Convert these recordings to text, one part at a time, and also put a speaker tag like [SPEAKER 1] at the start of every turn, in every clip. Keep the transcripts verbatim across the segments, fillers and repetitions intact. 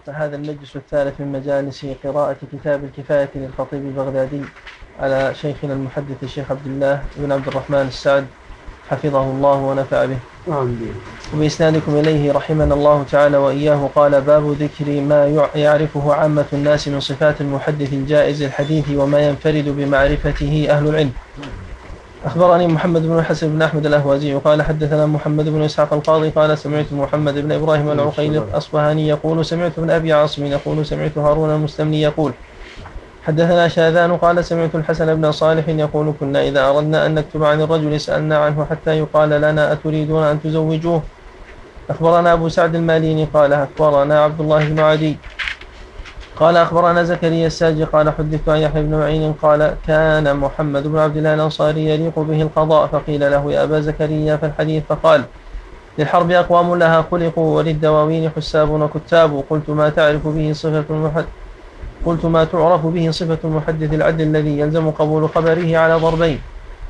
[SPEAKER 1] هذا المجلس الثالث من مجالس قراءة كتاب الكفاية للخطيب البغدادي على شيخنا المحدث الشيخ عبد الله بن عبد الرحمن السعد حفظه الله ونفع به.
[SPEAKER 2] آمين.
[SPEAKER 1] وبإسنادكم إليه رحمنا الله تعالى وإياه قال: باب ذكر ما يعرفه عامة الناس من صفات المحدث الجائز الحديث وما ينفرد بمعرفته أهل العلم. أخبرني محمد بن حسن بن أحمد الأهوازي قال حدثنا محمد بن إسحاق القاضي قال سمعت محمد بن إبراهيم العقيل الأصبهاني يقول سمعت ابن أبي عاصم يقول سمعت هارون المستملي يقول حدثنا شاذان قال سمعت الحسن بن صالح يقول كنا إذا أردنا أن نكتب عن الرجل سألنا عنه حتى يقال لنا أتريدون أن تزوجوه. أخبرنا أبو سعد الماليني قال أخبرنا عبد الله بن عدي قال أخبرنا زكريا الساجي قال حدثت عن يحيى بن معين قال كان محمد بن عبد الله الأنصاري يليق به القضاء فقيل له يا أبا زكريا فالحديث فقال للحرب أقوام لها خلقوا وللدواوين حساب وكتاب قلت ما تعرف به صفة المحدث قلت ما تعرف به صفة المحدث العدل الذي يلزم قبول خبره على ضربين،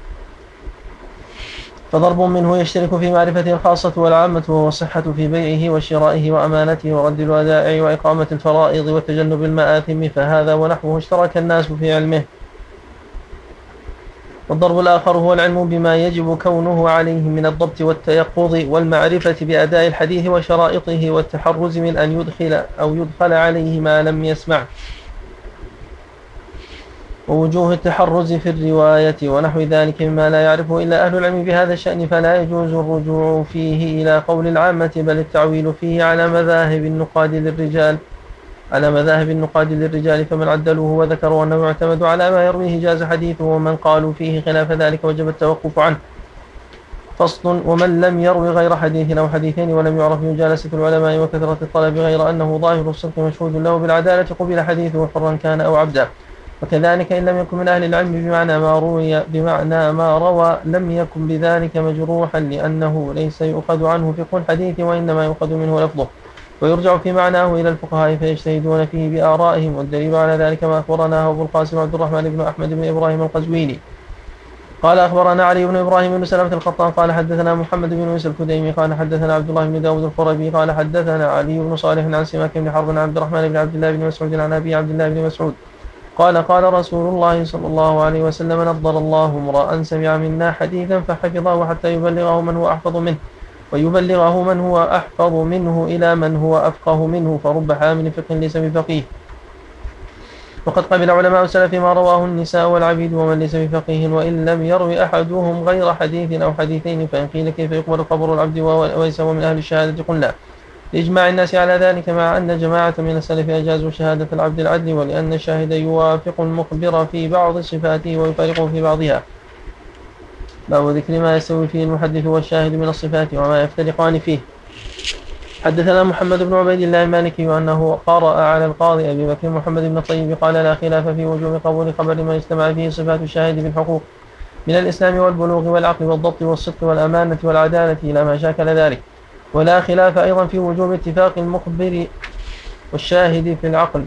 [SPEAKER 1] فضرب منه يشترك في معرفته الخاصة والعامة وهو الصحة في بيعه وشرائه وأمانته ورد الودائع وإقامة الفرائض وتجنب المآثم فهذا ونحوه اشترك الناس في علمه. والضرب الآخر هو العلم بما يجب كونه عليه من الضبط والتيقظ والمعرفة بأداء الحديث وشرائطه والتحرز من أن يدخل أو يدخل عليه ما لم يسمع ووجوه التحرز في الرواية ونحو ذلك مما لا يعرفه إلا أهل العلم بهذا الشأن فلا يجوز الرجوع فيه إلى قول العامة بل التعويل فيه على مذاهب النقاد للرجال على مذاهب النقاد للرجال فمن عدلوه وذكروا أنه يعتمد على ما يرويه جاز حديثه ومن قالوا فيه خلاف ذلك وجب التوقف عنه. فصل: ومن لم يروي غير حديث أو حديثين ولم يعرف مجالسة العلماء وكثرة الطلب غير أنه ظاهر الصدق مشهود له بالعدالة قبل حديثه حرا كان أو عبدا. وكذلك إن لم يكن من أهل العلم بمعنى ما روي بمعنى ما روى لم يكن بذلك مجروحا لأنه ليس يؤخذ عنه فقه الحديث وإنما يؤخذ منه لفظه ويرجع في معناه إلى الفقهاء فيجتهدون فيه بآرائهم. والدليل على ذلك ما أخبرنا أبو القاسم عبد الرحمن بن أحمد بن إبراهيم القزويني قال أخبرنا علي بن إبراهيم بن سلمة الخطان قال حدثنا محمد بن يوسف الكديمي قال حدثنا عبد الله بن داود القربي قال حدثنا علي بن صالح عن سماك بن حرب عن عبد الرحمن بن عبد الله بن مسعود عن أبي عبد الله بن مسعود قال قال رسول الله صلى الله عليه وسلم نضر الله امرأ سمع منا حديثا فحفظه حتى يبلغه من هو أحفظ منه ويبلغه من هو أحفظ منه إلى من هو أفقه منه فرب حامل فقه ليس بفقيه. وقد قبل علماء السلف ما رواه النساء والعبيد ومن ليس بفقيه وإن لم يروي أحدهم غير حديث أو حديثين فإن قيل كيف يقبل خبر العبد وليس هو من أهل الشهادة قلنا لإجماع الناس على ذلك مع أن جماعة من السلف أجازوا شهادة العبد العدل ولأن الشاهد يوافق المخبر في بعض صفاته ويفارقه في بعضها. باب ذكر ما يستوي فيه المحدث والشاهد من الصفات وما يفترقان فيه. حدثنا محمد بن عبيد الله المالكي وأنه قرأ على القاضي أبي بكر محمد بن الطيب قال لا خلاف في وجوب قبول خبر ما اجتمع فيه صفات الشاهد بالحقوق من الإسلام والبلوغ والعقل والضبط والصدق والأمانة والعدالة إلى ما شاكل ذلك، ولا خلاف أيضا في وجوب اتفاق المخبر والشاهد في العقل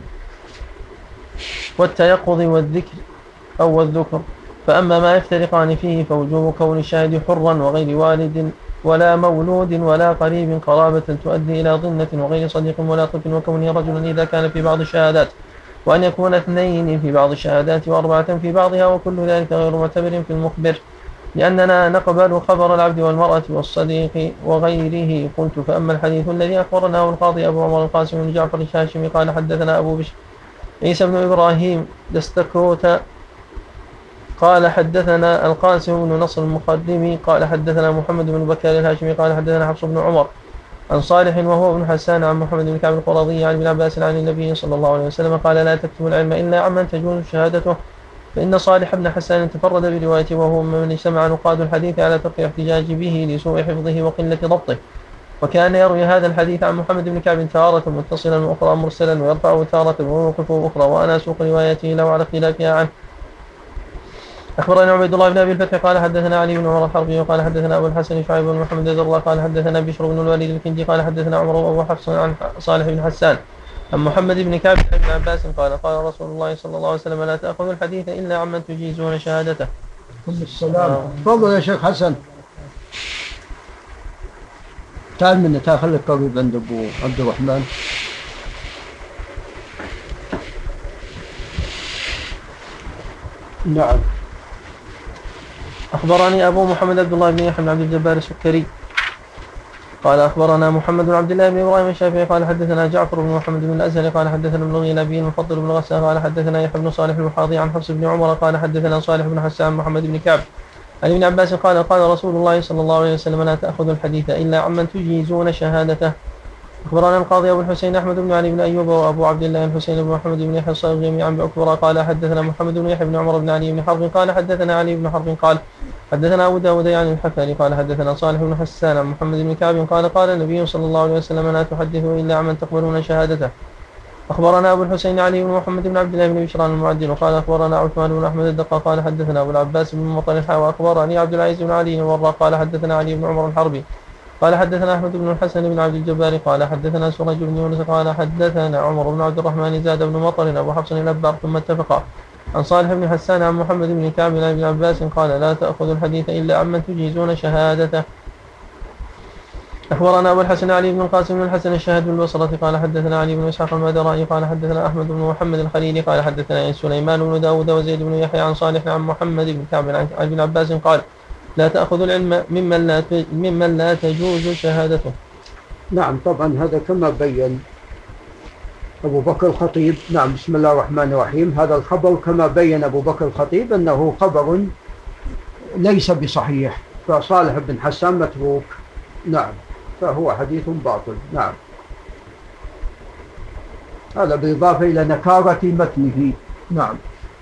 [SPEAKER 1] والتيقظ والذكر أو الذكر. فأما ما يفترقان فيه فوجوب كون الشاهد حرا وغير والد ولا مولود ولا قريب قرابة تؤدي إلى ضمنة وغير صديق ولا طفل وكونه رجلا إذا كان في بعض الشهادات وأن يكون اثنين في بعض الشهادات وأربعة في بعضها وكل ذلك غير معتبر في المخبر لأننا نقبل خبر العبد والمرأة والصديق وغيره. قلت فأما الحديث الذي أخبرناه القاضي أبو عمر القاسم بن جعفر الشاشمي قال حدثنا أبو بشر عيسى بن إبراهيم دستكوت قال حدثنا القاسم بن نصر المقدمي قال حدثنا محمد بن بكار الهاشمي قال حدثنا حفص بن عمر عن صالح وهو ابن حسان عن محمد بن كعب القرظي عن ابن عباس عن النبي صلى الله عليه وسلم قال لا تكتموا العلم إلا عمن تجوز شهادته فإن صالح بن حسان تفرد بروايته وهو من اجتمع نقاد الحديث على ترك الاحتجاج به لسوء حفظه وقلة ضبطه وكان يروي هذا الحديث عن محمد بن كعب تارة متصلا وأخرى مرسلا ويرفعه تارة ويوقفه أخرى وأنا أسوق روايته له على خلافها عنه. أخبرنا عبيد الله بن أبي الفتح قال حدثنا علي بن عمر الحربي وقال حدثنا أبو الحسن شعيب بن محمد الزرقاء قال حدثنا بشر بن الوليد الكندي قال حدثنا عمر وأبو حفص عن صالح بن حسان عن محمد بن كعب بن عباس قال قال رسول الله صلى الله عليه وسلم لا تأخذوا الحديث إلا عمن تجيزون شهادته.
[SPEAKER 2] السلام. تفضل يا شيخ حسن. تعال منا تعال خليك قريب عند أبو عبد الرحمن. نعم.
[SPEAKER 1] أخبرني أبو محمد عبد الله بن يحيى بن عبد الجبار السكري قال أخبرنا محمد بن عبد الله بن إبراهيم الشافعي قال حدثنا جعفر بن محمد بن الأزهري قال حدثنا ابن غيلابي المفضل بن غسان قال حدثنا يحيى بن صالح المحاضي عن حفص بن عمر قال حدثنا صالح بن حسان محمد بن كعب عن ابن عباس قال قال رسول الله صلى الله عليه وسلم لا تأخذوا الحديث إلا عمن تجيزون شهادته. أخبرنا القاضي أبو الحسين أحمد بن علي بن أيوب وأبو عبد الله الحسين بن محمد بن يحيى الصاغ جميعا بأكبر قال حدثنا محمد بن يحيى بن عمر بن علي بن حرب قال حدثنا علي بن حرب قال حدثنا أبو داود يعني الحفاري قال حدثنا صالح بن حسان عن محمد بن كعب قال قال النبي صلى الله عليه وسلم لا تحدثوا إلا عمن تقبلون شهادته. أخبرنا أبو الحسين علي بن محمد بن عبد الله بن بشران المعدل قال أخبرنا عثمان بن أحمد الدقا قال حدثنا أبو العباس بن مطر الحاوى وأخبرني عبد العزيز بن علي الوراق قال حدثنا علي بن عمر الحربي قال حدثنا أحمد بن الحسن بن عبد الجبار قال حدثنا سرج بن يونس قال حدثنا عمر بن عبد الرحمن زاد بن مطر أبو حفص الأبار ثم اتفقا عن صالح بن حسان عن محمد بن كعب بن ابي عباس قال لا تأخذوا الحديث إلا عمن تجيزون شهادته. أخبرنا أبو الحسن علي بن القاسم بن الحسن الشاهد بن البصرة قال حدثنا علي بن إسحاق المدرائي قال حدثنا أحمد بن محمد الخليلي قال حدثنا سليمان بن داود وزيد بن يحيى عن صالح عن محمد بن كعب عن ابن عباس قال لا تأخذوا العلم ممن لا ممن لا تجوز شهادته.
[SPEAKER 2] نعم. طبعا هذا كما بين أبو بكر الخطيب. نعم. بسم الله الرحمن الرحيم. هذا الخبر كما بين أبو بكر الخطيب أنه خبر ليس بصحيح، فصالح بن حسان متروك. نعم. فهو حديث باطل. نعم. هذا بالإضافة إلى نكارة متنه. نعم.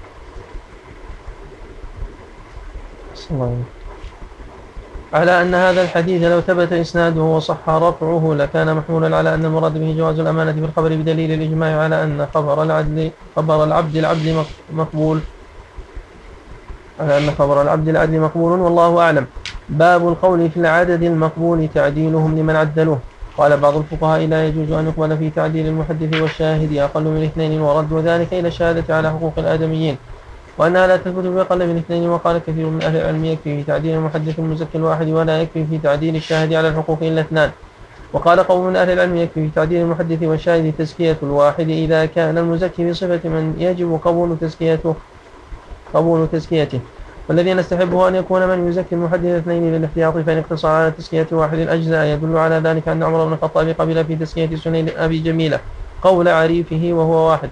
[SPEAKER 1] على أن هذا الحديث لو ثبت إسناده وصح رفعه لكان محمولا على أن المراد به جواز الأمانة في الخبر بدليل الإجماع على أن خبر العدل خبر العبد العبد مقبول على أن خبر العبد العدل مقبول والله أعلم. باب القول في العدد المقبول تعديلهم لمن عدلوه. قال بعض الفقهاء لا يجوز أن يقبل في تعديل المحدث والشاهد أقل من اثنين ورد ذلك إلى الشهادة على حقوق الآدميين وأنها لا تثبت بأقل من اثنين. وقال كثير من أهل العلم يكفي في تعديل المحدث المزكي الواحد ولا يكفي في تعديل الشاهد على الحقوق إلا اثنان. وقال قوم من أهل العلم يكفي في تعديل المحدث والشاهد تزكية الواحد إذا كان المزكي بصفة من يجب قبول تزكيته قبول تزكيته. والذي نستحبه أن يكون من يزكي المحدث اثنين للاحتياط فإن اقتصر على تزكية واحد الأجزاء. يدل على ذلك أن عمر بن الخطاب قبل في تزكية سنين أبي جميلة قول عريفه وهو واحد.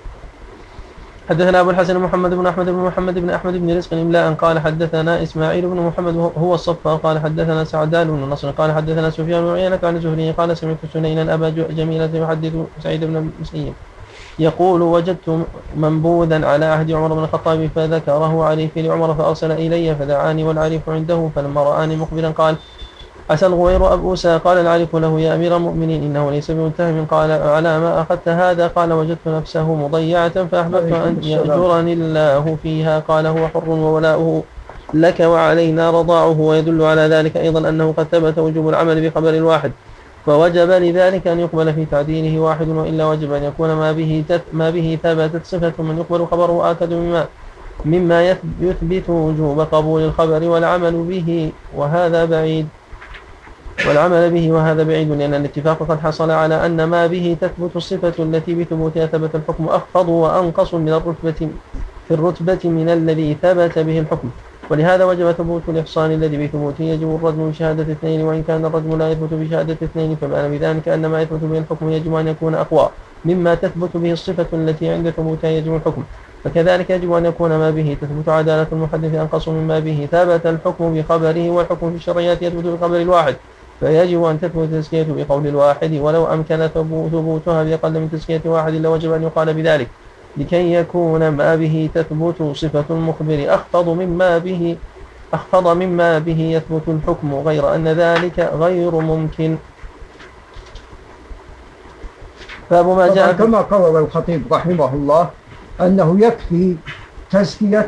[SPEAKER 1] حدثنا أبو الحسن محمد بن أحمد بن محمد بن أحمد بن رزق إملاء قال حدثنا إسماعيل بن محمد هو الصفا قال حدثنا سعدان بن نصر قال حدثنا سفيان بن عيينة عن الزهري قال سمعت سنينا أبا جميلة يحدث سعيد بن المسيب يقول وجدت منبوذا على عهد عمر بن الخطاب فذكره عريف لعمر فأرسل إلي فدعاني والعريف عنده فلما رآني مقبلا قال عسى الغوير أبوسا. قال العارف له يا أمير المؤمنين إنه ليس بمتهم. قال على ما أخذت هذا؟ قال وجدت نفسه مضيعة فأحببت أن يأجرني الله فيها. قال هو حر وولاؤه لك وعلينا رضاعه. ويدل على ذلك أيضا أنه قد ثبت وجوب العمل بخبر الواحد فوجب لذلك أن يقبل في تعديله واحد وإلا وجب أن يكون ما به, ما به ثبتت صفة من يقبل خبره آكد مما مما يثبت وجوب قبول الخبر والعمل به وهذا بعيد والعمل به وهذا بعيد لأن الاتفاق قد حصل على أن ما به تثبت الصفة التي بثبوتها ثبت الحكم أخفض وأنقص من الرتبة في الرتبة من الذي ثبت به الحكم. ولهذا وجب ثبوت الإحصان الذي بثبوته يجب الرجم بشهادة اثنين وإن كان الرجم لا يثبت بشهادة اثنين فمعنى بذلك أن ما يثبت به الحكم يجب أن يكون أقوى مما تثبت به الصفة التي عند ثبوتها يجب الحكم. فكذلك يجب أن يكون ما به تثبت عدالة المحدث أنقص مما به ثبت الحكم بخبره والحكم في الشرعيات يثبت بخبر الواحد فيجب أن تثبت تزكية بقول الواحد ولو أمكن ثبوتها بأقل من تزكية واحد لوجب أن يقال بذلك لكي يكون ما به تثبت صفة المخبر أخفض مما به أخفض مما به يثبت الحكم غير أن ذلك غير ممكن. باب ما جاء
[SPEAKER 2] كما قرر الخطيب رحمه الله أنه يكفي تزكية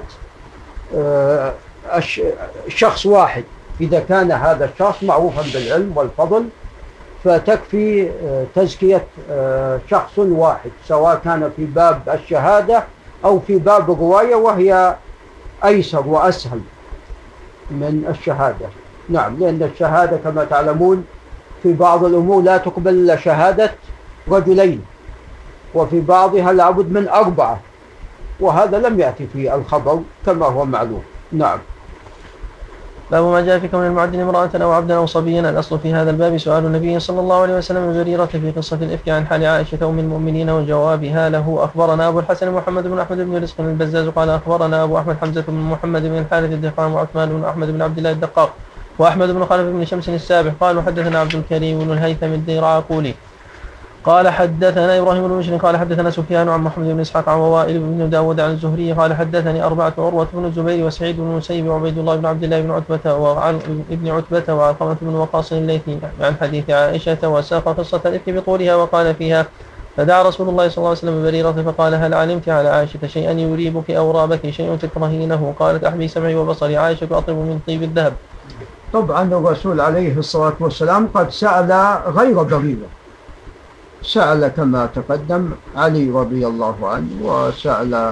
[SPEAKER 2] شخص واحد إذا كان هذا الشخص معروفا بالعلم والفضل فتكفي تزكية شخص واحد سواء كان في باب الشهادة أو في باب الرواية وهي أيسر وأسهل من الشهادة. نعم. لأن الشهادة كما تعلمون في بعض الأمور لا تقبل إلا شهادة رجلين وفي بعضها لابد من أربعة وهذا لم يأتي في الخبر كما هو معلوم. نعم.
[SPEAKER 1] باب ما جاء في كون المعدل امرأة أو عبدا أو صبيا. الأصل في هذا الباب سؤال النبي صلى الله عليه وسلم جريرة في قصة الإفك عن حال عائشة أم المؤمنين وجوابها له. أخبرنا أبو الحسن محمد بن أحمد بن رزق البزاز قال أخبرنا أبو أحمد حمزة بن محمد بن الحارث الدهقان وعثمان بن أحمد بن عبد الله الدقاق وأحمد بن خلف بن شمس السابح قالوا حدثنا عبد الكريم بن الهيثم الديرعقولي قال حدثنا إبراهيم بن بشر قال حدثنا سفيان عن محمد بن إسحاق عن وائل بن داود عن الزهري قال حدثني أربعة عروة بن الزبير وسعيد بن المسيب وعبيد الله بن عبد الله بن عتبة وعن ابن عتبة وعلقمة بن وقاص الليثي عن حديث عائشة وساق قصة الإفك بطولها وقال فيها فدعا رسول الله صلى الله عليه وسلم بريرة فقال هل علمت على عائشة شيئا يريبك أو رابك شيء تكرهينه؟ قالت أحبي سمعي وبصري عائشة أطيب من طيب الذهب.
[SPEAKER 2] طبعا الرسول عليه الصلاة والسلام قد سأل غير بريرة، سأل كما تقدم علي رضي الله عنه، وسأل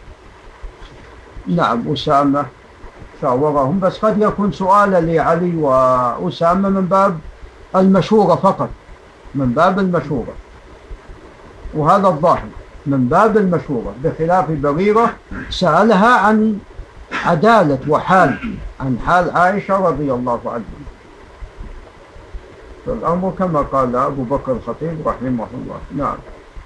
[SPEAKER 2] نعم أسامة شاورهم، بس قد يكون سؤالا لعلي وأسامة من باب المشورة فقط، من باب المشورة، وهذا الظاهر من باب المشورة، بخلاف بريرة سألها عن عدالة وحال، عن حال عائشة رضي الله عنها. فالأمر كما قال أبو بكر الخطيب رحمه الله. نعم.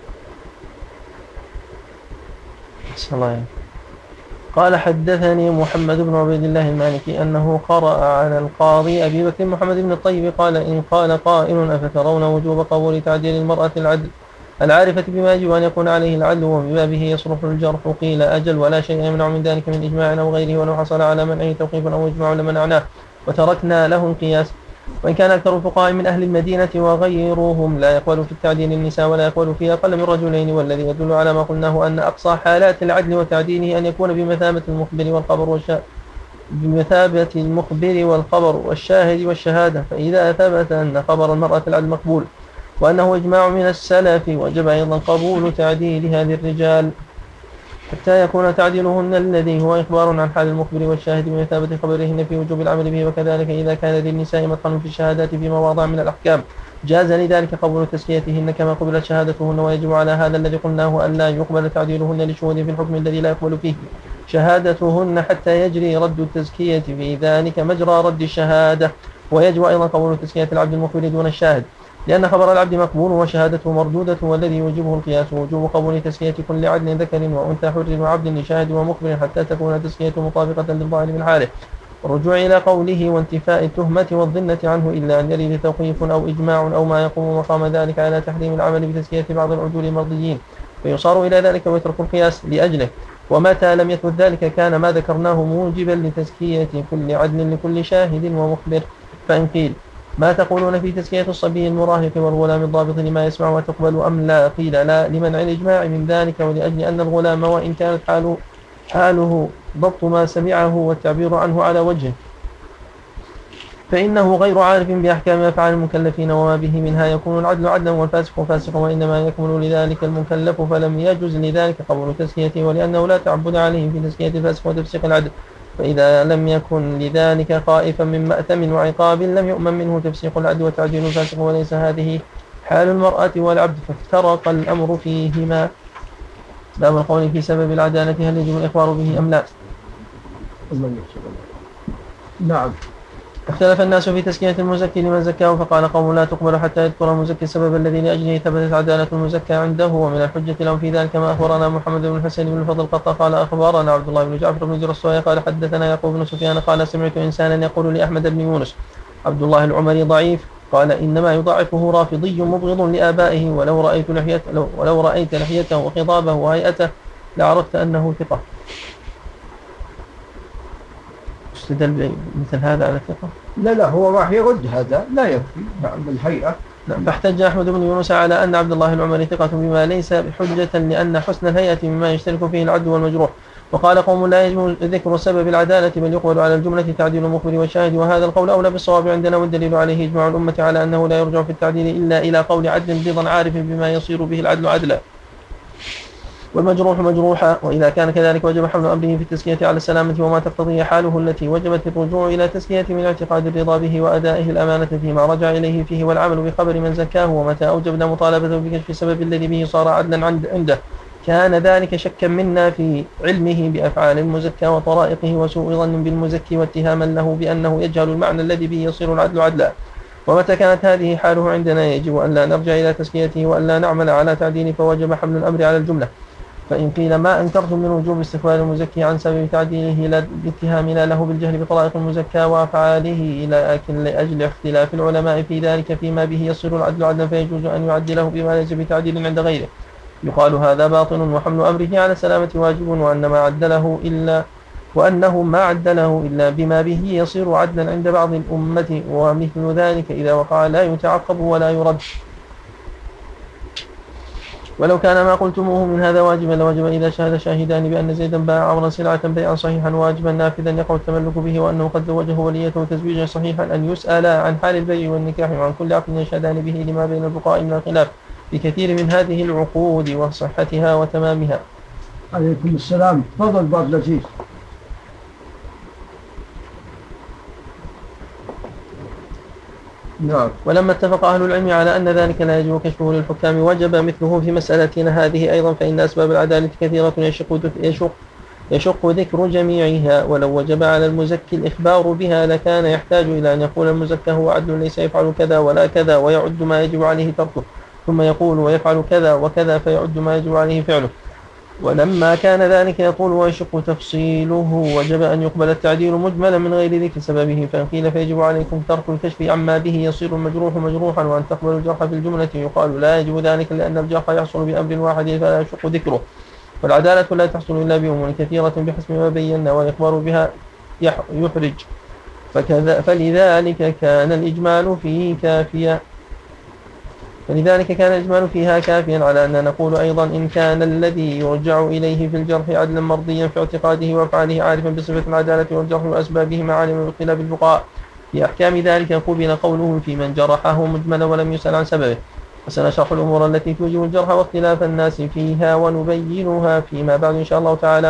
[SPEAKER 1] الله. قال حدثني محمد بن عبيد الله المالكي أنه قرأ على القاضي أبي بكر محمد بن الطيب قال إن قال قائل أفترون وجوب قبول تعديل المرأة العدل العارفة بما يجب أن يكون عليه العدل وببابه يصرف الجرح؟ قيل أجل، ولا شيء يمنع من ذلك من إجماع أو غيره، ولو حصل على منعه توقيف أو إجماع لمنعناه وتركنا له القياس. وإن كان أكثر الفقهاء من أهل المدينة وغيرهم لا يقبل في التعديل النساء ولا يقبل فيه أقل من رجلين، والذي يدل على ما قلناه أن أقصى حالات العدل وتعديله أن يكون بمثابة المخبر والخبر والشاهد بمثابة المخبر والخبر والشاهد والشهادة. فإذا ثبت أن خبر المرأة العدل مقبول وأنه إجماع من السلف وجب أيضا قبول تعديل هذه الرجال حتى يكون تعديلهن الذي هو إخبار عن حال المخبر والشاهد بمثابة خبرهن في وجوب العمل به. وكذلك إذا كان للنساء مدخل في الشهادات في مواضع من الأحكام جاز لذلك قبول تزكيتهن كما قبلت شهادتهن، ويجب على هذا الذي قلناه أن لا يقبل تعديلهن لشهود في الحكم الذي لا يقبل فيه شهادتهن حتى يجري رد التزكية في ذلك مجرى رد الشهادة. ويجب أيضا قبول تزكية العبد المخبر دون الشاهد، لأن خبر العبد مقبول وشهادته مردودة، والذي يوجبه القياس وجوب قبول تزكية كل عدل ذكر وأنثى حر وعبد لشاهد ومخبر حتى تكون تزكية مطابقة للظاهر من حاله. الرجوع إلى قوله وانتفاء التهمة والظنة عنه إلا أن يرد توقيف أو إجماع أو ما يقوم مقام ذلك على تحريم العمل بتزكية بعض العدول المرضيين، فيصار إلى ذلك ويترك القياس لأجله. ومتى لم يثبت ذلك كان ما ذكرناه موجبا لتزكية كل عدل لكل شاهد ومخبر. فإن قيل ما تقولون في تزكية الصبي المراهق والغلام الضابط لما يسمع وتقبل أم لا؟ قيل لا، لمنع الإجماع من ذلك، ولأجل أن الغلام وإن كانت حاله, حاله ضبط ما سمعه والتعبير عنه على وجهه فإنه غير عارف بأحكام أفعال المكلفين وما به منها يكون العدل عدلا والفاسق فاسقا، وإنما يكمل لذلك المكلف فلم يجوز لذلك قبول تزكيته، ولأنه لا تعبد عليه في تزكية الفاسق وتفسيق العدل. فإذا لم يكن لذلك خائفا من مأثم وعقاب لم يؤمن منه تفسيق العدل وتعديل الفاسق، وليس هذه حال المرأة والعبد، فافترق الأمر فيهما. باب القول في سبب العدالة هل يجب الإخبار به أم لا؟
[SPEAKER 2] نعم.
[SPEAKER 1] اختلف الناس في تزكية المزكي لمن زكاه، فقال قوم لا تقبل حتى يذكر المزكي السبب الذي لأجله ثبتت عدالة المزكى عنده، ومن الحجة لهم في ذلك ما أخبرنا محمد بن الحسين بن الفضل قطة قال أخبرنا عبد الله بن جعفر بن درسوي قال حدثنا يعقوب بن سفيان قال سمعت إنسانا يقول لأحمد بن يونس عبد الله العمري ضعيف، قال إنما يضعفه رافضي مبغض لآبائه، ولو رأيت لحيته ولو رأيت لحيته وخضابه وهيئته لعرفت أنه ثقة. استدل مثل هذا على الثقة؟
[SPEAKER 2] لا لا، هو راح يرد هذا، لا يكفي بالهيئة.
[SPEAKER 1] فاحتج أحمد بن يونس على أن عبد الله العمري ثقة بما ليس بحجة، لأن حسن الهيئة مما يشترك فيه العدل والمجروح. وقال قوم لا يجب ذكر سبب العدالة بل يقبل على الجملة تعديل المخبر والشاهد، وهذا القول أولى بالصواب عندنا، والدليل عليه إجماع الأمة على أنه لا يرجع في التعديل إلا إلى قول عدل رضا عارف بما يصير به العدل عدلا والمجروح مجروحا. وإذا كان كذلك وجب حمل أمره في التزكية على السلامة وما تقتضيه حاله التي وجبت الرجوع إلى تزكية من اعتقاد الرضا به وأدائه الأمانة فيما رجع إليه فيه والعمل بخبر من زكاه. ومتى أوجبنا مطالبته بكشف السبب الذي به صار عدلا عنده كان ذلك شكا منا في علمه بأفعال المزكى وطرائقه وسوء ظن بالمزكي واتهاما له بأنه يجهل المعنى الذي به يصير العدل عدلا. ومتى كانت هذه حاله عندنا يجب أن لا نرجع إلى تزكيته وأن لا نعمل على تعديله، فوجب حمل الأمر على الجملة. فإن قيل ما أنكرتم من وجوب استقبال المزكي عن سبب تعديله لا باتهامنا له بالجهل بطرائق المزكى وأفعاله، لكن لأجل اختلاف العلماء في ذلك فيما به يصير العدل عدلا فيجوز أن يعدله بما ليس بتعديل عند غيره، يقال هذا باطل وحمل أمره على السلامة واجب، وأن ما عدله إلا وأنه ما عدله إلا بما به يصير عدلا عند بعض الأمة، ومثل ذلك إذا وقع لا يتعقب ولا يرد. ولو كان ما قلتموه من هذا واجبا لوجب إذا شهد شاهدان بأن زيدا باع عمرا سلعة بيعا صحيحا واجبا نافذا يقع التملك به، وأنه قد زوجه وليته تزويجا صحيحا، أن يسأل عن حال البيع والنكاح وعن كل عقد يشهدان به لما بين الفقهاء من الخلاف بكثير من هذه العقود وصحتها وتمامها.
[SPEAKER 2] عليكم السلام. تفضل بعض لذيذ.
[SPEAKER 1] نعم. ولما اتفق أهل العلم على أن ذلك لا يجب كشفه للحكام وجب مثله في مسألتنا هذه أيضا، فإن أسباب العدالة كثيرة يشق, يشق, يشق ذكر جميعها، ولو وجب على المزكي الإخبار بها لكان يحتاج إلى أن يقول المزكى هو عدل ليس يفعل كذا ولا كذا ويعد ما يجب عليه تركه، ثم يقول ويفعل كذا وكذا فيعد ما يجب عليه فعله. ولما كان ذلك يطول ويشق تفصيله وجب أن يقبل التعديل مجملا من غير ذكر سببه، فإن قيل فيجب عليكم ترك الكشف عما به يصير المجروح مجروحا وأن تقبلوا الجرح في الجملة، يقال لا يجب ذلك لأن الجرح يحصل بأمر واحد فلا يشق ذكره، والعدالة لا تحصل إلا بأمور كثيرة بحسب ما بينا، والإخبار بها يحرج، فكذا فلذلك كان الإجمال فيه كافيا فلذلك كان الإجمال فيها كافيا على أن نقول أيضا إن كان الذي يرجع إليه في الجرح عدلا مرضيا في اعتقاده وأفعاله عارفا بصفة العدالة والجرح وأسبابهما عالما باختلاف الفقهاء في أحكام ذلك، قبل قوله في من جرحه مجملا ولم يسأل عن سببه. وسنشرح الأمور التي توجب الجرح واختلاف الناس فيها ونبينها فيما بعد إن شاء الله تعالى.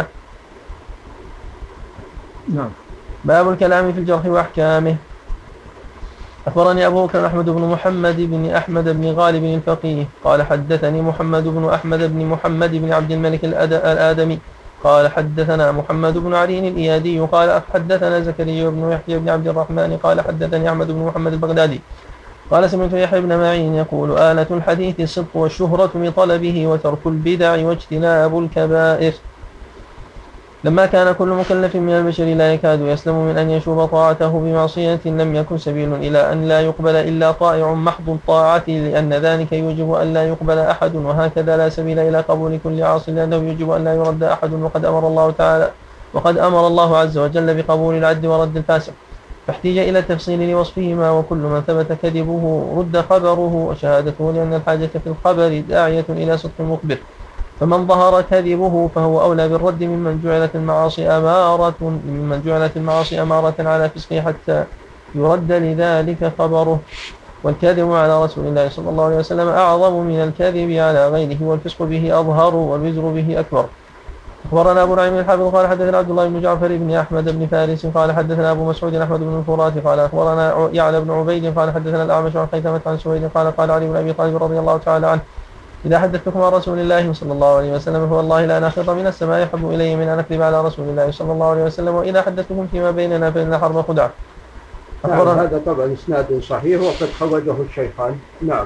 [SPEAKER 2] نعم.
[SPEAKER 1] باب الكلام في الجرح وأحكامه. أخبرني أبو بكر أحمد بن محمد بن أحمد بن غالب الفقيه قال حدثني محمد بن أحمد بن محمد بن عبد الملك الآدمي قال حدثنا محمد بن علي الإيادي قال حدثنا زكريا بن يحيى بن عبد الرحمن قال حدثني أحمد بن محمد البغدادي قال سمعت يحيى بن معين يقول آلة الحديث الصدق والشهرة بطلبه وترك البدع واجتناب الكبائر. لما كان كل مكلف من البشر لا يكاد يسلم من أن يشوب طاعته بمعصية لم يكن سبيل إلى أن لا يقبل إلا طائع محض الطاعة، لأن ذلك يوجب أن لا يقبل أحد، وهكذا لا سبيل إلى قبول كل عاص لأنه يوجب أن لا يرد أحد، وقد أمر الله تعالى وقد أمر الله عز وجل بقبول العد ورد الفاسق، فاحتيج إلى التفصيل لوصفهما، وكل من ثبت كذبه رد خبره وشهادته، لأن الحاجة في الخبر داعية إلى صدق المخبر، فمن ظهر كذبه فهو أولى بالرد ممن جعلت المعاصي أمارة ممن جعلت المعاصي أمارة على فسقه حتى يرد لذلك خبره. والكذب على رسول الله صلى الله عليه وسلم أعظم من الكذب على غيره، والفسق به أظهر والوزر به أكبر. أخبرنا أبو نعيم الحافظ قال حدثنا عبد الله بن جعفر بن أحمد بن فارس قال حدثنا أبو مسعود أحمد بن الفرات قال أخبرنا يعلى بن عبيد قال حدثنا الأعمش عن خيثمة عن سويد قال قال علي بن أبي طالب رضي الله تعالى عنه إذا حدثتكم عن رسول الله صلى الله عليه وسلم فوالله لا نخط من السماء يحب إلي من أن أكذب على رسول الله صلى الله عليه وسلم، وإذا حدثتكم فيما بيننا فإن حرب خدعة.
[SPEAKER 2] نعم هذا طبعا إسناد صحيح وقد خرجه الشيخان. نعم.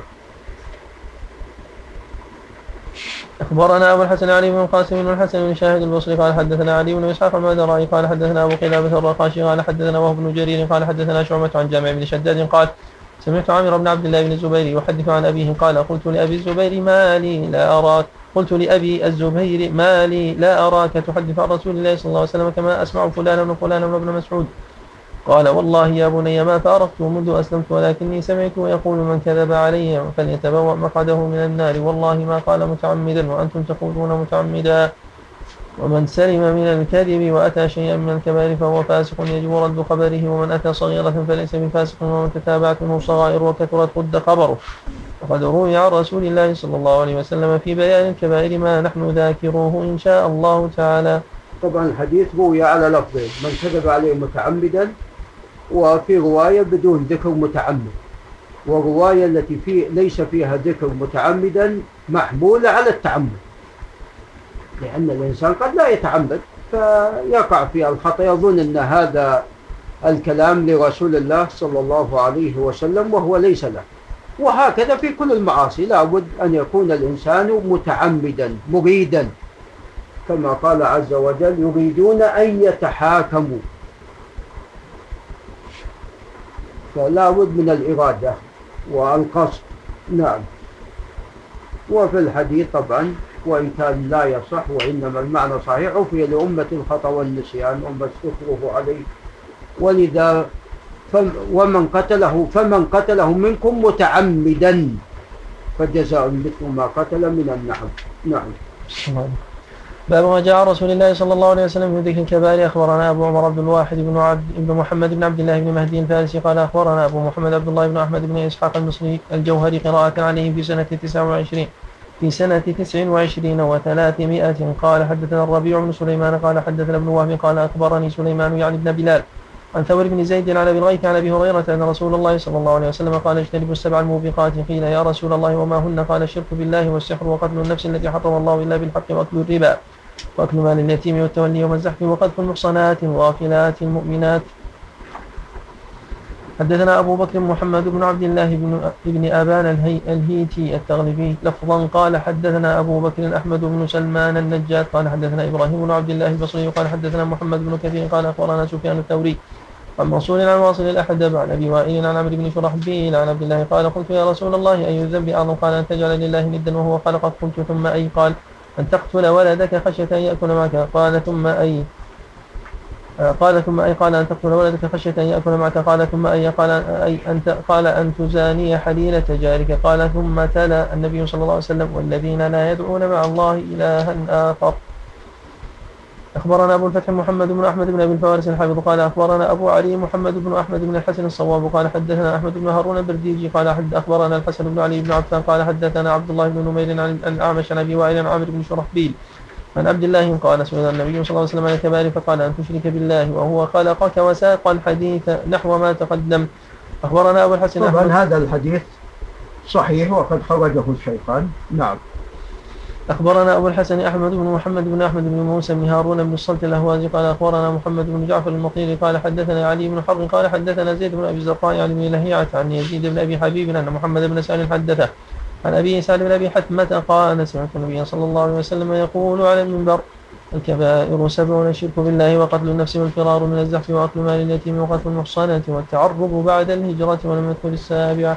[SPEAKER 1] أخبرنا أبو الحسن علي بن القاسم بن الحسن بن شاهد البصري قال حدثنا علي بن إسحاق المدرائي قال حدثنا أبو قلابة الرقاشي قال حدثنا وهب بن جرير قال حدثنا شعبة عن جامع بن شداد قال سمعت عامر بن عبد الله بن الزبير يحدث عن أبيه قال قلت لأبي الزبير ما لي لا أراك قلت لأبي الزبير ما لي لا أراك تحدث عن رسول الله صلى الله عليه وسلم كما أسمع فلانا وفلانا وابن مسعود. قال والله يا بني ما فارقت منذ أسلمت، ولكني سمعت يقول من كذب علي فليتبوأ مقعده من النار، والله ما قال متعمدا وأنتم تقولون متعمدا. ومن سلم من الكذب وأتى شيئا من الكبائر فهو فاسق يجب رد خبره، ومن أتى صغيرة فليس بفاسق، ومن تتابعت منه صغائر وكثرت رد خبره. وقد روي عن رسول الله صلى الله عليه وسلم في بيان الكبائر ما نحن ذاكروه إن شاء الله تعالى.
[SPEAKER 2] طبعا الحديث روي على لفظين من كذب عليه متعمدا، وفي رواية بدون ذكر متعمد، ورواية التي في ليس فيها ذكر متعمدا محمولة على التعمد. لأن الإنسان قد لا يتعمد فيقع في الخطأ، يظن أن هذا الكلام لرسول الله صلى الله عليه وسلم وهو ليس له. وهكذا في كل المعاصي لا بد أن يكون الإنسان متعمدا مريدا، كما قال عز وجل يريدون أن يتحاكموا، فلا بد من الإرادة والقصد. نعم. وفي الحديث طبعا وإن كان لا يصح وإنما المعنى صحيح عفي لأمة الخطأ والنسيان وما استكره عليه، ولذا ومن قتله فمن قتله منكم متعمدا فجزاء مثل ما قتل من النعم. نعم.
[SPEAKER 1] باب ما جاء رسول الله صلى الله عليه وسلم في ذكر الكبائر. أخبرنا أبو عمر عبد الواحد بن عبد بن محمد بن عبد الله بن مهدي الفارسي قال أخبرنا أبو محمد عبد الله بن أحمد بن إسحاق المصري الجوهري قراءة عليه في سنة تسع وعشرين في سنة تسع وعشرين وثلاثمائة قال حدثنا الربيع بن سليمان قال حدثنا ابن وهب قال أخبرني سليمان يعني ابن بلال عن ثور بن زيد عن أبي الغيث عن أبي هريرة أن رسول الله صلى الله عليه وسلم قال اجتنبوا السبع الموبقات. قيل يا رسول الله وما هن؟ قال الشرك بالله والسحر وقتل النفس التي حرم الله إلا بالحق وأكل الربا وأكل مال اليتيم والتولي يوم الزحف وقذف المحصنات الغافلات المؤمنات. حدثنا أبو بكر محمد بن عبد الله بن, بن أبان الهيتي التغلبي لفظا قال حدثنا أبو بكر أحمد بن سلمان النجاد قال حدثنا إبراهيم بن عبد الله البصري قال حدثنا محمد بن كثير قال أخبرنا سفيان الثوري عن منصور عن واصل الأحدب عن أبي وائل عن عمرو بن شرحبيل عن عبد الله قال قلت يا رسول الله أي الذنب أعظم؟ قال أن تجعل لله ندا وهو خلقك. قلت ثم أي؟ قال أن تقتل ولدك خشية أن يأكل معك. قال ثم أي؟ قال ثم أي؟ قال أن تقتل ولدك خشية أن يأكل معك. قال ثم أي؟ قال أي أنت؟ قال أن تزاني حليلة جارك. قال ثم تلا النبي صلى الله عليه وسلم والذين لا يدعون مع الله إلها آخر. أخبرنا أبو الفتح محمد بن أحمد بن أبي الفوارس الحافظ قال أخبرنا أبو علي محمد بن أحمد بن الحسن الصواب قال حدثنا أحمد بن هارون البرديجي قال حد أخبرنا الحسن بن علي بن عفان قال حدثنا عبد الله بن نمير عن الأعمش عن أبي وائل عن عامر بن شرحبيل عن عبد الله قال سئل النبي صلى الله عليه وسلم عن الكبائر فقال أن تشرك بالله وهو خلقك وساق الحديث نحو ما تقدم. أخبرنا أبو الحسن
[SPEAKER 2] طبعا هذا الحديث صحيح وقد خرجه الشيخان. نعم.
[SPEAKER 1] أخبرنا أبو الحسن أحمد بن محمد بن أحمد بن موسى بن هارون بن الصلت الأهوازي قال أخبرنا محمد بن جعفر المطيري قال حدثنا علي بن حرب قال حدثنا زيد بن أبي الزرقاء عن ابن لهيعة عن يزيد بن أبي حبيب أن محمد بن سالم حدثه عن أبي سالم بن أبي حتمة قال سمعت النبي صلى الله عليه وسلم يقول على المنبر الكبائر سبع الشرك بالله وقتل النفس والفرار من الزحف وأكل مال اليتيم وقتل المحصنات والتعرب بعد الهجرة ولم يدخل السابعة.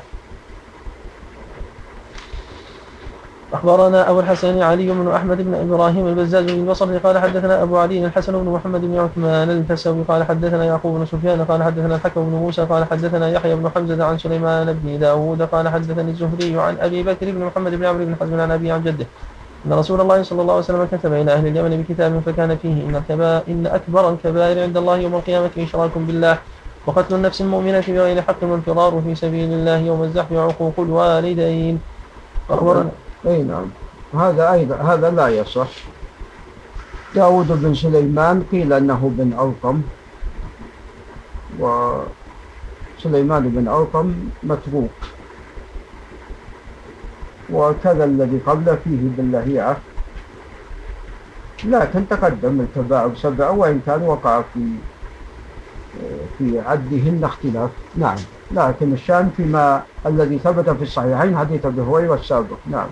[SPEAKER 1] أخبرنا أبو الحسن علي بن أحمد بن إبراهيم البزاز بن البصري قال حدثنا أبو علي الحسن بن محمد بن عثمان الفسوي قال حدثنا يعقوب بن سفيان قال حدثنا الحكم بن موسى قال حدثنا يحيى بن حمزة عن سليمان بن داود قال حدثني الزهري عن أبي بكر بن محمد بن عمرو بن حزم عن أبي عن جده أن رسول الله صلى الله عليه وسلم كتب إلى أهل اليمن بكتاب فكان فيه إن, إن أكبر الكبائر عند الله يوم القيامة إشراك بالله وقتل النفس المؤمنة بغير حق والفرار في سبيل الله يوم الزحف وعقوق الوالدين. أخبرنا
[SPEAKER 2] أي نعم. هذا أيضا هذا لا يصح. داود بن سليمان قيل أنه بن أرقم وسليمان بن أرقم متروك، وكذا الذي قبله فيه باللهيعة، لكن تقدم الكبائر سبع وإن كان وقع في في عدهن اختلاف. نعم. لكن الشان فيما الذي ثبت في الصحيحين حديث أبي هريرة السابق. نعم.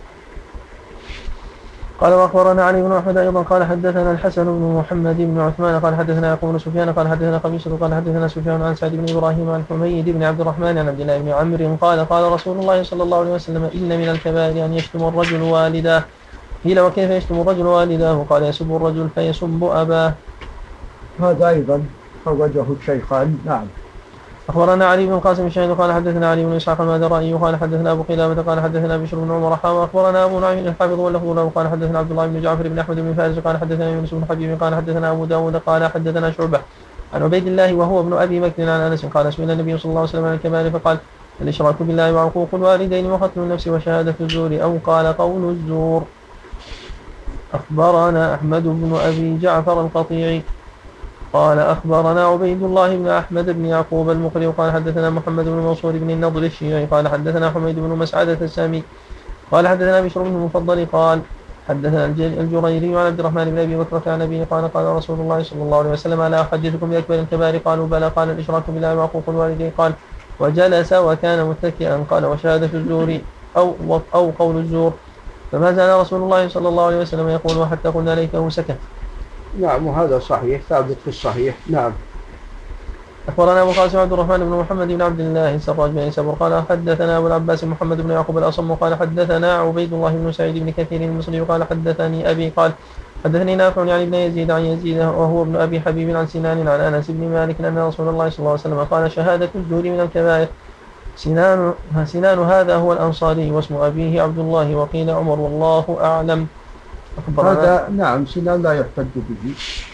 [SPEAKER 1] قال وأخبرنا علي بن أحمد أيضا قال حدثنا الحسن بن محمد بن عثمان قال حدثنا يعقوب بن سفيان قال حدثنا قبيصة قال حدثنا سفيان عن سعد بن إبراهيم عن حميد بن عبد الرحمن عن عبد الله بن عمرو قال قال رسول الله صلى الله عليه وسلم إن من الكبائر أن يشتم الرجل والداه. قيل وكيف يشتم الرجل والداه؟ قال يسب الرجل فيسب أباه.
[SPEAKER 2] هذا أيضا خرجه الشيخان. نعم.
[SPEAKER 1] أخبرنا علي بن قاسم الشهيد قال حدثنا علي بن إسحاق المادرائي قال حدثنا أبو قلابة قال حدثنا بشر بن عمر حاوى أخبرنا أبو نعيم الحافظ واللفظ له قال حدثنا عبد الله بن جعفر بن أحمد بن فارس قال حدثنا يونس بن حبيب قال حدثنا أبو داود قال حدثنا شعبة عن عبيد الله وهو ابن أبي بكر عن أنس قال سئل النبي صلى الله عليه وسلم عن الكبائر فقال الإشراك بالله وعقوق الوالدين وقتل النفس وشهادة الزور أو قال قول الزور. أخبرنا أحمد بن أبي جعفر القطيعي قال أخبرنا عبيد الله بن أحمد بن يعقوب المقري قال حدثنا محمد بن منصور بن النضر الشيعي قال حدثنا حميد بن مسعدة السامي قال حدثنا بشر بن المفضل قال حدثنا الجريري عن عبد الرحمن بن أبي بكرة عن أبيه قال قال رسول الله صلى الله عليه وسلم ألا أحدثكم بأكبر الكبائر قالوا بلى قال الإشراك بالله وعقوق الوالدين قال وجلس وكان متكئا قال وشهادة الزور أو, أو قول الزور فما زال رسول الله صلى الله عليه وسلم يقول وحتى قلنا ليته سكت.
[SPEAKER 2] نعم وهذا صحيح ثابت في الصحيح. نعم.
[SPEAKER 1] أخبرنا أبو القاسم عبد الرحمن بن محمد بن عبد الله السراج بن سبر قال حدثنا أبو العباس محمد بن يعقوب الأصم قال حدثنا عبيد الله بن سعيد بن كثير المصري قال حدثني أبي قال حدثني نافع عن ابن يزيد عن يزيد وهو ابن أبي حبيب عن سنان عن أنس بن مالك أن رسول الله صلى الله عليه وسلم قال شهادة الزور من الكبائر. سنان, سنان هذا هو الأنصاري واسم أبيه عبد الله وقيل عمر والله أعلم.
[SPEAKER 2] هذا نعم سنان لا يحتج به.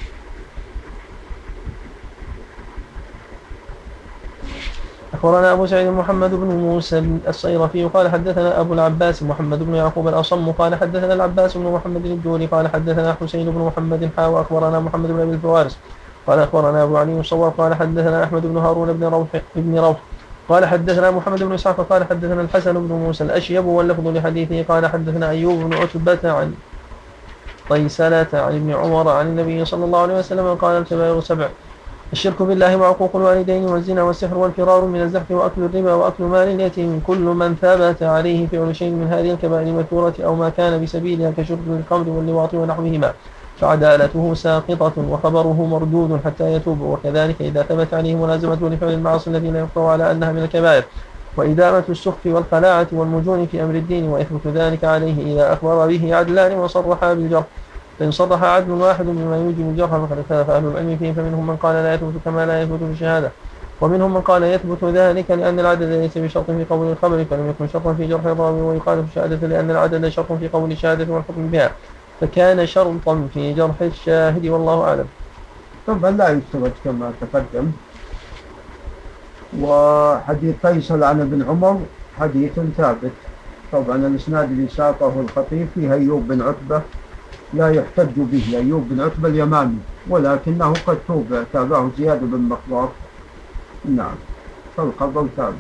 [SPEAKER 1] أخبرنا أبو سعيد محمد بن موسى الصيرفي قال حدثنا أبو العباس محمد بن يعقوب الأصم قال حدثنا العباس بن محمد الدوري قال حدثنا حسين بن محمد حا وأخبرنا محمد بن أبي الفوارس قال أخبرنا أبو علي الصواب قال حدثنا أحمد بن هارون بن روح بن روح قال حدثنا محمد بن إسحاق قال حدثنا الحسن بن موسى الأشيب واللفظ لحديثه قال حدثنا أيوب بن عتبة عن طيسلة عن ابن عمر عن النبي صلى الله عليه وسلم قال الكبائر سبع الشرك بالله وعقوق الوالدين والزنا والسحر والفرار من الزحف وأكل الربا وأكل مال اليتيم كل من ثبت عليه فعل شيء من هذه الكبائر المذكورة أو ما كان بسبيلها كشرب الخمر واللواط ونحوهما فعدالته ساقطة وخبره مردود حتى يتوب وكذلك إذا ثبت عليه ملازمته لفعل المعاصي التي لا يقطع على أنها من الكبائر وإدامة السخف والخلاعة والمجون في أمر الدين ويثبت ذلك عليه إذا أخبر به عدلان وصرحا بالجرح فإن صرح عدل واحد مما يوجب الجرح فقد اختلف أهل العلم فيه فمنهم من قال لا يثبت كما لا يثبت في الشهادة ومنهم من قال يثبت ذلك لأن العدد ليس بشرط في قول الخبر فلم يكن شرطا في جرح الراوي ويقال في الشهادة لأن العدد شرط في قول الشهادة والحكم بها فكان شرطا في جرح الشاهد والله أعلم.
[SPEAKER 2] طبعا لا يثبت كما تقدم. وحديث فيصل عن ابن عمر حديث ثابت. طبعا الإسناد اللي ساقه الخطيب فيه أيوب بن عتبة لا يحتج به أيوب بن عتبة اليمامي ولكنه قد توبع تابعه زياد بن مخضر. نعم فالخبر ثابت.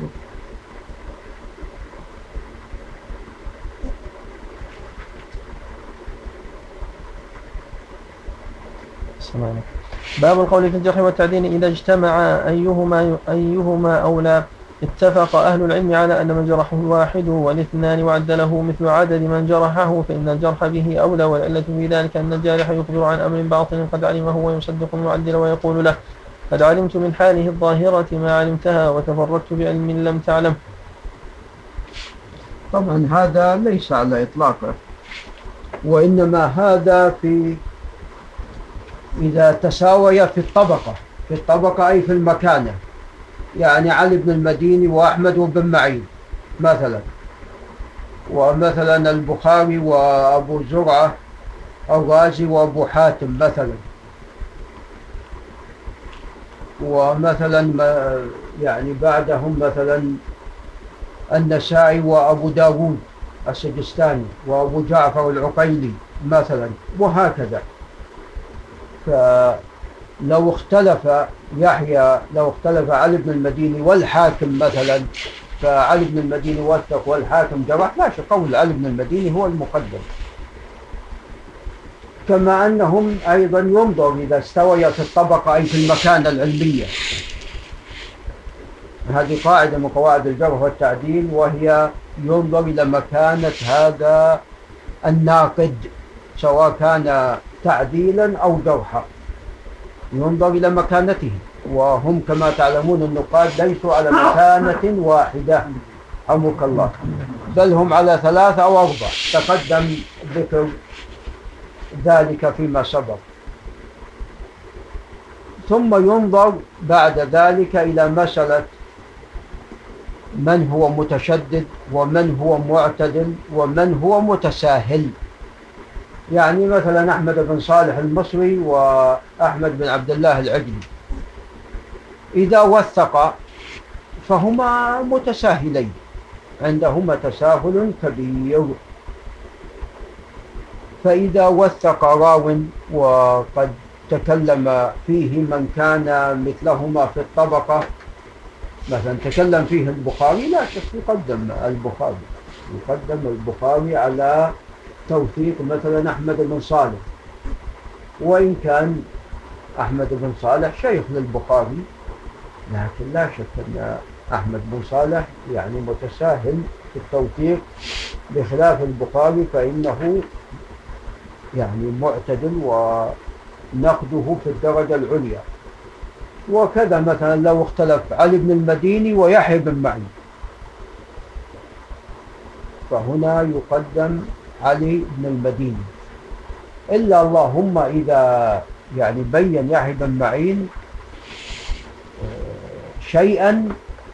[SPEAKER 1] باب القول في الجرح والتعديل إذا اجتمع أيهما أيهما أولى اتفق أهل العلم على أن من جرحه الواحد والاثنان وعدله مثل عدد من جرحه فإن الجرح به أولى والعلة في ذلك أن الجارح يخبر عن أمر باطن قد علمه ويصدق المعدل ويقول له قد علمت من حاله الظاهرة ما علمتها وتفردت بعلم لم تعلم.
[SPEAKER 2] طبعا هذا ليس على إطلاقه وإنما هذا في إذا تساوي في الطبقة في الطبقة أي في المكانة يعني علي بن المديني وأحمد بن معين مثلا ومثلا البخاري وأبو زرعة الرازي وأبو حاتم مثلا ومثلا يعني بعدهم مثلا النسائي وأبو داود السجستاني وأبو جعفر العقيلي مثلا وهكذا. فلو اختلف يحيى لو اختلف علي بن المديني والحاكم مثلا فعلي بن المديني وثق والحاكم جرح لا شك قول علي بن المديني هو المقدم. كما أنهم أيضا ينظر إذا استوي في الطبقة أي في المكانة العلمية. هذه قاعدة من قواعد الجرح والتعديل وهي ينظر إلى مكانة هذا الناقد سواء كان تعديلا أو جرحا ينظر إلى مكانته وهم كما تعلمون النقاد ليسوا على مكانة واحدة حمك الله بل هم على ثلاثة أو أربع تقدم ذكر ذلك فيما سبق. ثم ينظر بعد ذلك إلى مسألة من هو متشدد ومن هو معتدل ومن هو متساهل. يعني مثلا أحمد بن صالح المصري وأحمد بن عبد الله العجلي إذا وثق فهما متساهلين عندهما تساهل كبير. فإذا وثق راو وقد تكلم فيه من كان مثلهما في الطبقة مثلا تكلم فيه البخاري لا شك يقدم البخاري يقدم البخاري على توثيق مثلا أحمد بن صالح، وإن كان أحمد بن صالح شيخ للبخاري، لكن لا شك أن أحمد بن صالح يعني متساهل في التوثيق بخلاف البخاري، فإنه يعني معتدل ونقده في الدرجة العليا. وكذا مثلا لو اختلف علي بن المديني ويحيى بن معين، فهنا يقدم علي بن المديني، إلا اللهم إذا يعني بين يحيى بن معين شيئا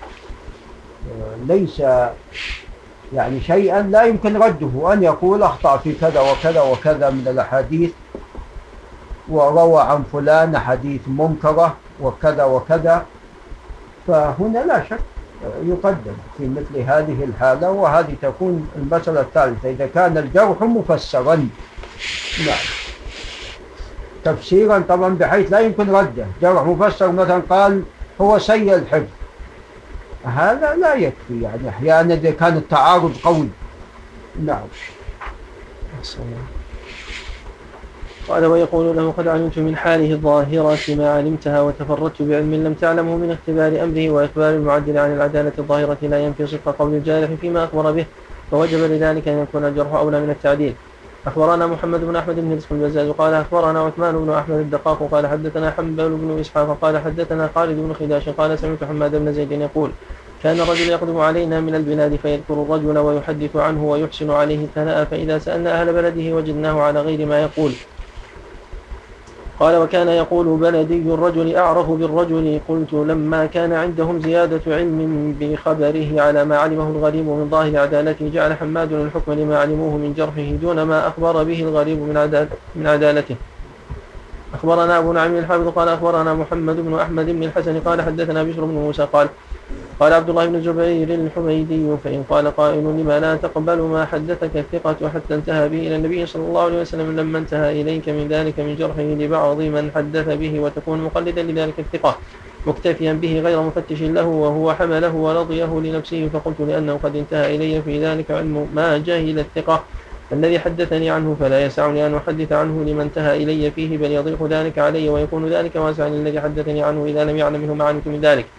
[SPEAKER 2] ليس يعني شيئا لا يمكن رده، أن يقول أخطأ في كذا وكذا وكذا من الأحاديث، وروى عن فلان حديث منكرة وكذا وكذا، فهنا لا شك يقدم في مثل هذه الحالة. وهذه تكون المسألة الثالثة إذا كان الجرح مفسرا، نعم تفسيرا طبعا بحيث لا يمكن رده. جرح مفسر مثلا قال هو سيء الحفظ، هذا لا يكفي، يعني أحيانا إذا كان التعارض قوي. نعم.
[SPEAKER 1] قال ويقول له قد علمت من حاله الظاهرة ما علمتها وتفردت بعلم لم تعلمه من اختبار أمره، وإخبار المعدل عن العدالة الظاهرة لا ينفي صدق قول الجارح فيما أخبر به، فوجب لذلك أن يكون الجرح أولى من التعديل. أخبرنا محمد بن أحمد بن رزق البزاز قال أخبرنا عثمان بن أحمد الدقاق قال حدثنا حنبل بن إسحاق قال حدثنا خالد بن خداش قال سمعت حماد بن زيد يقول كان الرجل يقدم علينا من البلاد فيذكر الرجل ويحدث عنه ويحسن عليه الثناء، فإذا سألنا أهل بلده وجدناه على غير ما يقول. قال وكان يقول بلدي الرجل أعرف بالرجل. قلت لما كان عندهم زيادة علم بخبره على ما علمه الغريب من ظاهر عدالته جعل حماد الحكم لما علموه من جرحه دون ما أخبر به الغريب من عدالته. أخبرنا أبو نعيم الحافظ قال أخبرنا محمد بن أحمد بن الحسن قال حدثنا بشر بن موسى قال قال عبد الله بن زبير الحميدي فإن قال قائل لما لا تقبل ما حدثك الثقة حتى انتهى به إلى النبي صلى الله عليه وسلم لما انتهى إليك من ذلك من جرحه لبعض من حدث به وتكون مقلدا لذلك الثقة مكتفيا به غير مفتش له وهو حمله ورضيه لنفسه. فقلت لأنه قد انتهى إلي في ذلك علم ما جهل الثقة الذي حدثني عنه فلا يسعني أن أحدث عنه لمن انتهى إلي فيه، بل يضيق ذلك علي ويكون ذلك واسعا الذي حدثني عنه إذا لم يعلم منه ما علمت من ذلك.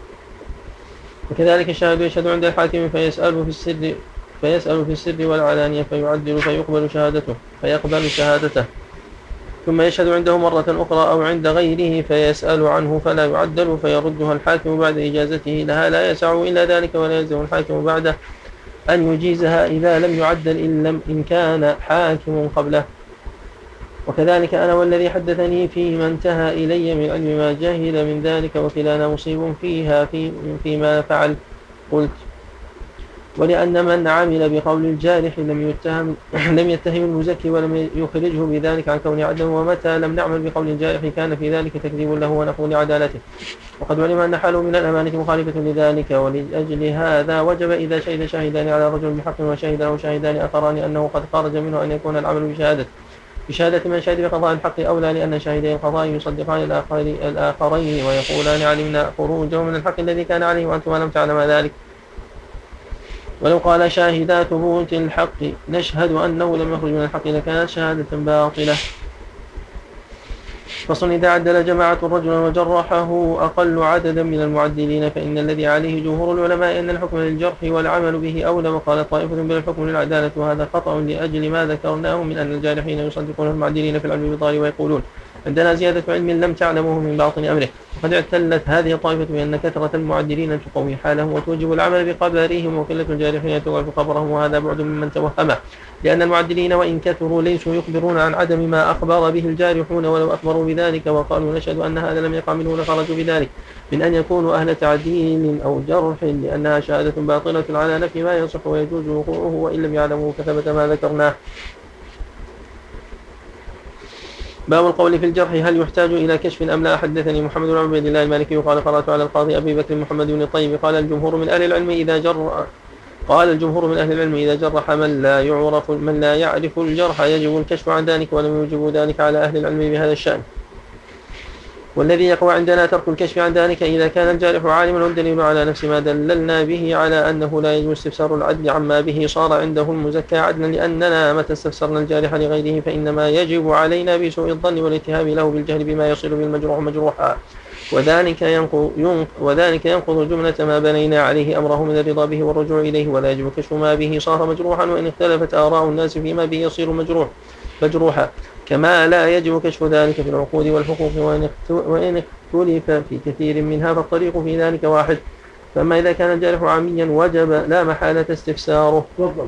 [SPEAKER 1] وكذلك الشاهد يشهد عند الحاكم فيسأل في السر فيسأل في السر والعلانية فيعدل فيقبل شهادته فيقبل شهادته ثم يشهد عنده مرة أخرى أو عند غيره فيسأل عنه فلا يعدل فيردها الحاكم بعد إجازته لها، لا يسع إلا ذلك ولا يلزم الحاكم بعده أن يجيزها إذا لم يعدل إن, لم إن كان حاكم قبله. وكذلك أنا والذي حدثني فيما انتهى إلي من علم ما جهل من ذلك وكلانا مصيب فيها في فيما فعل. قلت ولأن من عمل بقول الجارح لم يتهم لم يتهم المزكي ولم يخرجه بذلك عن كون عدم، ومتى لم نعمل بقول الجارح كان في ذلك تكذيب له ونقول لعدالته، وقد علم أن حاله من الأمانة مخالفة لذلك. ولأجل هذا وجب إذا شهد شاهدان على رجل بحق وشهد له شاهدان آخران أنه قد خرج منه أن يكون العمل بشهادة بشهادة من شهد بقضاء الحق أولى، لأن شاهدي القضاء يصدقان الآخرين ويقولان علمنا خروجه من الحق الذي كان عليه وأنتم لم تعلم ذلك. ولو قال شاهدا ثبوت الحق نشهد أنه لم يخرج من الحق لكانت شهادة باطلة. فصل إذا عدل جماعة الرجل وجرحه أقل عددا من المعدلين فإن الذي عليه جمهور العلماء أن الحكم للجرح والعمل به أولى، وقال طائفة بالحكم للعدالة، وهذا خطأ لأجل ما ذكرناه من أن الجارحين يصدقون المعدلين في العلم بالظاهر ويقولون عندنا زيادة علم لم تعلموه من باطن أمره. وقد اعتلت هذه الطائفة بأن كثرة المعدلين تقوي حالهم وتوجب العمل بخبرهم، وقلة الجارحين تضعف خبرهم، وهذا بعد ممن توهمه، لأن المعدلين وإن كثروا ليسوا يخبرون عن عدم ما أخبر به الجارحون، ولو أخبروا بذلك وقالوا نشهد أن هذا لم يقع منه لخرجوا بذلك من أن يكونوا أهل تعديل أو جرح، لأنها شهادة باطلة على نفي ما يصح ويجوز وقوعه وإن لم يعلموا كثبت ما ذكرناه. باب القول في الجرح هل يحتاج إلى كشف أم لا؟ حدثني محمد بن عبيد الله المالكي قال قرأت على القاضي أبي بكر محمد بن الطيب قال الجمهور من أهل العلم إذا جر قال الجمهور من أهل العلم إذا جرح من لا يعرف من لا يعرف الجرح يجب الكشف عن ذلك، ولم يوجبوا ذلك على أهل العلم بهذا الشأن. والذي يقوى عندنا ترك الكشف عن ذلك إذا كان الجارح عالما، والدليل على نفس ما دللنا به على أنه لا يجوز استفسار العدل عما به صار عنده المزكى عدلا، لأننا متى استفسرنا الجارح لغيره فإنما يجب علينا بسوء الظن والاتهام له بالجهل بما يصل بالمجروح مجروحا، وذلك ينقض, وذلك ينقض جملة ما بنينا عليه أمره من الرضا به والرجوع إليه، ولا يجب كشف ما به صار مجروحا وإن اختلفت آراء الناس فيما به يصير مجروح مجروحا، كما لا يجب كشف ذلك في العقود والحقوق، وإن اختلف في كثير منها فالطريق في ذلك واحد. فأما إذا كان الجارح عاميا وجب لا محالة استفساره.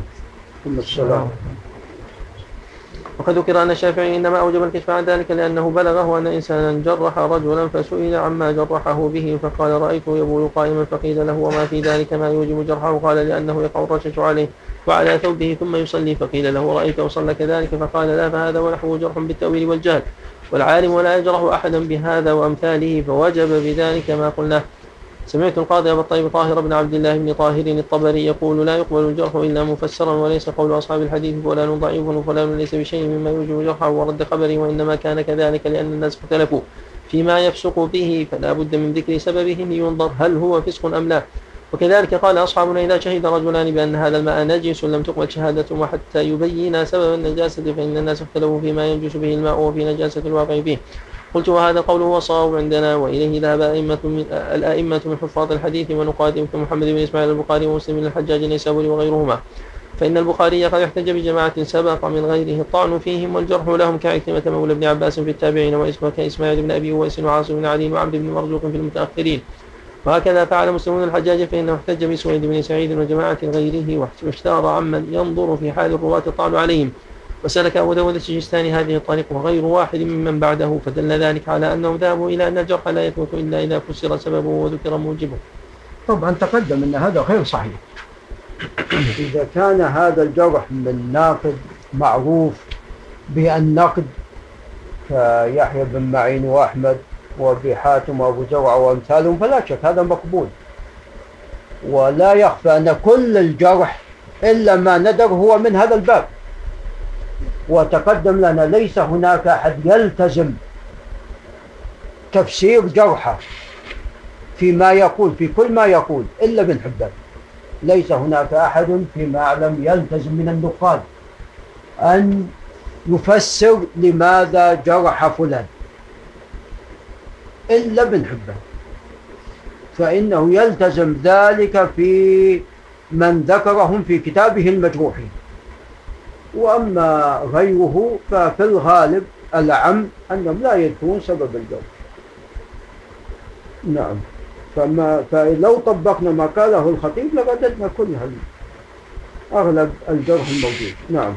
[SPEAKER 1] وقد ذكر أن الشافعي إنما أوجب الكشف عن ذلك لأنه بلغه أن إنسانا جرح رجلا فسئل عما جرحه به فقال رأيته يبول قائما، فقيل له وما في ذلك ما يوجب جرحه؟ قال لأنه يقع الرشش عليه وعلى ثوبه ثم يصلي، فقيل له رأيته صلى كذلك؟ فقال لا، فهذا ونحوه جرح بالتأويل والجهل، والعالم ولا يجرح أحدا بهذا وأمثاله، فوجب بذلك ما قلناه. سمعت القاضي أبا الطيب طاهر بن عبد الله بن طاهر الطبري يقول لا يقبل الجرح إلا مفسرا، وليس قول أصحاب الحديث فلان ضعيف وفلان ليس بشيء مما يوجب جرحه ورد خبره، وإنما كان كذلك لأن الناس اختلفوا فيما يفسق به، فلا بد من ذكر سببه لينظر هل هو فسق أم لا. وكذلك قال أصحابنا إذا شهد رجلان بأن هذا الماء نجس لم تقبل شهادتهم حتى يبين سبب النجاسة، فإن الناس اختلفوا فيما ينجس به الماء وفي نجاسة الواقع به. قلت وهذا قوله هو صواب عندنا، وإليه ذهب أئمة من الأئمة من حفاظ الحديث ونقاد محمد بن إسماعيل البخاري ومسلم بن الحجاج النيسابوري وغيرهما، فإن البخاري قد احتج بجماعة سبق من غيره الطعن فيهم والجرح لهم كعكرمة مولى بن عباس في التابعين، وكإسماعيل بن أبي أويس وعاصم بن علي وعبد بن مرزوق في المتأخرين، وهكذا فعل مسلم بن الحجاج فإنه احتج بسويد بن سعيد وجماعة غيره، واشتهر عمن ينظر في حال الرواة الطعن عليهم. وسلك أبو داود السجستاني هذه الطريق وغير واحد ممن بعده، فدل ذلك على أنهم ذهبوا إلى أن الجرح لا يثبت إلا إذا فسر سببه وذكر موجبه.
[SPEAKER 2] طبعا تقدم أن هذا غير صحيح. إذا كان هذا الجرح من ناقد معروف بالنقد كيحيى بن معين وأحمد وأبي حاتم وأبو زرعة وأمثالهم فلا شك هذا مقبول، ولا يخفى أن كل الجرح إلا ما ندر هو من هذا الباب. وتقدم لنا ليس هناك أحد يلتزم تفسير جرحه فيما يقول في كل ما يقول إلا ابن حبان. ليس هناك أحد فيما أعلم يلتزم من النقاد أن يفسر لماذا جرح فلان إلا ابن حبان، فإنه يلتزم ذلك في من ذكرهم في كتابه المجروحين. وأما غيره ففي الغالب العم أنهم لا يذكرون سبب الجرح. نعم. فما فلو طبقنا ما قاله الخطيب لرددنا كل هذا أغلب الجرح الموجود. نعم.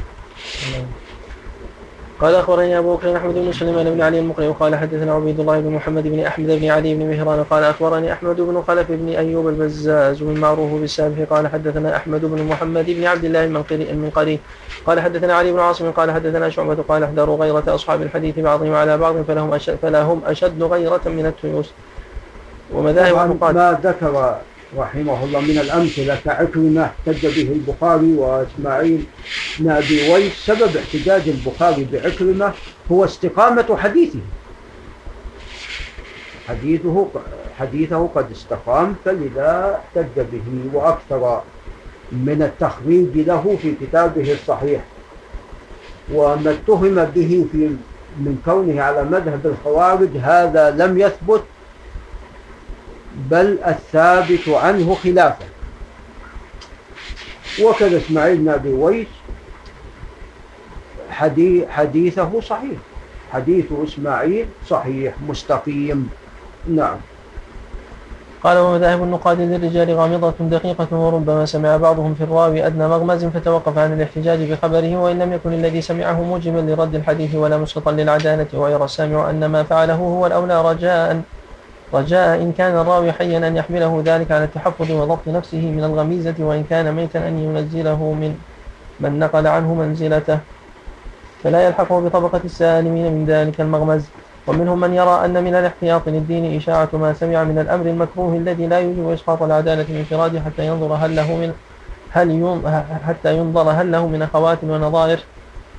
[SPEAKER 1] قال أخبرني أبو بكر أحمد بن سليمان بن علي المقري وقال حدثنا عبيد الله بن محمد بن أحمد بن علي بن مهران قال أخبرني أحمد بن خلف بن أيوب البزاز من معروف بالسابح قال حدثنا أحمد بن محمد بن عبد الله المنقري قال حدثنا علي بن عاصم قال حدثنا شعبة قال احذروا غيرة أصحاب الحديث بعضهم على بعض فلهم أشد, فلهم أشد غيرة من التيوس.
[SPEAKER 2] ومذاهب ما ذكر رحمه الله من الأمثلة كعكرمة احتج به البخاري وإسماعيل بن أبي ويس. سبب احتجاج البخاري بعكرمة هو استقامة حديثه. حديثه حديثه قد استقام فلذا احتج به، وأكثر من التخريج له في كتابه الصحيح. وما اتهم به في من كونه على مذهب الخوارج هذا لم يثبت، بل الثابت عنه خلافه. وكذا إسماعيل بن أبي ويس حديث حديثه صحيح، حديث إسماعيل صحيح مستقيم. نعم.
[SPEAKER 1] قال ومذاهب النقاد للرجال غامضة دقيقة، وربما سمع بعضهم في الراوي أدنى مغمز فتوقف عن الاحتجاج بخبره، وإن لم يكن الذي سمعه موجبا لرد الحديث ولا مسقطا للعدالة، ويرى السامع أن ما فعله هو الأولى رجاء رجاء إن كان الراوي حيا أن يحمله ذلك على التحفظ وضبط نفسه من الغميزة، وإن كان ميتا أن ينزله من من نقل عنه منزلته فلا يلحقه بطبقة السالمين من ذلك المغمز. ومنهم من يرى أن من الاحتياط للدين إشاعة ما سمع من الأمر المكروه الذي لا يوجب إسقاط العدالة من انفراده حتى ينظر هل له من هل حتى ينظر هل له من أخوات ونظائر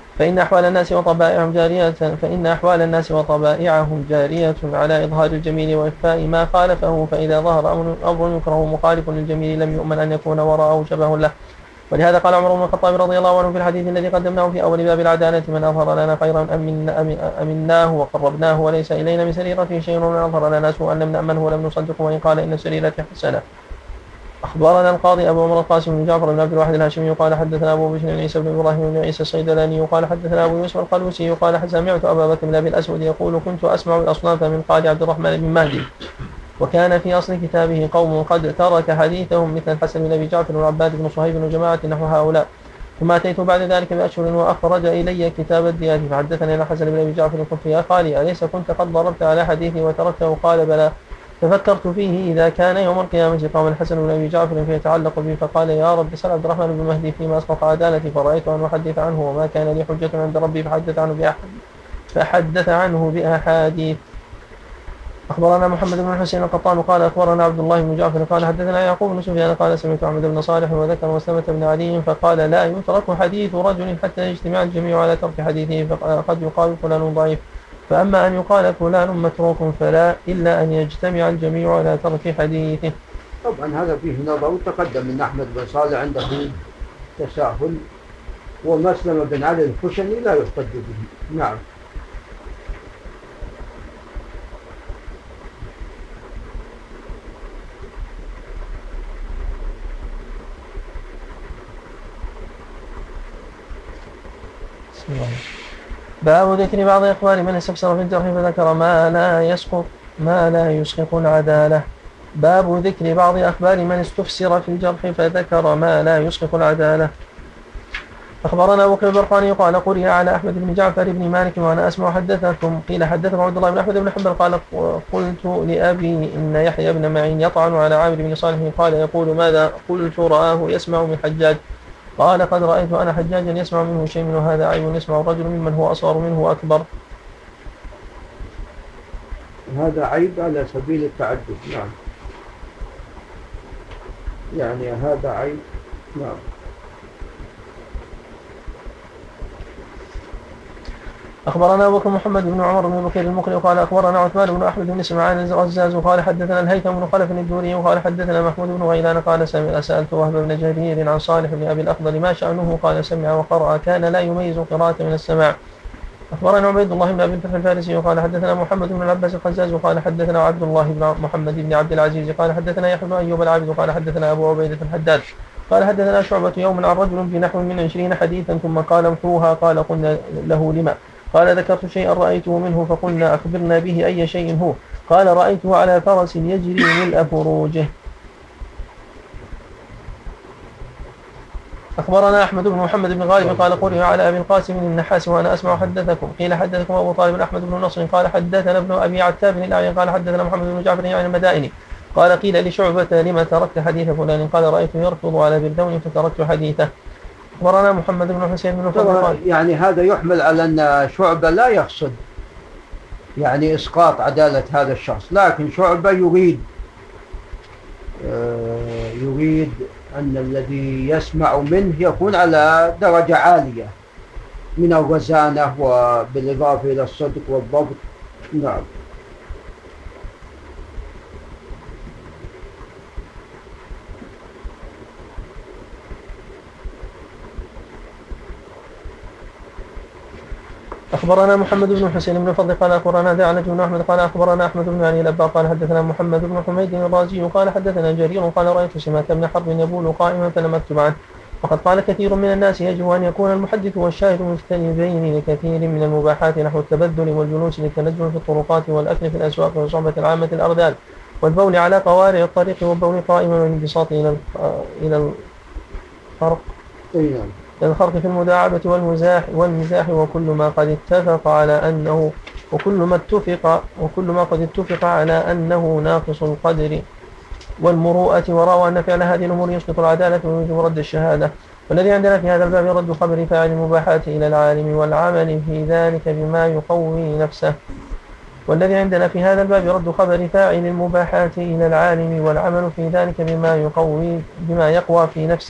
[SPEAKER 1] فإن أحوال الناس وطبائعهم جارية فإن أحوال الناس وطبائعهم جارية على إظهار الجميل وإخفاء ما خالفه، فإذا ظهر أمر, أمر يكره مخالف للجميل لم يؤمن أن يكون وراءه شبه له. ولهذا قال عمر بن الخطاب رضي الله عنه في الحديث الذي قدمناه في أول باب العدالة: من أظهر لنا خيرا أمناه وقربناه وليس إلينا من سريرته شيء، ومن أظهر لنا سوءا لم نأمنه ولم نصدقه وإن قال إن سريرته حسنة. أخبرنا القاضي أبو عمر القاسم بن جعفر بن عبد الواحد الهاشمي قال حدثنا أبو بشر بن عيسى بن إبراهيم بن عيسى الصيدلاني قال حدثنا أبو يوسف القلوسي قال سمعت أبا بكر بن أبي الأسود يقول: كنت أسمع الأصناف من قال عبد الرحمن بن مهدي، وكان في أصل كتابه قوم قد ترك حديثهم مثل الحسن بن أبي جعفر وعباد بن صهيب وجماعة نحو هؤلاء. ثم أتيت بعد ذلك بأشهر وأخرج إلي كتاب الديات فحدثني عن الحسن بن أبي جعفر قلت: يا خالي أليس كنت قد ضربت على حديثي وتركته؟ قال: بلى. ففكرت فيه إذا كان يوم القيامة قام الحسن بن أبي جعفر فيتعلق بي، فقال: يا رب سل عبد الرحمن بن مهدي فيما أسقط عدالتي، فرأيت أن أحدث عنه وما كان لي حجة عند ربي فحدث عنه بأحد فحدث عنه بأحاديث. أخبرنا محمد بن الحسين القطان قال أخبرنا عبد الله بن جعفر قال حدثنا يعقوب بن سفيان قال سمعت أحمد بن صالح وذكر مسلمة بن علي فقال: لا يترك حديث رجل حتى يجتمع الجميع على ترك حديثه، فقد يقال فلان ضعيف، فأما أن يقال فلان متروك فلا، إلا أن يجتمع الجميع على ترك حديثه.
[SPEAKER 2] طبعا هذا فيه نظر، وتقدم من أحمد بن صالح عنده تساهل، ومسلم بن علي الخشني لا يحتج به. نعم.
[SPEAKER 1] بسم الله. باب ذكر بعض أخبار من استفسر في الجرح فذكر ما لا يسقط ما لا يسقط العدالة. باب ذكر بعض أخبار من استفسر في الجرح فذكر ما لا يسقط العدالة. أخبرنا أبو بكر البرقاني قال قرئ على أحمد بن جعفر بن مالك وأنا أسمع حدثكم، قيل حدثكم عبد الله بن أحمد بن حنبل قال قلت لأبي إن يحيى بن معين يطعن على عامر بن صالح قال يقول ماذا؟ قلت رآه يسمع من حجاج قال قد رأيت أنا حجاجا يسمع منه شيء من هذا عيب يسمع الرجل ممن هو أصغر منه وأكبر.
[SPEAKER 2] هذا عيب على سبيل التعدد. نعم، يعني هذا عيب. نعم.
[SPEAKER 1] أخبرنا أبو بكر محمد بن عمر بن بكير المقري وقال أخبرنا عثمان بن أحمد بن إسماعيل الغزاز وقال حدثنا الهيثم بن خلف الدوري وقال حدثنا محمود بن غيلان قال سألت وهب بن جرير عن صالح بن أبي الأخضر ما شأنه قال سمع وقرأ كان لا يميز قراءة من السماع. أخبرنا عبيد الله بن أبي الفتح الفارسي وقال حدثنا محمد بن العباس الخزاز وقال حدثنا عبد الله بن محمد بن عبد العزيز قال حدثنا يحيى بن أيوب العابد وقال حدثنا أبو عبيدة الحداد قال حدثنا شعبة يوم عن رجل بنحو من عشرين حديثا ثم قال امحوها قال قلنا له لما؟ قال ذكرت شيئا رأيته منه فقلنا أخبرنا به أي شيء هو؟ قال رأيته على فرس يجري ملء فروجه. أخبرنا أحمد بن محمد بن غالب قال قرئ على أبي القاسم النحاس وأنا أسمع حدثكم، قيل حدثكم أبو طالب أحمد بن نصر قال حدثنا ابن أبي عتاب الأعين قال حدثنا محمد بن جعفر يعني المدائني قال قيل لشعبة لما تركت حديث فلان قال رأيته يركض على بردون فتركت حديثه. أخبرنا محمد بن حسين بن فضل
[SPEAKER 2] يعني هذا يحمل على أن شعبة لا يقصد يعني إسقاط عدالة هذا الشخص، لكن شعبة يريد يريد أن الذي يسمع منه يكون على درجة عالية من الرزانة وبالإضافة إلى الصدق والضبط. نعم.
[SPEAKER 1] أخبرنا محمد بن حسين بن فضل قال أخبرنا دعنة بن أحمد قال أخبرنا أحمد بن علي الأبار قال حدثنا محمد بن حميد الرازي قال حدثنا جرير قال رأيت سماك بن حرب يبول قائما فلم أكتب عنه. وقد قال كثير من الناس يجب أن يكون المحدث والشاهد مجتنبين لكثير من المباحات نحو التبذل والجلوس للتنزل في الطرقات والأكل في الأسواق وصحبة العامة الأرذال والبول على قوارع الطريق والبول قائما والانبساط إلى إلى الفرق الخرق في المداعبة والمزاح والمزاح وكل ما قد اتفق على أنه وكل ما اتفق وكل ما قد اتفق على أنه ناقص القدر والمروءة، وروى أن فعل هذه الأمور يسقط العدالة ويوجب رد الشهادة. والذي عندنا في هذا الباب رد خبر فاعل المباحات إلى العالم والعمل في ذلك بما يقوي نفسه والذي عندنا في هذا الباب رد خبر فاعل المباحات إلى العالم والعمل في ذلك بما يقوي بما يقوى في نفسه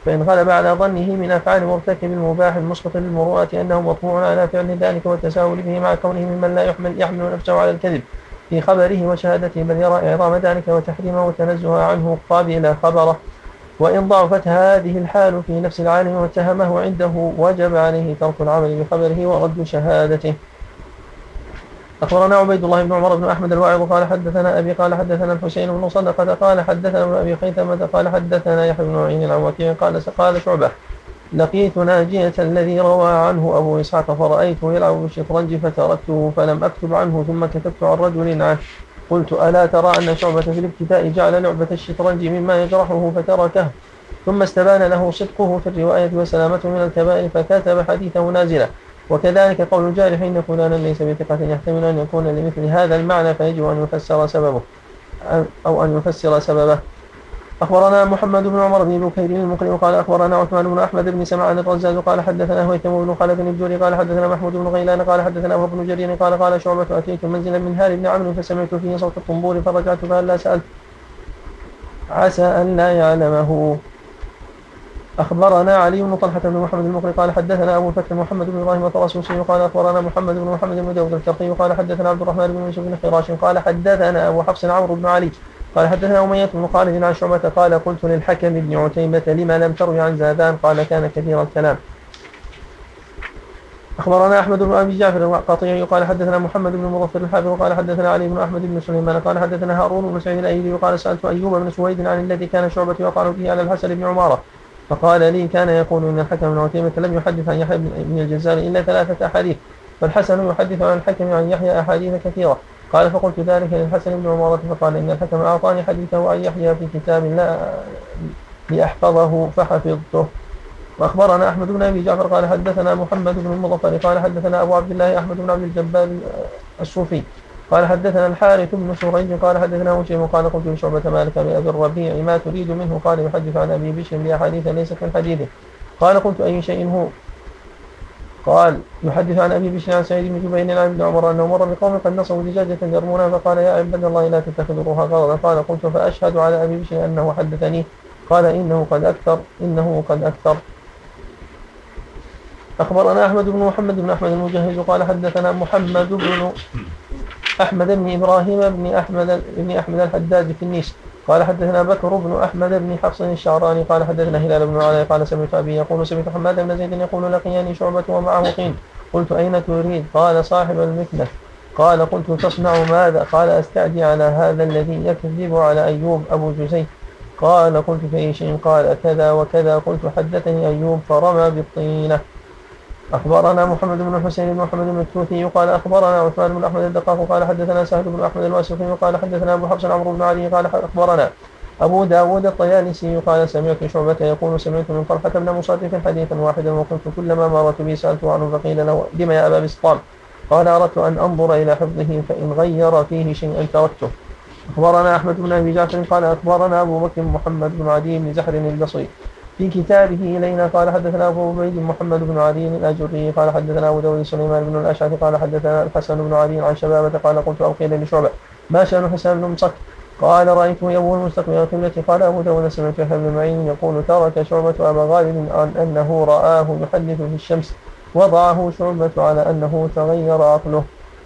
[SPEAKER 1] فإن غلب على ظنه من أفعال مرتكب المباح المسقط للمروءة أنه مطبوع على فعل ذلك والتساهل به مع كونه ممن لا يحمل, يحمل نفسه على الكذب في خبره وشهادته، بل يرى إعظام ذلك وتحريمه وتنزه عنه قابل خبره. وإن ضعفت هذه الحال في نفس العالم واتهمه عنده وجب عليه ترك العمل بخبره ورد شهادته. أخبرنا عبيد الله بن عمر بن أحمد الواعظ قال حدثنا أبي قال حدثنا الحسين بن صدقة قال حدثنا ابن أبي خيثمة قال حدثنا يحيى بن معين عن وكيع قال قال شعبة لقيت ناجية الذي روى عنه أبو إسحاق فرأيته يلعب بالشطرنج فتركته فلم أكتب عنه ثم كتبت عن رجل عنه قلت ألا ترى أن شعبة في الابتداء جعل لعبة الشطرنج مما يجرحه فتركه ثم استبان له صدقه في الرواية وسلامته من الكبائر فكتب حديثه نازلة. وكذلك قول الجارح إن فلانا ليس بثقة يحتمل أن يكون لمثل هذا المعنى فيجب أن يفسر سببه أو أن يفسر سببه. أخبرنا محمد بن عمر بن بكير المقرئ قال أخبرنا عثمان بن أحمد بن سمعان الرزاز قال حدثنا هيثم بن خالد الجوري قال حدثنا محمود بن غيلان قال حدثنا أبو بن جرير قال قال شعبة أتيت منزلا من هال بن عمرو فسمعت فيه صوت الطنبور فرجعت فهلا سألت عسى أن لا يعلمه. أخبرنا علي بن طلحة بن محمد المقري قال حدثنا أبو الفتح محمد بن إبراهيم الطرسوسي قال أخبرنا محمد بن محمد بن داود الكرخي قال حدثنا عبد الرحمن بن يوسف بن خراش قال حدثنا أبو حفص عمرو بن علي قال حدثنا أمية بن خالد عن شعبة قال قلت للحكم بن عتيبة لما لم تروي عن زادان قال كان كثير الكلام. أخبرنا أحمد بن أبي جعفر القاطعي قال حدثنا محمد بن مظفر الحافظ قال حدثنا علي بن أحمد بن سليمان قال حدثنا هارون بن سعيد الأيلي قال سألت أيوب بن سويد عن الذي كان شعبة يقال به على الحسن بن عمارة فقال لي كان يقول إن الحكم بن عتيبة لم يحدث عن يحيى بن الجزار إلا ثلاثة أحاديث فالحسن يحدث عن الحكم عن يحيى أحاديث كثيرة. قال فقلت ذلك للحسن بن عمارة فقال إن الحكم أعطاني حديثه عن يحيى في كتاب لا لأحفظه فحفظته. وأخبرنا أحمد بن أبي جعفر قال حدثنا محمد بن المظفر قال حدثنا أبو عبد الله أحمد بن عبد الجبار الصوفي قال حدثنا الحارث بن سريج قال حدثنا هشيم قال قلت لشعبة مالك بأبي الربيع ما تريد منه قال يحدث عن أبي بشر بأحاديث ليست من حديثه قال قلت أي شيء هو قال يحدث عن أبي بشر عن سعيد بن جبير عن ابن عمر أنه مر بقوم قد نصبوا دجاجة يرمونها فقال يا عباد الله لا تتخذوها غرضا قال قلت فأشهد على أبي بشر أنه حدثني قال إنه قد أكثر إنه قد أكثر. أخبرنا أحمد بن محمد بن أحمد المجهز قال حدثنا محمد بن أحمد بن إبراهيم بن أحمد بن أحمد الحداد في النيس قال حدثنا بكر بن أحمد بن حفص الشعراني قال حدثنا هلال بن علي قال سمعت أبي يقول سمعت حماد بن زيد يقول لقياني شعبة ومعه قين قلت أين تريد قال صاحب المكنة قال قلت تصنع ماذا قال أستعدي على هذا الذي يكذب على أيوب أبو جزي قال قلت في أي شيء قال كذا وكذا قلت حدثني أيوب فرمى بالطينة. أخبرنا محمد بن الحسين بن محمد بن التوثي قال أخبرنا عثمان بن أحمد الدقاق قال حدثنا سهل بن أحمد الواسطي قال حدثنا أبو حفص عمرو بن علي قال أخبرنا أبو داود الطيالسي قال سمعت شعبة يقول سمعت من طلحة بن مصرف حديثا واحدا وكنت كلما مرت بي سألته عنه فقيل له لما يا أبا بسطام قال أردت أن أنظر إلى حفظه فإن غير فيه شيئا تركته. أخبرنا أحمد بن أبي جعفر قال أخبرنا أبو بكر محمد بن عدي بن زحر البصري في كتابه إلينا قال حدثنا أبو عبيد محمد بن علي الأجري قال حدثنا أبو داود سليمان بن الأشعث قال حدثنا الحسن بن علي عن شبابة قال قلت أو قيل لشعبة ما شأن حسان بن مصك قال رأيته يبول مستقبل القبلة قال أبو داود سمعت يحيى بن معين يقول ترك شعبة أبا غالب عن أنه رآه يحدث في الشمس وضعه شعبة على أنه تغير عقله.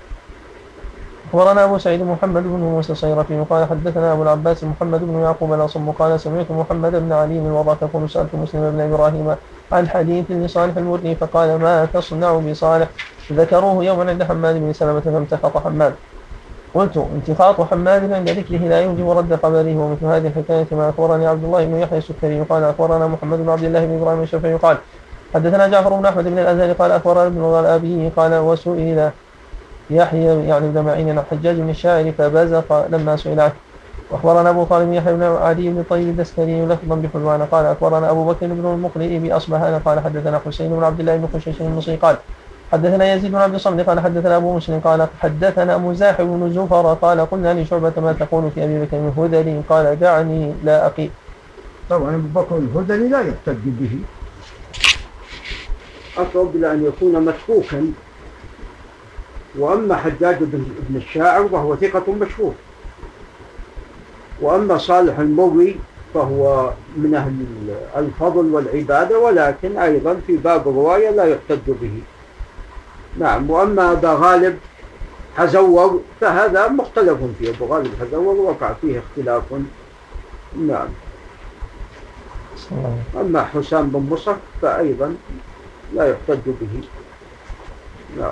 [SPEAKER 1] أخبرنا أبو سعيد محمد بن موسى الصيرفي قال حدثنا أبو العباس محمد بن يعقوب الأصم قال سمعت محمد بن علي من وضع تقول سألت مسلم بن إبراهيم عن حديث لصالح المري فقال ما تصنع بصالح ذكروه يوما عند حماد بن سلمة فامتخط حماد قلت انتخاط حماد عند ذكره لا يوجب رد خبره ومثل هذه الحكاية ما أخبرني عبد الله بن يحيى السكري قال أخبرنا محمد بن عبد الله بن إبراهيم الشافعي قال حدثنا جعفر بن أحمد بن الأزهري قال أخبرنا ابن الغالبي قال وسئل يحيى يعني بن معين عن حجاج بن الشاعر فبزق لما سئل عنه. واخبرنا ابو طالب يحيى بن عدي بن طيب الدسكري لفظا بحلوان قال اخبرنا ابو بكر بن المقرئ باصبهان قال حدثنا حسين بن عبد الله بن خشيش المصري قال حدثنا يزيد بن عبد الصمد قال حدثنا ابو مسلم قال حدثنا مزاحم بن زفر قال قلنا لشعبة ما تقول في ابي بكر الهذلي قال دعني لا اقي.
[SPEAKER 2] طبعا ابو بكر الهذلي لا يحتج به اقرب الى ان يكون متروكا. وأما حجاج بن الشاعر وهو ثقة مشهور. وأما صالح المروي فهو من أهل الفضل والعبادة، ولكن أيضا في باب الرواية لا يحتج به. نعم. وأما أبا غالب حزور فهذا مختلف فيه، أبو غالب حزور وقع فيه اختلاف. نعم. أما حسام بن مصر فأيضا لا يحتج به. نعم.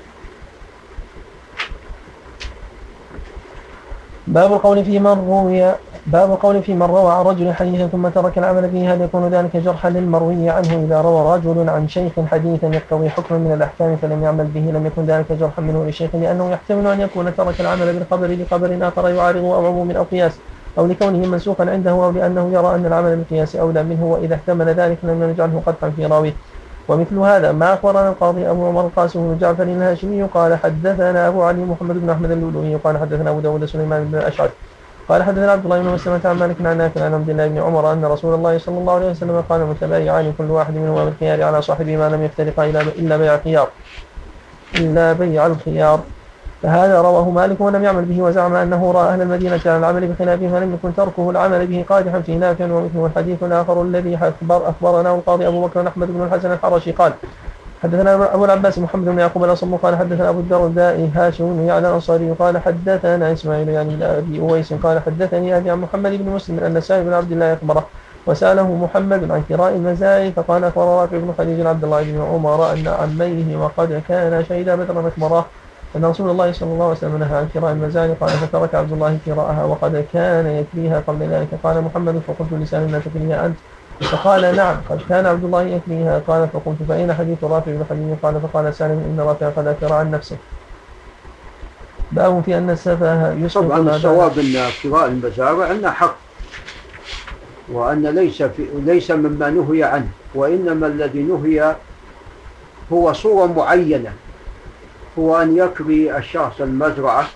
[SPEAKER 1] باب القول في من روي باب القول في من روى عن رجل حديثا ثم ترك العمل به، هل يكون ذلك جرحا للمروي عنه؟ إذا روى رجل عن شيخ حديثا يقتضي حكما من الأحكام فلم يعمل به لم يكن ذلك جرحا منه للشيخ، لأنه يحتمل أن يكون ترك العمل بالخبر لخبر آخر يعارض أو عموم أو قياس، أو لكونه منسوخا عنده، أو لأنه يرى أن العمل بالقياس أولى منه، وإذا احتمل ذلك لم نجعله قطعا في راويه. ومثل هذا ما أخبرنا القاضي أبو عمر القاسم بن جعفر الهاشمي قال حدثنا أبو علي محمد بن أحمد اللؤلؤي قال حدثنا أبو داود سليمان بن الأشعث قال حدثنا عبد الله بن مسلمة عن مالك عن نافع عن عبد الله بن عمر أن رسول الله صلى الله عليه وسلم قال متبايعان كل واحد منهما بالخيار على صاحبه ما لم يفترقا إلا بيع الخيار إلا بيع الخيار. فهذا رواه مالك ولم يعمل به، وزعم أنه رأى أهل المدينة على العمل بخلافه فلم يكن تركه العمل به قادحا في نافع. ومثله الحديث الآخر الذي أخبر أخبرنا القاضي أبو بكر أحمد بن الحسن الحرشي قال حدثنا أبو العباس محمد بن يعقوب الأصم قال حدثنا أبو الدرداء هاشم بن يعلى الأنصاري قال حدثنا إسماعيل يعني أبي أويس قال حدثني أبي عن محمد بن مسلم أن سالم بن عبد الله أخبره وسأله محمد عن كراء المزارع فقال أخبر رافع بن خديج عبد الله بن عمر أن عميه وقد كان شهيدا بدرا أخبره أن رسول الله صلى الله عليه وسلم نهى عن كراء المزارع قال فترك عبد الله كراءها وقد كان يكريها قبل ذلك. قال محمد فقلت لسالم لا تكريها أنت؟ فقال نعم قد كان عبد الله يكريها. قال فقلت فأين حديث رافع بن خديج؟ قال فقال سالم إن رافع قد أكر عن نفسه. باب في أن السفه يسقط
[SPEAKER 2] طبعا الصواب أن كراء المزارع أنه حق، وأن ليس, في ليس مما نهي عنه، وإنما الذي نهي هو صورة معينة، هو أن يكري الشخص المزرعة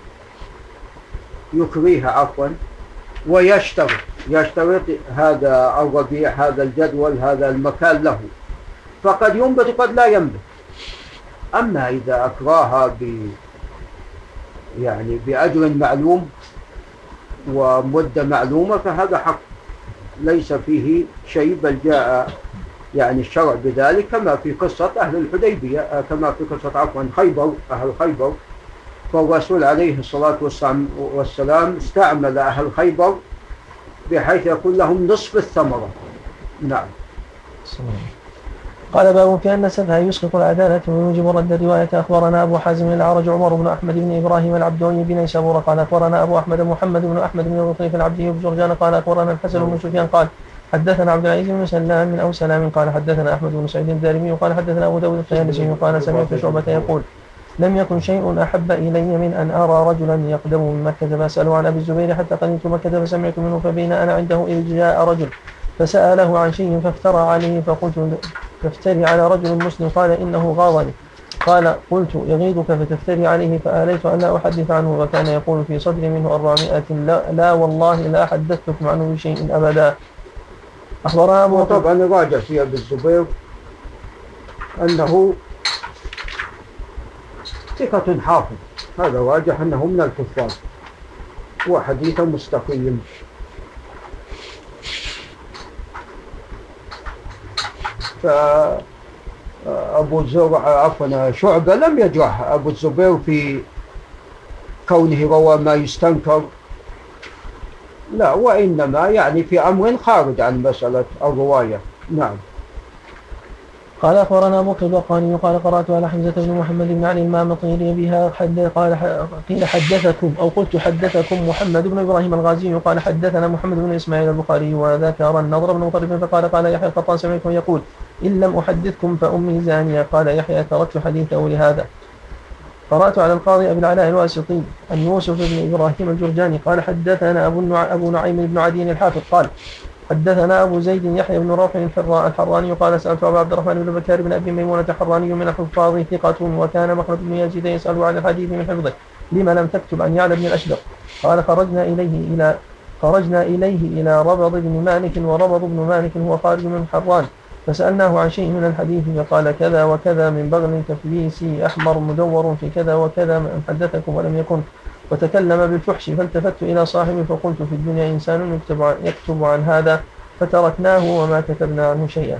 [SPEAKER 2] يكريها عفوا ويشترط يشترط هذا الربيع هذا الجدول هذا المكان له، فقد ينبت قد لا ينبت. أما إذا أكراها ب يعني بأجر معلوم ومدة معلومة فهذا حق ليس فيه شيء، بل جاء يعني الشرع بذلك كما في قصة أهل الحديبية، كما في قصة عفوا خيبر أهل خيبر، فالرسول عليه الصلاة والسلام استعمل أهل خيبر بحيث يكون لهم نصف الثمرة. نعم.
[SPEAKER 1] قال باب في أن السفه يسقط العدالة ويوجب رد الرواية. أخبرنا أبو حازم الأعرج عمر بن أحمد بن إبراهيم العبدوي بن نيسابور قال أخبرنا أبو أحمد محمد بن أحمد بن لطيف العبدي بن جرجان قال أخبرنا الحسن بن سفيان قال حدثنا عبد العزيز بن سلام من أو سلام قال حدثنا أحمد بن سعيد الدارمي قال حدثنا أبو داود الطيالسي قال سمعت شعبة يقول لم يكن شيء أحب إلي من أن أرى رجلا يقدم من مكة فأسأله عن أبي الزبير حتى قدمت مكة فسمعت منه، فبين أنا عنده إذ جاء رجل فسأله عن شيء فافترى عليه فقلت تفتري على رجل مسلم؟ قال إنه غاضني. قال قلت يغيظك فتفتري عليه؟ فآليت أن لا أحدث عنه، وكان يقول في صدري منه أربعمائة لا, لا والله لا حدثتكم عنه بشيء أبدا. أخبرنا أبو
[SPEAKER 2] طبعا راجع في أبي الزبير أنه ثقة حافظ، هذا راجح أنه من الكفار وحديث مستقيم. فأبو زرع عفوا شعبة لم يجرح أبو الزبير في كونه روى ما يستنكر، لا، وإنما يعني في أمر خارج عن مسألة الرواية. نعم.
[SPEAKER 1] قال أخبرنا أبو البقاني قال قرأت على حمزة بن محمد بن علي المامطيري بها حد قال قيل حدثكم أو قلت حدثكم محمد بن إبراهيم الغازي قال حدثنا محمد بن إسماعيل البخاري وذكر النضر بن مطرف فقال قال يحيى القطان سمعتم يقول إن لم أحدثكم فأمي زانية. قال يحيى تركت حديثه لهذا. قرأت على القاضي أبي العلاء الواسطي أن يوسف بن إبراهيم الجرجاني قال حدثنا أبو, النع... أبو نعيم بن عدي الحافظ قال حدثنا أبو زيد يحيى بن رافع الحراني قال سألت أبا عبد الرحمن بن بكار بن أبي ميمونة الحراني من الحفاظ ثقة وكان مخلد بن يزيد يسأل عن الحديث من حفظه لما لم تكتب عن يعلى بن الأشدق. قال خرجنا إليه إلى خرجنا إليه إلى ربض بن مالك وربض بن مالك هو خارج من حران فسألناه عن شيء من الحديث فقال كذا وكذا من بغل تفليسي أحمر مدور في كذا وكذا من حدثكم ولم يكن وتكلم بالفحش، فالتفت إلى صاحبي فقلت في الدنيا إنسان يكتب عن, يكتب عن هذا فتركناه وما كتبنا عنه شيئا.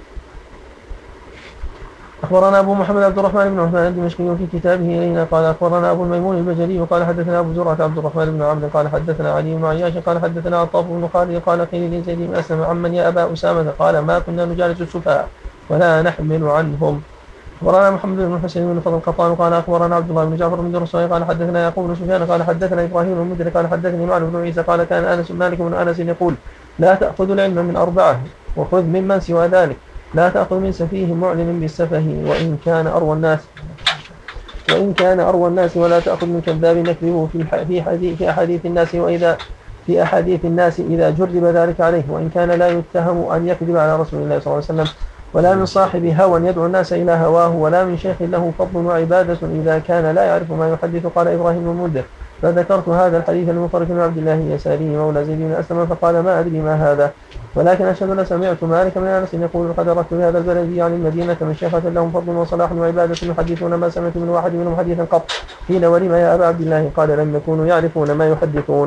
[SPEAKER 1] أخبرنا أبو محمد عبد الرحمن بن عثمان الدمشقي في كتابه إلينا قال أخبرنا أبو الميمون البجلي قال حدثنا أبو زرعة عبد الرحمن بن عمرو قال حدثنا علي بن عياش قال حدثنا عطاف بن خالد قال قيل لزيد بن أسلم عمن يا أبا أسامة قال ما كنا نجالس السفهاء ولا نحمل عنهم. أخبرنا محمد بن حسين بن فضل القطان قال أخبرنا عبد الله بن جعفر بن درسوي قال حدثنا يعقوب بن سفيان قال حدثنا إبراهيم بن مدرك قال حدثني معن بن عيسى قال كان أنس مالك بن أنس يقول لا تأخذ العلم من أربعة وخذ ممن سوى ذلك، لا تأخذ من سفيه معلن بالسفه وإن كان أروى الناس وإن كان أروى الناس ولا تأخذ من كذاب يكذبه في في حديث في أحاديث الناس وإذا في أحاديث الناس إذا جرب ذلك عليه، وإن كان لا يتهم أن يكذب على رسول الله صلى الله عليه وسلم، ولا من صاحب هوى يدعو الناس إلى هواه، ولا من شيخ له فضل وعبادة إذا كان لا يعرف ما يحدث. قال إبراهيم بن منذر فذكرت هذا الحديث المفرق بن عبد الله اليساري مولى زيد بن أسلم فقال ما أدري ما هذا، ولكن أشهد أن سمعت مالك من أنس يقول قد أردت بهذا البلد عن المدينة من شيخة لهم فضل وصلاح وعبادة يحدثون ما سمعت من واحد منهم حديثا قط. قيل ولما يا أبا عبد الله؟ قال لم يكونوا يعرفون ما يحدثون.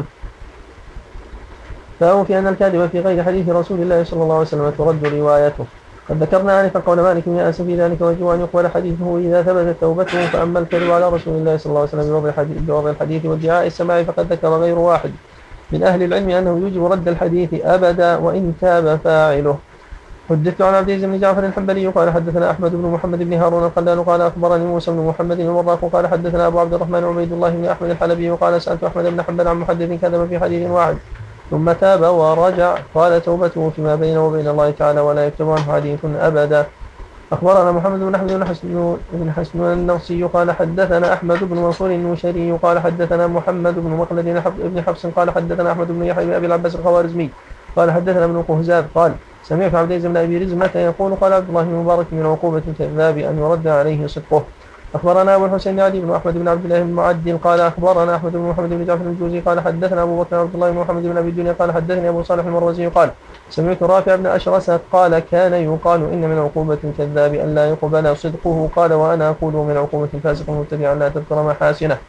[SPEAKER 1] فهو في أن الكاذب في غير حديث رسول الله صلى الله عليه وسلم ترد روايته. قد ذكرنا آنفا قول مالك من أنس في ذلك وجه أن يقبل حديثه إذا ثبتت توبته. فأما الكذب على رسول الله صلى الله عليه وسلم بوضع الحديث, بوضع الحديث وادعاء السماع فقد ذكر غير واحد من أهل العلم أنه يجب رد الحديث أبدا وإن تاب فاعله. حدثت عن عبد العزيز بن جعفر الحنبلي قال حدثنا أحمد بن محمد بن هارون القلال قال أخبرني موسى بن محمد الوراق قال حدثنا أبو عبد الرحمن عبيد الله بن أحمد الحلبي وقال سألت أحمد بن حنبل عن محدث كذب في حديث واحد ثم تاب ورجع قال توبته فيما بينه وبين الله تعالى ولا يكتب عنه حديث أبدا. أخبرنا محمد بن أحمد بن حسن النصي قال حدثنا أحمد بن منصور النوشري قال حدثنا محمد بن مخلد بن حفص قال حدثنا أحمد بن يحيى بن أبي العباس الخوارزمي قال حدثنا ابن قهزاز قال سمعت عبد العزيز بن أبي رزمة يقول قال عبد الله بن مبارك من عقوبة الكذاب أن يرد عليه صدقه. أخبرنا أبو الحسين علي بن أحمد بن عبد الله بن معدل قال أخبرنا أحمد بن محمد بن جعفر الجوزي قال حدثنا أبو بكر عبد الله بن محمد بن أبي الدنيا قال حدثني أبو صالح المروزي قال سمعت رافع بن أشرس قال كان يقال إن من عقوبة الكذاب أن لا يقبل صدقه قال وأنا أقول من عقوبة الفاسق المتبع أن لا تذكر محاسنه.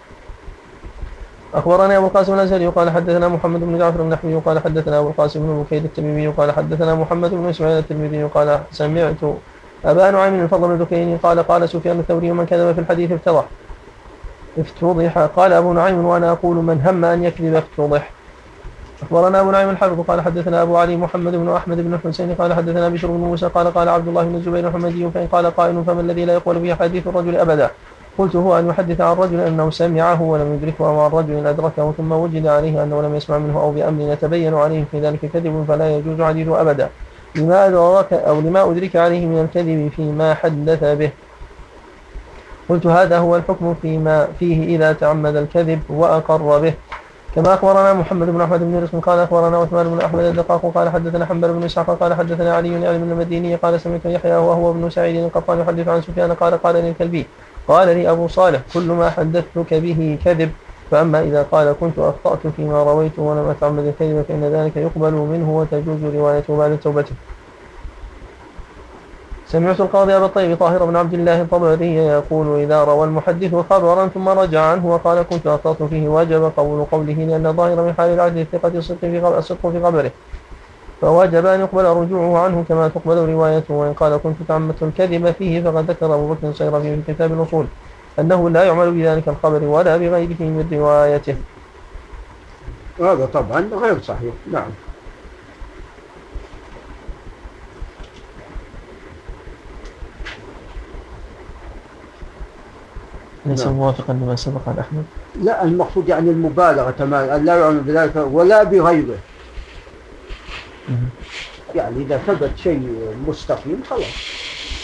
[SPEAKER 1] أخبرنا أبو القاسم الأزهري قال حدثنا محمد بن جعفر النحوي قال حدثنا أبو القاسم بن بكير التميمي قال حدثنا محمد بن إسماعيل الترمذي قال سمعت أبا نعيم الفضل الدكيني قال قال سفيان الثوري من كذب في الحديث افتضح افتضح قال أبو نعيم وأنا أقول من هم أن يكذب افتضح. أخبرنا أبو نعيم الحرب قال حدثنا أبو علي محمد بن أحمد بن الحسين قال حدثنا بشر بن موسى قال قال عبد الله بن الزبير الحمدي فإن قال قائل فما الذي لا يقول به حديث الرجل أبدا؟ قلت هو أن يحدث عن رجل أنه سمعه ولم يدركه أو عن رجل أدركه ثم وجد عليه أنه لم يسمع منه أو بأمر يتبين عليه في ذلك كذب فلا يجوز حديثه أبدا لما أدرك أو لما أدرك عليه من الكذب فيما حدث به. قلت هذا هو الحكم فيما فيه إذا تعمد الكذب وأقر به. كما أخبرنا محمد بن أحمد بن رسم قال أخبرنا عثمان بن أحمد الدقاق قال حدثنا حنبل بن إسحاق قال حدثنا علي يعني بن المديني قال سمعت يحيى وهو ابن سعيد القطان يحدث عن سفيان قال قال لي الكلبي قال لي أبو صالح كل ما حدثتك به كذب، فأما إذا قال كنت أخطأت فيما رويته ولم أتعمد الكذب فإن ذلك يقبل منه وتجوز روايته بعد توبته. سمعت القاضي أبا الطيب طاهر بن عبد الله الطبري يقول إذا روى المحدث خبرا ثم رجع عنه وقال كنت أخطأت فيه وجب قول قوله لأن ظاهر من حال العدل الثقة الصدق في الصدق في خبره فوجب أن يقبل رجوعه عنه كما تقبل روايته. وإن قال كنت تعمدت الكذب فيه فقد ذكر أبو بكر الصيرفي في كتاب الأصول أنه لا يعمل بذلك الخبر ولا بغيره من روايته.
[SPEAKER 2] هذا طبعا غير صحيح. نعم.
[SPEAKER 1] ليس موافقا لما سبق عن أحمد.
[SPEAKER 2] لا المقصود يعني المبالغة تماما أن لا يعمل بذلك ولا بغيره. يعني إذا ثبت شيء مستقيم خلاص.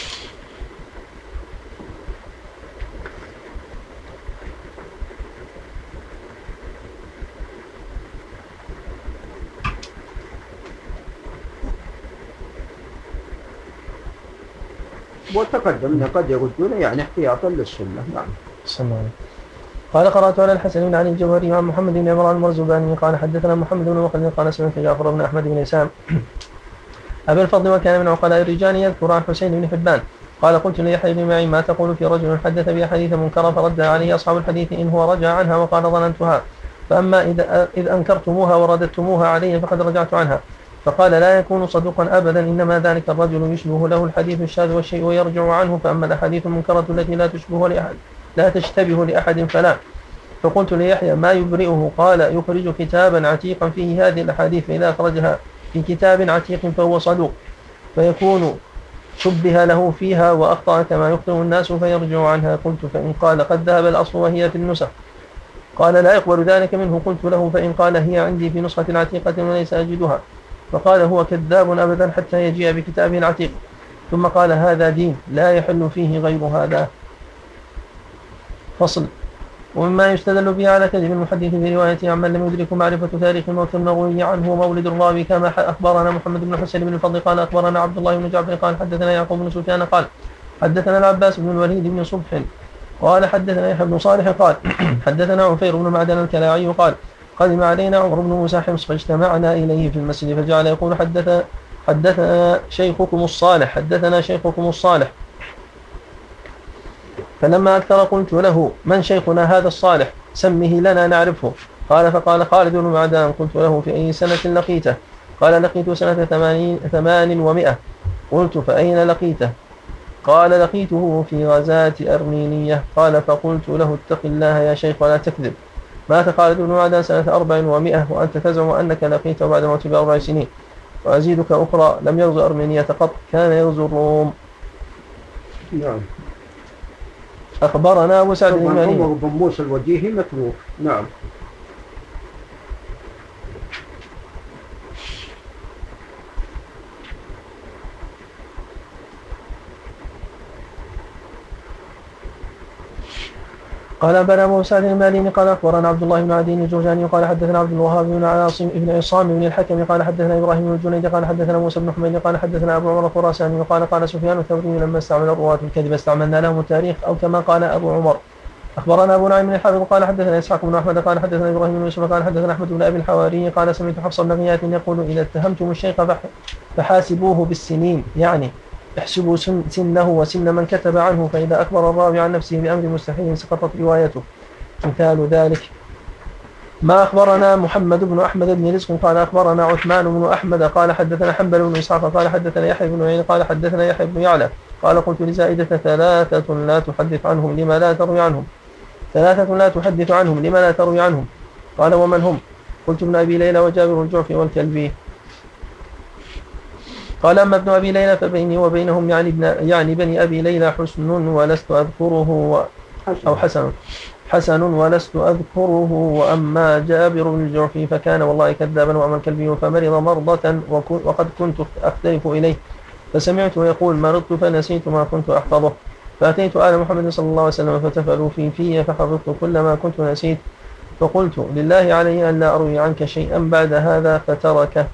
[SPEAKER 2] وتقدم قد يردون يعني احتياطا للسنة. نعم.
[SPEAKER 1] سمعنا. قال قرأت على الحسن بن علي الجوهري عن محمد بن عمران المرزباني قال حدثنا محمد بن مخلد قال سمعت جعفر بن أحمد بن إسام أبي الفضل وكان من عقلاء الرجال يذكر عن حسين بن حبان قال قلت ليحيى بن معين ما تقول في رجل حدث بأحاديث منكرة فرد عليه أصحاب الحديث إن هو رجع عنها وقال ظننتها، فأما إذا إذ أنكرتموها ورددتموها علي فقد رجعت عنها. فقال لا يكون صدوقا أبدا، إنما ذلك الرجل يشبه له الحديث الشاذ والشيء ويرجع عنه، فأما الأحاديث المنكرة التي لا تشبه لأحد لا تشتبه لأحد فلا. فقلت ليحيى ما يبرئه؟ قال يخرج كتابا عتيقا فيه هذه الأحاديث، فإذا أخرجها في كتاب عتيق فهو صدوق، فيكون شبه له فيها وأخطأ كما يخطئ الناس فيرجع عنها. قلت فإن قال قد ذهب الأصل وهي في النسخ قال لا يقبل ذلك منه. قلت له فإن قال هي عندي في نسخة عتيقة وليس أجدها، فقال هو كذاب أبدا حتى يجيء بكتابه العتيق. ثم قال هذا دين لا يحل فيه غير هذا. فصل. ومما يستدل به على كذب المحدث في روايته عمن لم يدرك معرفة تاريخ الموت المروي عنه ومولد الراوي، كما أخبرنا محمد بن حسين بن الفضل قال أخبرنا عبد الله بن جعفر قال حدثنا يعقوب بن سفيان قال حدثنا العباس بن الوليد بن صبح قال حدثنا يحيى بن صالح قال حدثنا عفير بن معدن الكلاعي قال قدم علينا عمرو بن موسى حمص فاجتمعنا إليه في المسجد فجعل يقول حدث حدثنا شيخكم الصالح حدثنا شيخكم الصالح. فلما أكثر قلت له من شيخنا هذا الصالح سمه لنا نعرفه. قال فقال خالد بن معدان. قلت له في أي سنة لقيته؟ قال لقيته سنة ثمانين, ثمان ومئة. قلت فأين لقيته؟ قال لقيته في غزاة أرمينية. قال فقلت له اتق الله يا شيخ ولا تكذب، مات خالد بن معدان سنة أربع ومئة وأنت تزعم أنك لقيته بعد موته بأربع سنين. وأزيدك أخرى لم يغزو أرمينية قط، كان يغزو الروم.
[SPEAKER 2] نعم.
[SPEAKER 1] أخبرنا أبو سعد بن
[SPEAKER 2] عمر بن موسى الوجيهي متروك. نعم.
[SPEAKER 1] قال أنبأنا أبو سعد الماليني قال أخبرنا عبد الله بن عدين الجرجاني قال حدثنا عبد الوهاب بن عاصم بن عصام بن الحكم قال حدثنا إبراهيم بن الجنيد قال حدثنا موسى بن حميد قال حدثنا أبو عمر الخراساني قال قال سفيان الثوري لما استعمل الرواة الكذب استعملنا لهم التاريخ، أو كما قال أبو عمر. أخبرنا أبو نعيم بن الحافظ قال حدثنا إسحاق بن أحمد قال حدثنا إبراهيم بن يوسف قال حدثنا أحمد بن أبي الحواري قال سمعت حفص بن غياث يقول إذا اتهمتم الشيخ فحاسبوه بالسنين، يعني احسبوا سنه وسن من كتب عنه، فإذا أخبر الراوي عن نفسه بأمر مستحيل سقطت روايته. مثال ذلك ما أخبرنا محمد بن أحمد بن رزق قال أخبرنا عثمان بن أحمد قال حدثنا حنبل بن إسحاق قال حدثنا يحيى بن معين قال حدثنا يحيى بن يعلى قال قلت لزائدة ثلاثة لا تحدث عنهم لما لا تروي عنهم ثلاثة لا تحدث عنهم لما لا تروي عنهم. قال ومن هم؟ قلت ابن أبي ليلى وجابر الجعفي والكلبي. قال أما ابن أبي ليلى فبيني وبينهم يعني, ابن يعني بني أبي ليلى حسن ولست أذكره و أو حسن حسن ولست أذكره، وأما جابر الجعفي فكان والله كذابا، وأما الكلبي فمرض مرضة وقد كنت أختلف إليه فسمعته يقول مرضت فنسيت ما كنت أحفظه، فأتيت آل محمد صلى الله عليه وسلم فتفعلوا في في فحفظت كل ما كنت نسيت، فقلت لله علي أن لا أروي عنك شيئا بعد هذا فتركه.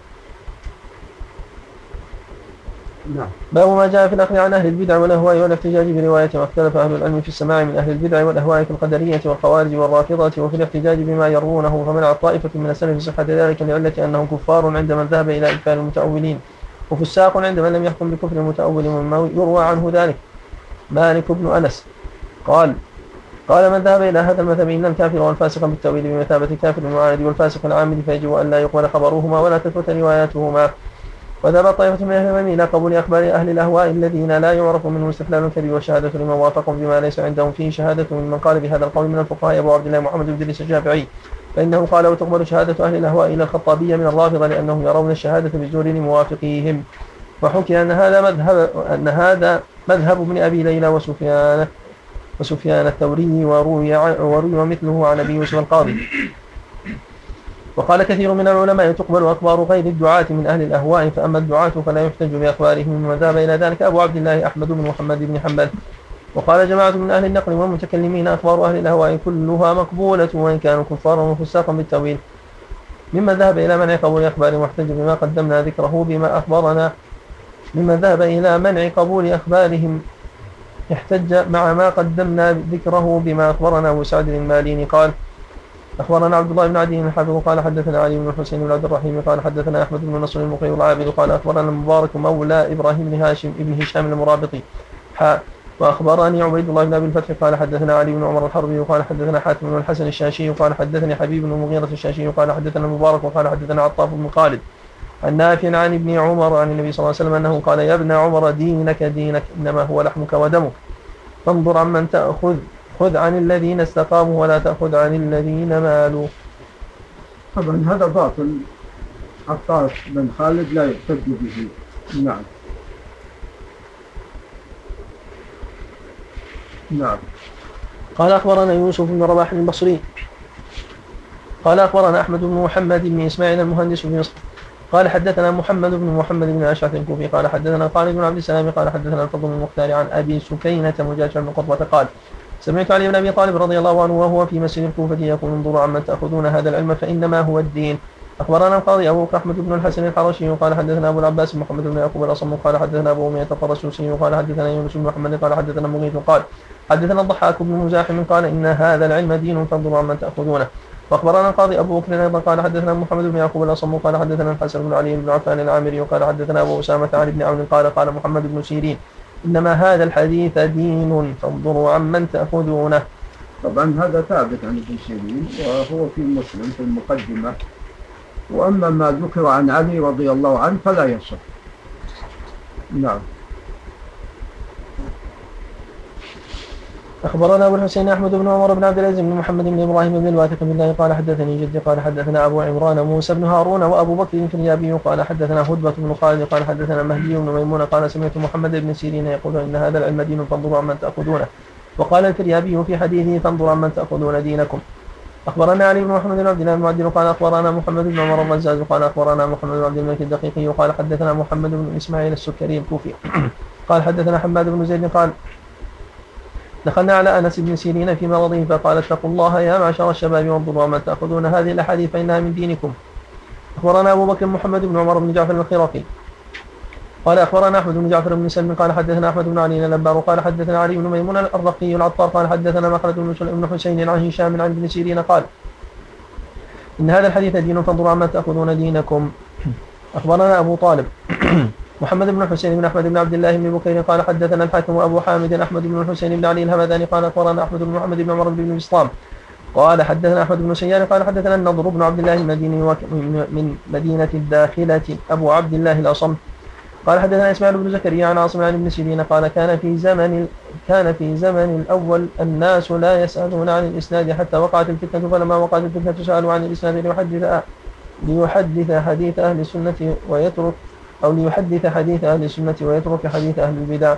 [SPEAKER 2] نعم.
[SPEAKER 1] باب ما جاء في الأخذ عن أهل البدع والأهواء والاحتجاج برواية ما اختلف أهل العلم في السماع من أهل البدع والأهواء كالقدرية والخوارج والرافضة، وفي الاحتجاج بما يروونه، فمنع طائفة من السلف صحة ذلك لعلة أنهم كفار عند من ذهب إلى إكفار المتأولين، وفساق عند من لم يحكم بكفر المتأول، ومما يروى عنه ذلك مالك بن أنس قال قال من ذهب إلى هذا المذهب إن الكافر والفاسق بالتأويل بمثابة كافر المعاند والفاسق العامل، فيجب أن لا يقبل خبرهما ولا تثبت رواياتهما. وذهب طائفة من أهل العلم إلى قبول أخبار أهل الأهواء الذين لا يعرف منهم استحلال الكذب وشهادة لمن وافقهم بما ليس عندهم فيه شهادة، من قال بهذا القول من الفقهاء أبو عبد الله محمد بن إدريس الشافعي، فإنه قال وتقبل شهادة أهل الأهواء إلى الخطابية من الرافضة لأنهم يرون الشهادة بالزور لموافقيهم. وحكي أن هذا مذهب أن هذا مذهب ابن أبي ليلى وسفيان وسفيان الثوري، وروي وروي مثله عن أبي يوسف القاضي. وقال كثير من العلماء تقبل أخبار غير الدعاة من أهل الأهواء، فأما الدعاة فلا يحتج بأخبارهم، وذهب إلى ذلك أبو عبد الله أحمد بن محمد بن حنبل. وقال جماعة من أهل النقل والمتكلمين أخبار أهل الأهواء كلها مقبولة وإن كانوا كفارا وفساقا بالتأويل، ممن ذهب إلى منع قبول أخبار واحتج بما قدمنا ذكره بما أخبرنا، ممن ذهب إلى منع قبول أخبارهم احتج مع ما قدمنا ذكره بما أخبرنا أبو سعد الماليني قال أخبرنا عبد الله بن عدي الحافظ قال حدثنا علي بن الحسين بن عبد الرحيم قال حدثنا أحمد بن نصر المقري العابد قال أخبرنا المبارك مولى إبراهيم بن هاشم ابن هشام المرابطي حاء وأخبرني عبيد الله بن أبي الفتح قال حدثنا علي بن عمر الحربي وقال حدثنا حاتم بن الحسن الشاشي وقال حدثني حبيب بن المغيرة الشاشي وقال حدثنا المبارك وقال حدثنا عطاف بن خالد عن نافع عن ابن عمر عن النبي صلى الله عليه وسلم أنه قال يا ابن عمر دينك دينك إنما هو لحمك ودمك فانظر عمن تأخذ خذ عن الذين استقاموا ولا تأخذ عن الذين مالوا.
[SPEAKER 2] طبعا هذا باطل، عطاف بن خالد لا يحتج به. نعم نعم.
[SPEAKER 1] قال أخبرنا يوسف بن رباح البصري قال أخبرنا أحمد بن محمد بن إسماعيل المهندس بن مصر قال حدثنا محمد بن محمد بن أشعث الكوفي قال حدثنا خالد بن عبد السلام قال حدثنا الفضل بن المختار عن أبي سكينة مجاشع بن قطبة قال سمعت علي بن أبي طالب رضي الله عنه وهو في مسجد الكوفة يقول انظروا عمن تأخذون هذا العلم فإنما هو الدين. أخبرنا القاضي أبو بكر أحمد بن الحسن الحرشي قال حدثنا أبو العباس محمد بن يعقوب الأصم قال حدثنا أبو أمية الطرسوسي قال حدثنا يونس بن محمد قال حدثنا مغيث قال حدثنا الضحاك بن مزاحم قال إن هذا العلم دين فانظروا عمن تأخذونه. وأخبرنا القاضي أبو بكر أيضا قال حدثنا محمد بن يعقوب الأصم قال حدثنا الحسن بن علي بن عفان العامري وقال حدثنا أبو أسامة عن بن عون قال قال محمد بن سيرين إنما هذا الحديث دين فانظروا عمن تأخذونه.
[SPEAKER 2] طبعا هذا ثابت عن ابن سيرين وهو في مسلم في المقدمة، وأما ما ذكر عن علي رضي الله عنه فلا يصح. نعم.
[SPEAKER 1] أخبرنا أبو الحسين أحمد بن عمر بن عبد العزيز بن محمد بن إبراهيم بن الواثق بالله قال حدثني جدي قال حدثنا أبو عمران موسى بن هارون وأبو بكر الفريابي قال حدثنا هدبة بن خالد قال حدثنا مهدي بن ميمون قال سمعت محمد بن سيرين يقول إن هذا العلم دين فانظروا عمن تأخذونه. وقال الفريابي في حديثه فانظروا عمن تأخذون دينكم. أخبرنا علي بن محمد بن عبد الله بن معدل قال أخبرنا محمد بن عمر الرزاز قال أخبرنا محمد بن عبد الملك الدقيقي وقال حدثنا محمد بن إسماعيل السكري الكوفي قال حدثنا حماد بن زيد قال دخلنا على أنس بن سيرين في مرضه فقال اتقوا الله يا معشر الشباب وانظروا عمن تأخذون هذه الأحاديث فإنها من دينكم. أخبرنا أبو بكر محمد بن عمر بن جعفر الخرقي قال أخبرنا أحمد بن جعفر بن سلم قال حدثنا أحمد بن علي الأنبار قال حدثنا علي بن ميمون الرقي العطار قال حدثنا مخلد بن حسين عن هشام عن ابن سيرين قال إن هذا الحديث دين فانظروا عمن تأخذون دينكم. أخبرنا أبو طالب محمد بن حسين بن أحمد بن عبد الله بن بكير قال حدثنا الحاكم أبو حامد أحمد بن الحسين بن علي الهمداني قال أخبرنا أحمد بن محمد بن عمر بن بسطام قال حدثنا أحمد بن سيار قال حدثنا النضر بن عبد الله المديني من مدينة الداخلة أبو عبد الله الأصم قال حدثنا إسماعيل بن زكريا عن عاصم عن ابن سيرين قال كان في زمن كان في زمن الأول الناس لا يسألون عن الإسناد حتى وقعت الفتنة فلما وقعت الفتنة سألوا عن الإسناد ليحدث ليحدث حديث أهل السنة ويترك أو ليحدث حديث أهل السنة ويترك حديث أهل البدع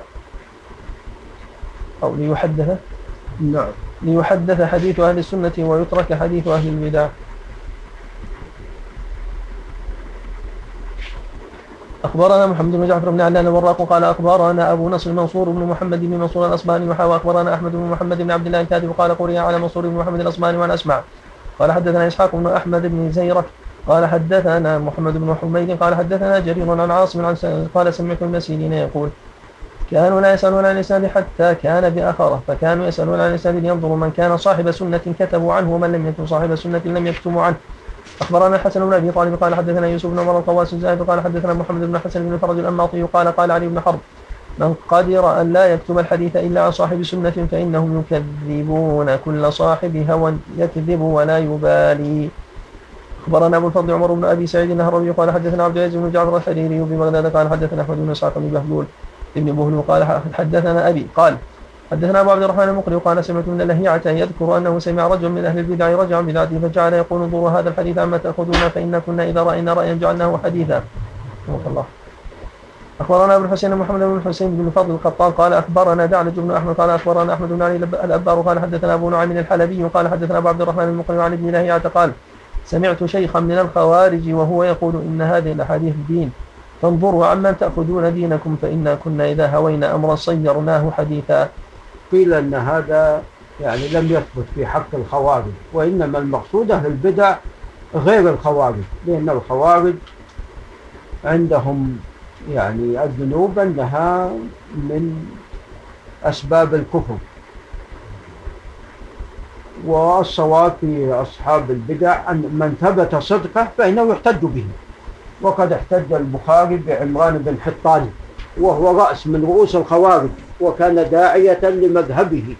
[SPEAKER 1] أو ليحدث
[SPEAKER 2] نعم
[SPEAKER 1] ليحدث حديث أهل السنة ويترك حديث أهل البدع. أخبرنا محمد بن جعفر بن علان الوراق قال أخبرنا أبو نصر منصور بن محمد بن منصور الأصبهاني وحاوى أخبرنا أحمد بن محمد بن عبد الله الكاتب قال قرئ على منصور بن محمد الأصبهاني وأنا أسمع قال حدثنا إسحاق بن أحمد بن زيرك قال حدثنا محمد بن حميد قال حدثنا جرير عن عاصم عن قال سمعت ابن سيرين يقول كانوا لا يسألون عن الإسناد حتى كان بآخره فكانوا يسألون عن الإسناد لينظروا من كان صاحب سنة كتبوا عنه ومن لم يكن صاحب سنة لم يكتموا عنه. أخبرنا الحسن بن أبي طالب قال حدثنا يوسف بن عمر القواس الزاهد قال حدثنا محمد بن حسن بن فرج الأنماطي قال قال علي بن حرب من قدر أن لا يكتب الحديث إلا عن صاحب سنة فإنهم يكذبون كل صاحب هوى يكذب ولا يبالي. أخبرنا أبو الفضل عمر بن أبي سعيد النهروي قال حدثنا عبد العزيز بن جعفر الحريري ببغداد قال حدثنا أحمد بن إسحاق بن بهلول ابن بهلول قال حدثنا أبي قال حدثنا أبو عبد الرحمن المقري قال سمعت من لهيعة يذكر أنه سمع رجل من أهل البدع رجع عن بدعته فجعل يقول انظروا هذا الحديث عما تأخذون فإن كنا إذا رأينا رأيا جعلناه حديثا. الله. أخبرنا أبو الحسين محمد بن الحسين بن فضل القطان قال أخبرنا دعلج بن أحمد قال أخبرنا أحمد بن علي الأبار قال حدثنا أبو نعيم الحلبي قال حدثنا أبو عبد الرحمن المقري عن ابن لهيعة قال سمعت شيخا من الخوارج وهو يقول إن هذه الأحاديث دين فانظروا عمن تأخذون دينكم فإنا كنا إذا هوينا أمرا صيرناه حديثا.
[SPEAKER 2] قيل أن هذا يعني لم يثبت في حق الخوارج، وإنما المقصود أهل البدع غير الخوارج، لأن الخوارج عندهم يعني الذنوب أنها من أسباب الكفر، والصواب في أصحاب البدع أن من ثبت صدقه فإنه يحتج به. وقد احتج البخاري بعمران بن حطان وهو رأس من رؤوس الخوارج، وكان داعية لمذهبه.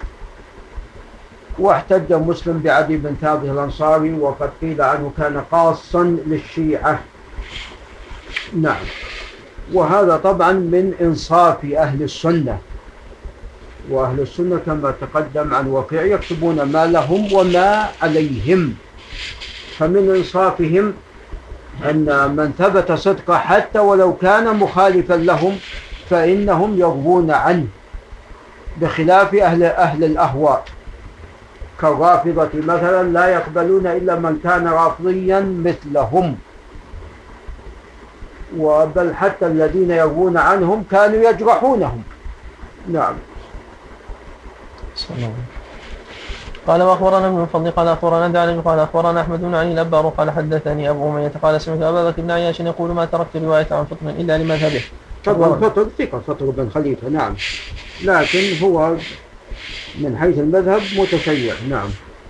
[SPEAKER 2] واحتج مسلم بعدي بن ثابت الأنصاري وقد قيل عنه كان قاصا للشيعة. نعم. وهذا طبعا من إنصاف أهل السنة، وأهل السنة كما تقدم عن وقيع يكتبون ما لهم وما عليهم، فمن إنصافهم أن من ثبت صدقه حتى ولو كان مخالفا لهم فإنهم يرضون عنه، بخلاف أهل أهل الأهواء كالرافضة مثلا لا يقبلون إلا من كان رافضيا مثلهم، وبل حتى الذين يروون عنهم كانوا يجرحونهم. نعم.
[SPEAKER 1] قال واخبرنا ابن الفضل قال اخبرنا دعلج قال اخبرنا احمد بن علي الابار قال حدثني ابو اميه قال سمعت ابا بكر بن عياش يقول ما تركت روايه عن فطر الا لمذهبه.
[SPEAKER 2] طبعا فطر ثقه، فطر بن خليفه. نعم، لكن هو من حيث المذهب متشيع. نعم.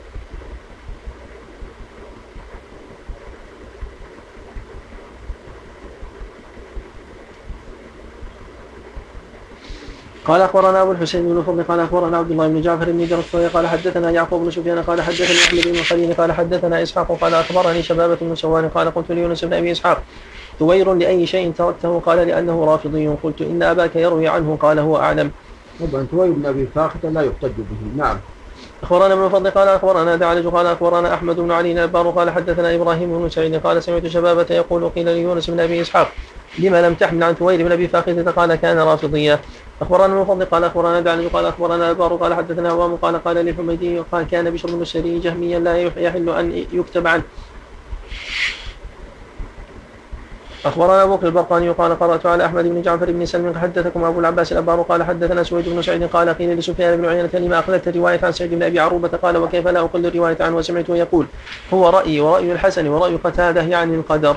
[SPEAKER 1] قال اخبرنا ابو الحسين بن الفضل قال اخبرنا عبد الله بن جعفر بن جرثومي قال حدثنا يعقوب بن سفيان قال حدثني احمد بن خليل قال حدثنا اسحاق قال اخبرني شبابه بن سوان قال قلت ليونس بن ابي اسحاق ثوير لاي شيء تركته؟ قال لانه رافضي. قلت ان اباك يروي عنه؟ قال هو اعلم.
[SPEAKER 2] طبعا ثوير بن ابي فاخته لا يحتج به. نعم.
[SPEAKER 1] اخبرنا ابن الفضل قال اخبرنا دعلج قال اخبرنا احمد بن علي الابار قال حدثنا ابراهيم بن سعيد قال سمعت شبابه يقول قيل ليونس بن ابي اسحاق لما لم تحمل عن ثوير بن ابي فاخته؟ قال كان رافضيا. اخبرنا ابن الفضل قال اخبرنا دعلج قال اخبرنا الابار قال حدثنا عوام قال قال لي الحميدي قال كان بشر بن السري جهميا لا يحل ان يكتب عنه. اخبرنا ابو بكر البرقاني قال قرات على احمد بن جعفر بن سلم حدثكم ابو العباس الابار قال حدثنا سويد بن سعيد قال قيل لسفيان بن عيينة لما اخذت روايه عن سعيد بن ابي عروبه؟ قال وكيف لا اقل روايه عنه وسمعته يقول هو رايي وراي الحسن وراي قتاده يعني القدر.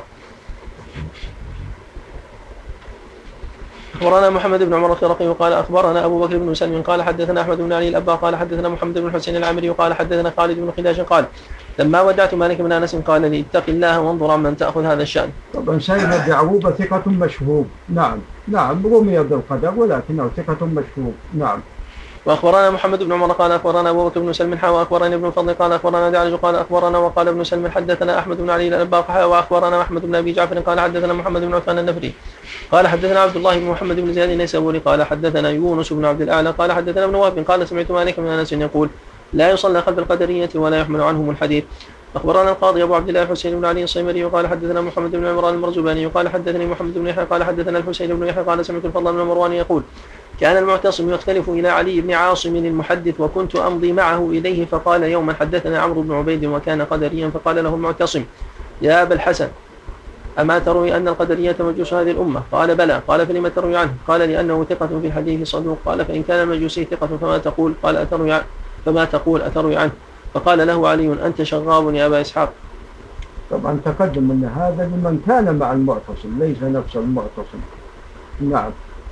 [SPEAKER 1] اخبرنا محمد بن عمر الخرقي قال اخبرنا ابو بكر بن سلم قال حدثنا احمد بن علي الابا قال حدثنا محمد بن الحسين العامري قال حدثنا خالد بن خداش قال لما ودعت مالك بن انس قال لي اتق الله وانظر عمن تاخذ هذا الشان.
[SPEAKER 2] طبعا سعيد بن عروبه ثقه مشهور. نعم. نعم رمي بالقدر ولكنه ثقه مشهور. نعم.
[SPEAKER 1] واخبرنا محمد بن عمر قال اخبرنا ابو بكر بن سلم حاوى واخبرنا ابن الفضل قال اخبرنا دعلج قال اخبرنا وقال ابن سلم حدثنا احمد بن علي الابا واخبرنا احمد بن ابي جعفر قال حدثنا محمد بن عثمان النفري قال حدثنا عبد الله بن محمد بن زياد النيسابوري قال حدثنا يونس بن عبد الاعلى قال حدثنا ابن وهب قال سمعت مالك بن انس يقول لا يصلى خلف القدريه ولا يحمل عنهم الحديث. اخبرنا القاضي ابو عبد الله الحسين بن علي الصيمري قال حدثنا محمد بن عمران المرزباني قال حدثني محمد بن يحيى قال حدثنا الحسين بن يحيى قال سمعت الفضل بن مروان يقول كان المعتصم يختلف إلى علي بن عاصم المحدث وكنت أمضي معه إليه فقال يوما حدثنا عمرو بن عبيد وكان قدريا فقال له المعتصم يا أبا الحسن أما تروي أن القدرية مجوس هذه الأمة؟ قال بلى. قال فلما تروي عنه؟ قال لأنه ثقة في الحديث صدوق. قال فإن كان المجوسي ثقة فما تقول؟ قال أتروي عنه فما تقول أتروي عنه؟ فقال له علي أنت شغاب يا أبا إسحاق.
[SPEAKER 2] طبعا تقدم أن هذا لمن كان مع المعتصم ليس نفس المعتصم. نعم.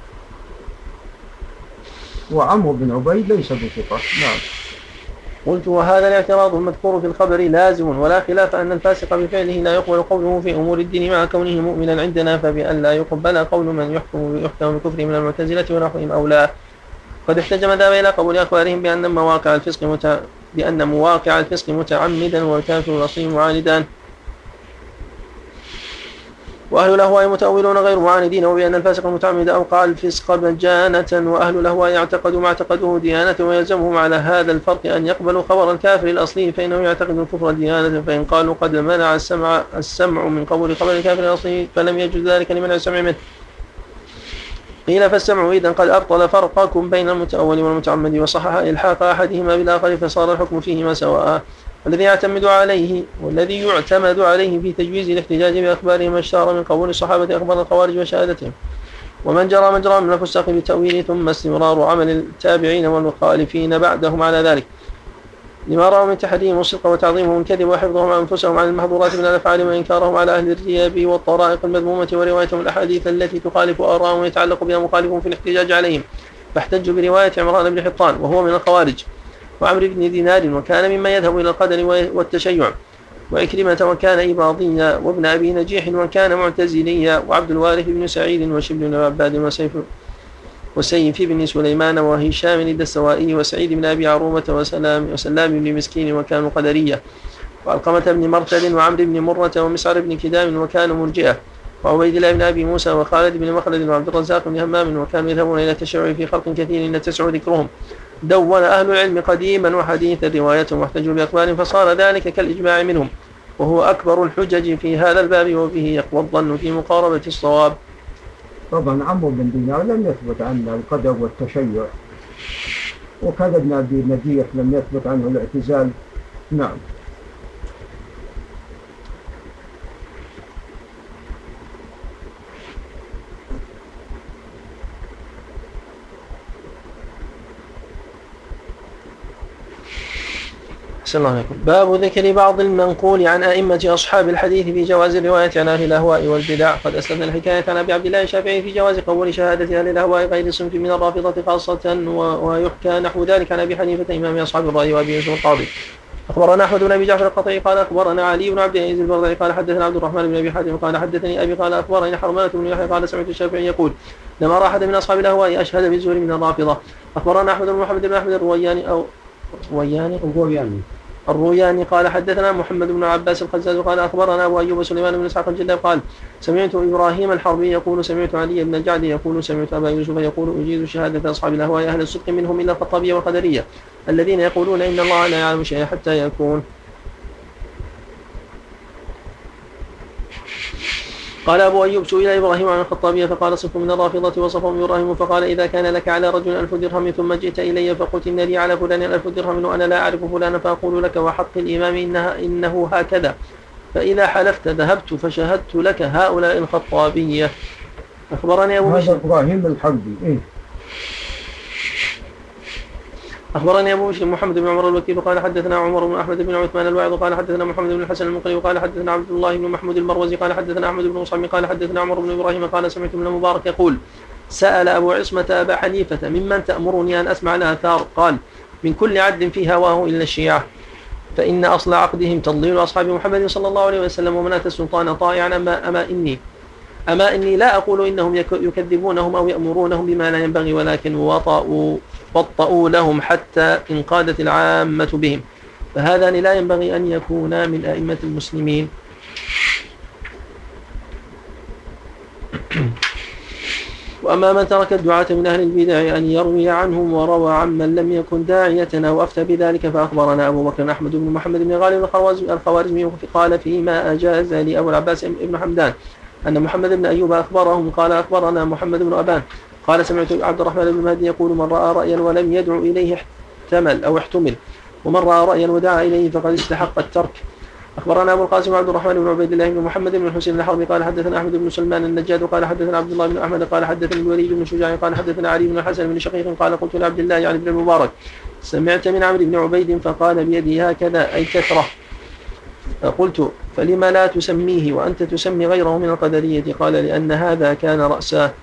[SPEAKER 2] وعمرو بن عبيد ليس بثقة. نعم.
[SPEAKER 1] قلت وهذا الاعتراض المذكور في الخبر لازم ولا خلاف أن الفاسق بفعله لا يقبل قوله في أمور الدين مع كونه مؤمنا عندنا فبأن لا يقبل قول من يحكم يحكم بكفر من المعتزلة ونحوهم أو لا. قد احتج مذهب إلى قبول أخبارهم بأن مواقع الفسق متع... بأن مواقع الفسق متعمدا والكافر الأصيل معاندان، وأهل الأهواء متأولون غير معاندين، وبأن الفاسق المتعمد أوقع الفسق مجانة، وأهل الأهواء يعتقد ما اعتقدوه ديانة، ويلزمهم على هذا الفرق أن يقبلوا خبر الكافر الأصلي فإنه يعتقد الكفر ديانة، فإن قالوا قد منع السمع, السمع من قبول خبر الكافر الأصلي فلم يجد ذلك لمنع السمع منه. قيل فالسمع إذن قد أبطل فرقكم بين المتأول والمتعمد وصحح إلحاق أحدهما بالآخر فصار الحكم فيهما سواء. والذي يعتمد عليه والذي يعتمد عليه في تجويز الاحتجاج بأخبارهم اشتهر من قول الصحابة أخبار الخوارج وشهادتهم، ومن جرى مجرى من الفساق بالتأويل، ثم استمرار عمل التابعين والمخالفين بعدهم على ذلك لما رأوا من تحريم الصدق وتعظيمهم الكذب وحفظهم أنفسهم عن المحظورات من الأفعال وإنكارهم على أهل الرياب والطرائق المذمومة وروايتهم الأحاديث التي تخالف آراءهم ويتعلق بها مخالفون في الاحتجاج عليهم، فاحتجوا برواية عمران بن حطان وهو من الخوارج، وعمرو بن دينار وكان مما يذهب إلى القدر والتشيع، وإكرمة وكان إباضيا، وابن أبي نجيح وكان معتزليا، وعبد الوارث بن سعيد وشبل بن عباد وسيف وسيف بن سليمان وهشام الدستوائي وسعيد بن أبي عروبة وسلام, وسلام بن مسكين وكانوا قدرية، وعلقمة بن مرتد وعمرو بن مرة ومسعر بن كدام وكانوا مرجئة، وعبيد الله بن أبي موسى وخالد بن مخلد وعبد الرزاق بن همام وكانوا يذهبون إلى التشيع في خلق كثير إن تسع ذكرهم. دون أهل العلم قديما وحديثا روايتهم واحتجوا بأقوال فصار ذلك كالإجماع منهم، وهو أكبر الحجج في هذا الباب، وبه يقوى الظن في مقاربة الصواب.
[SPEAKER 2] طبعا عمرو بن دينار لم يثبت عنه القدر والتشيع، وكذا ابن أبي نجيح لم يثبت عنه الاعتزال. نعم.
[SPEAKER 1] الله عليكم. باب ذكر بعض المنقول عن أئمة أصحاب الحديث في جواز الرواية عن أهل الأهواء والبدع. قد أسلمنا الحكاية عن أبي عبد الله الشافعي في جواز قبول شهادة أهل الأهواء غير صنف من الرافضة خاصة، ويحكى نحو ذلك عن أبي حنيفة إمام أصحاب الرأي وأبي يوسف القاضي. أخبرنا أحمد بن أبي جعفر القطعي قال أخبرنا علي بن عبد العزيز البغدادي قال حدثنا عبد الرحمن بن أبي حاتم قال حدثني أبي قال أخبرني حرملة بن يحيى قال سمعت الشافعي يقول لما رأى أحد من أصحاب الأهواء أشهد بالزور من الرافضة. أخبرنا أحمد بن محمد بن أحمد الروياني أو روياني الروياني الروياني قال حدثنا محمد بن عباس الخزاز قال أخبرنا أبو أيوب سليمان بن إسحاق الجلاب قال سمعت إبراهيم الحربي يقول سمعت علي بن الجعد يقول سمعت أبا يوسف يقول أجيز شهادة أصحاب الأهواء أهل الصدق منهم إلا الخطابية والقدرية الذين يقولون إن الله لا يعلم شيئا حتى يكون. قال أبو أيوب سئل إبراهيم عن الخطابية فقال صف من الرافضة وصفهم إبراهيم فقال إذا كان لك على رجل ألف درهم ثم جئت إلي فقلت إن لي على فلان ألف درهم وأنا لا أعرف فلانا فأقول لك وحق الإمام إنها إنه هكذا، فإذا حلفت ذهبت فشهدت لك هؤلاء الخطابية. أخبرني أبو بشر
[SPEAKER 2] إبراهيم الحربي إيه؟
[SPEAKER 1] أخبرني أبو بشر محمد بن عمر الوكيل قال حدثنا عمر بن أحمد بن عثمان الواعظ قال حدثنا محمد بن الحسن المقري وقال حدثنا عبد الله بن محمود المروزي قال حدثنا أحمد بن مصعب قال حدثنا عمر بن إبراهيم قال سمعت من المبارك يقول سأل أبو عصمة أبا حنيفة ممن تأمرني أن أسمع الآثار؟ قال من كل عدل في هواه إلا الشيعة، فإن أصل عقدهم تضليل أصحاب محمد صلى الله عليه وسلم ومن أتى السلطان طائعا. أما, أما إني أما إني لا أقول إنهم يكذبونهم أو يأمرونهم بما لا ينبغي، ولكن وطأوا وطأوا لهم حتى انقادت العامة بهم، فهذان لا ينبغي أن يكونا من أئمة المسلمين. وأما من ترك الدعاة من أهل البدع أن يروي عنهم وروى عمن لم يكن داعية أو أفتى بذلك، فأخبرنا أبو بكر أحمد بن محمد بن غالب الخوارزمي قال فيما أجاز لي أبو العباس بن حمدان أن محمد بن أيوب أخبرهم قال أخبرنا محمد بن أبان قال سمعت عبد الرحمن بن مهدي يقول من رأى رأيا ولم يدعو إليه احتمل أو احتمل، ومن رأى رأيا ودعا إليه فقد استحق الترك. أخبرنا أبو القاسم عبد الرحمن بن عبيد الله بن محمد بن الحسين الحربي قال حدثنا أحمد بن سلمان النجاد قال حدثنا عبد الله بن أحمد قال حدثني الوليد بن شجاع قال حدثنا علي بن الحسن بن شقيق قال قلت لعبد الله يعني بن المبارك سمعت من عمرو بن عبيد فقال بيدي هكذا أي كثرة، قلت فلما لا تسميه وأنت تسمي غيره من القدرية؟ قال لأن هذا كان رأسه.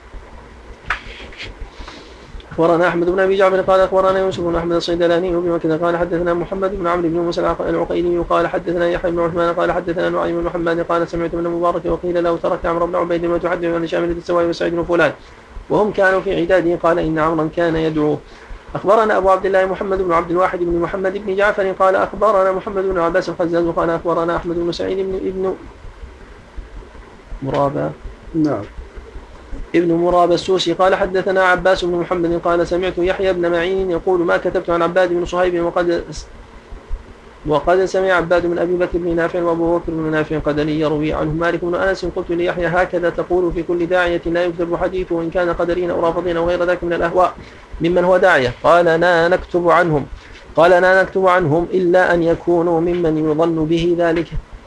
[SPEAKER 1] أخبرنا أحمد بن أبي جعفر قال أخبرنا يوسف بن أحمد الصيدلاني بمكة قال حدثنا محمد بن عمرو بن موسى العقيلي قال حدثنا يحيى بن عثمان قال حدثنا نعيم بن محمد قال سمعت من المبارك وقيل له تركت عمرو بن عبيد وتحدث عن شامل الدستوائي وسعيد بن فلان وهم كانوا في عداده، قال إن عمرا كان يدعو. أخبرنا أبو عبد الله محمد بن عبد الواحد بن محمد بن جعفر قال أخبرنا محمد بن عباس الخزاز قال أخبرنا أحمد بن سعيد بن ابن مرابة
[SPEAKER 2] نعم
[SPEAKER 1] ابن مرابة السوسي قال حدثنا عباس بن محمد قال سمعت يحيى بن معين يقول ما كتبت عن عباد بن صهيب وقد وقد سمع عباد من أبي بكر بن نافع وأبو بكر بن نافع قدري يروي عنه مالك بن أنس قلت ليحيى هكذا تقول في كل داعية لا يكذب حديثه وإن كان قدرين أو رافضين أو غير ذلك من الأهواء ممن هو داعية؟ قال لا نكتب عنهم قال لا نكتب عنهم إلا أن يكونوا ممن يظن به ذلك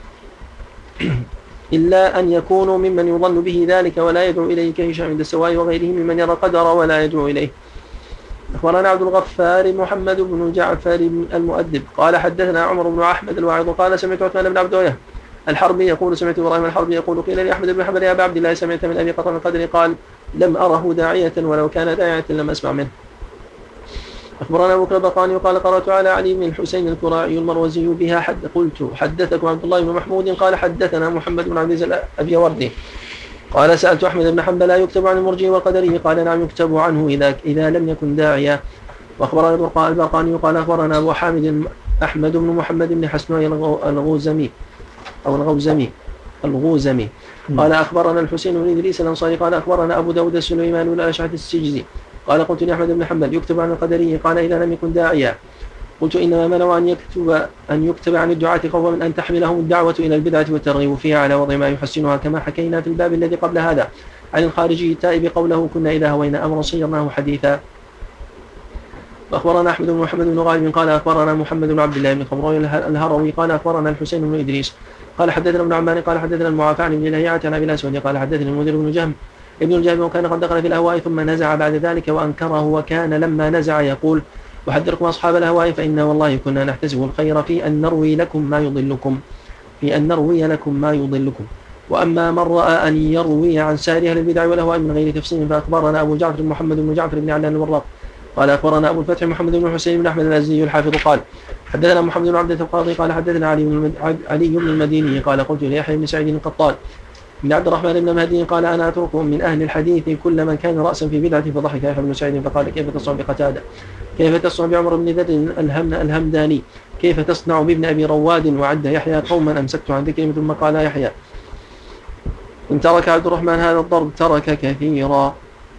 [SPEAKER 1] إلا أن يكونوا ممن يظن به ذلك ولا يدعو إليه كهشام الدستوائي وغيرهم ممن يرى قدر ولا يدعو إليه. أخبرنا عبد الغفار محمد بن جعفر المؤدب قال حدثنا عمر بن أحمد الواعظ قال سمعت عثمان بن عبد الله الحربي يقول سمعت إبراهيم الحربي يقول قيل لي أحمد بن حنبل يا أبا عبد الله سمعت من أبي قطن القدري قال لم أره داعية ولو كان داعية لم أسمع منه. أخبرنا أبو بكر البقاني وقال قرأت على علي بن الحسين الكراعي المروزي بها حد قلت حدثكم عبد الله بن محمود قال حدثنا محمد بن عبد العزيز أبي وردي قال سألت أحمد بن حنبل لا يكتب عن المرجئ والقدري؟ قال نعم يكتب عنه إذا إذا لم يكن داعيا. وأخبرنا البرقاني قال أخبرنا أبو حامد أحمد بن محمد بن حسن الغوزمي أو الغوزمي الغوزمي قال أخبرنا الحسين بن إدريس الأنصاري قال أخبرنا أبو داود سليمان بن الأشعث السجزي قال قلت لأحمد بن حنبل يكتب عن القدري؟ قال إذا لم يكن داعيا. قلت إنما منع أن يكتب أن يكتب عن الدعاة خوفا من أن تحملهم الدعوة إلى البدعة والترغيب فيها على وضع ما يحسنها، كما حكينا في الباب الذي قبل هذا عن الخارجي التائب قوله كنا إذا هوينا أمرا صيرناه حديثا. وأخبرنا أحمد بن محمد بن غالب قال أخبرنا محمد بن عبد الله بن خمروي الهروي قال أخبرنا الحسين بن إدريس قال حدثنا ابن عمان قال حدثنا المعافى عن ابن لهيعة عن أبي الأسود قال حدثنا المدير بن جهم ابن الجهم وكان قد دخل في الأهواء ثم نزع بعد ذلك وأنكره، وكان لما نزع يقول وحذركم أصحاب الأهواء فإنا والله كنا نحتسب الخير في أن نروي لكم ما يضلكم في أن نروي لكم ما يضلكم وأما من رأى أن يروي عن سائر أهل البدع والأهواء من غير تفصيل فأخبرنا أبو جعفر محمد بن جعفر بن علان الوراق قال أخبرنا أبو الفتح محمد بن حسين بن أحمد الأزدي الحافظ قال حدثنا محمد بن عبد القاضي قال حدثنا علي بن علي بن المديني قال قلت ليحيى بن سعيد القطان بن عبد الرحمن بن مهدي قال أنا أتركهم من أهل الحديث كل من كان رأسا في بدعة. فضحك يحيى بن سعيد فقال كيف تصنع بقتادة؟ كيف تصنع بعمر بن ذر الهم الهمداني؟ كيف تصنع بابن أبي رواد؟ وعد يحيى قوما أمسكت عن ذكرهم ثم قال يحيى إن ترك عبد الرحمن هذا الضرب ترك كثيرا.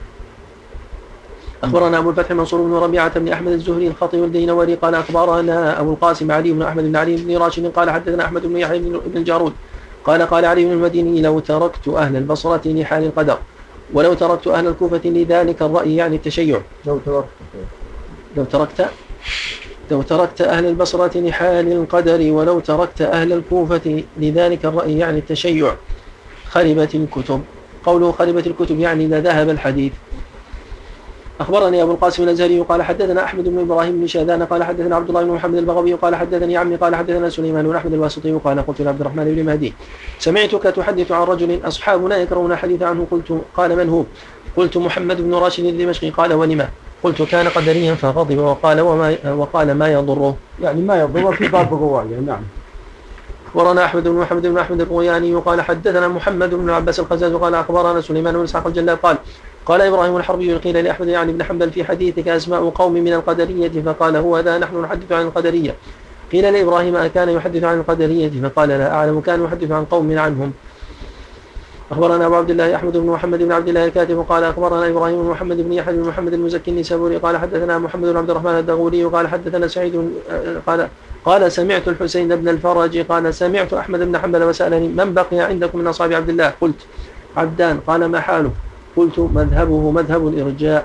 [SPEAKER 1] أخبرنا أبو الفتح منصور بن ربيعة بن أحمد الزهري الخطي والدينوري قال أخبرنا أبو القاسم علي بن أحمد بن علي بن راشد قال حدثنا أحمد بن يحيى بن الجارود قال قال علي بن المديني لو تركت أهل البصرة لحال القدر ولو تركت أهل الكوفة لذلك الرأي يعني التشيع.
[SPEAKER 2] لو تركت
[SPEAKER 1] لو تركت لو تركت أهل البصرة لحال القدر ولو تركت أهل الكوفة لذلك الرأي يعني التشيع خربت الكتب. قوله خربت الكتب يعني لذهب الحديث. أخبرني أبو القاسم الأزهري قال حدثنا أحمد بن إبراهيم بن شاذان قال حدثنا عبد الله بن محمد البغوي قال حدثني عمي قال حدثنا سليمان بن أحمد الواسطي قال قلت لعبد الرحمن بن مهدي سمعتك تحدث عن رجل أصحابنا يكرهون الحديث عنه. قلت قال من هو؟ قلت محمد بن راشد الدمشقي قال ولما؟ قلت كان قدريا فغضب وقال وما وقال ما يضره
[SPEAKER 2] يعني ما يضره في باب الرواية. نعم.
[SPEAKER 1] أخبرنا أحمد بن محمد بن أحمد الروياني قال حدثنا محمد بن عباس الخزاز قال أخبرنا سليمان بن إسحاق الجلاب قال قال إبراهيم الحربي قيل لأحمد يعني بن حنبل في حديثك أسماء قوم من القدرية فقال هو ذا نحن نحدث عن القدرية. قيل لإبراهيم أكان يحدث عن القدرية فقال لا أعلم كان يحدث عن قوم عنهم. أخبرنا أبو عبد الله أحمد بن محمد بن عبد الله الكاتب قال أخبرنا إبراهيم بن محمد بن يحيى بن محمد المزكي النسابوري قال حدثنا محمد بن عبد الرحمن الدغولي قال حدثنا سعيد قال قال سمعت الحسين بن الفرج قال سمعت أحمد بن حنبل وسألني من بقي عندكم من أصحاب عبد الله؟ قلت عبدان. قال ما حاله؟ قلت مذهبه مذهب الإرجاء.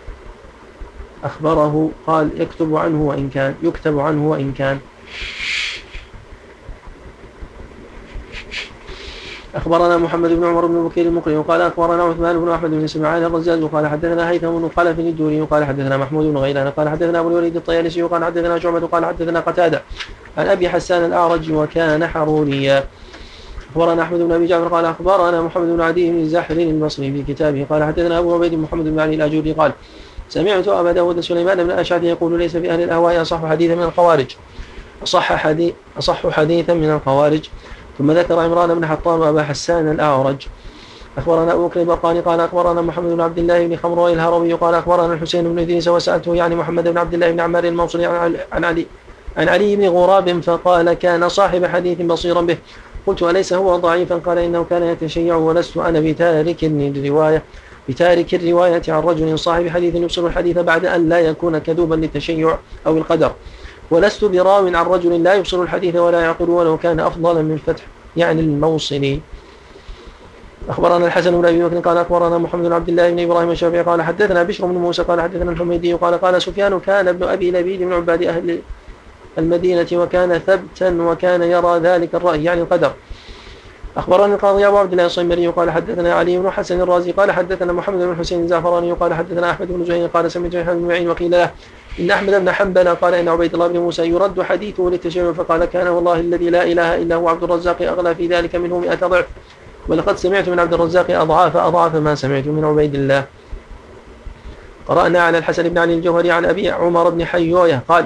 [SPEAKER 1] أخبره قال يكتب عنه وإن كان يكتب عنه وإن كان. أخبرنا محمد بن عمر بن بكير المقري وقال أخبرنا عثمان بن أحمد بن سمعان الرزاز وقال حدثنا هيثم بن خلف الدوري وقال حدثنا محمود بن غيلان قال حدثنا أبو الوليد الطيالسي وقال حدثنا شعبة قال حدثنا قتادة عن أبي حسان الأعرج وكان حروريا. أخبرنا أحمد بن أبي جعفر قال أخبرنا محمد بن عدي بن زحر البصري في كتابه قال حدثنا أبو عبيد محمد بن علي الأجوري قال سمعت أبا داود سليمان بن الأشعث يقول ليس في أهل الأهواء أصح حديثا من الخوارج أصح حديث أصح حديثا من الخوارج. ثم ذكر عمران بن حطان وأبا حسان الأعرج. أخبرنا أبو بكر البرقاني قال أخبرنا محمد بن عبد الله بن خمروي الهروي قال أخبرنا الحسين بن إدريس وسألته يعني محمد بن عبد الله بن عمار الموصلي عن علي عن علي بن غراب فقال كان صاحب حديث بصيرا به. قلت أليس هو ضعيفا؟ قال إنه كان يتشيع ولست أنا بتارك الرواية بتارك الرواية عن رجل صاحب حديث يبصر الحديث بعد أن لا يكون كذوبا للتشيع أو القدر، ولست براو عن رجل لا يبصر الحديث ولا يعقل ولو كان أفضل من فتح يعني الموصلي. أخبرنا الحسن بن أبي بكر قال أخبرنا محمد بن عبد الله بن إبراهيم الشافعي قال حدثنا بشر بن موسى قال حدثنا الحميدي قال قال سفيان كان ابن أبي لبيد من عباد أهل المدينة وكان ثبتا وكان يرى ذلك الرأي يعني القدر. أخبرني القاضي أبو عبد الله الصيمري قال حدثنا علي بن حسن الرازي قال حدثنا محمد بن حسين الزعفراني قال حدثنا أحمد بن زهير قال سمعت يحيى بن معين وقيل له إن أحمد بن حنبل قال إن عبيد الله بن موسى يرد حديثه للتشيع فقال كان والله الذي لا إله إلا هو عبد الرزاق أغلى في ذلك منه مئة ضعف ولقد سمعت من عبد الرزاق أضعاف أضعاف ما سمعت من عبيد الله. قرأنا على الحسن بن علي الجوهري عن أبي عمر بن حيوية قال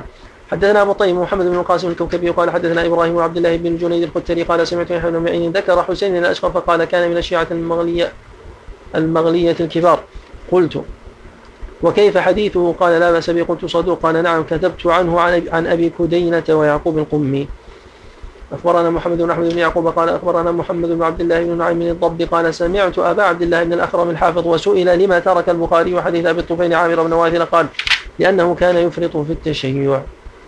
[SPEAKER 1] حدثنا أبو طيب محمد بن القاسم الكوكبي قال حدثنا إبراهيم بن عبد الله بن الجنيد الختري قال سمعت يحيى بن معين ذكر حسين الأشقر فقال كان من الشيعة المغلية المغلية الكبار. قلت وكيف حديثه؟ قال لا بأس به. قلت صدوق؟ قال نعم كتبت عنه عن أبي كدينة ويعقوب القمي. أخبرنا محمد بن أحمد بن يعقوب قال أخبرنا محمد بن عبد الله بن نعيم الضبي قال سمعت أبا عبد الله بن الأخرم الحافظ وسئل لما ترك البخاري حديث أبي الطفيل عامر بن واثلة قال لأنه كان يفرط في التشيع.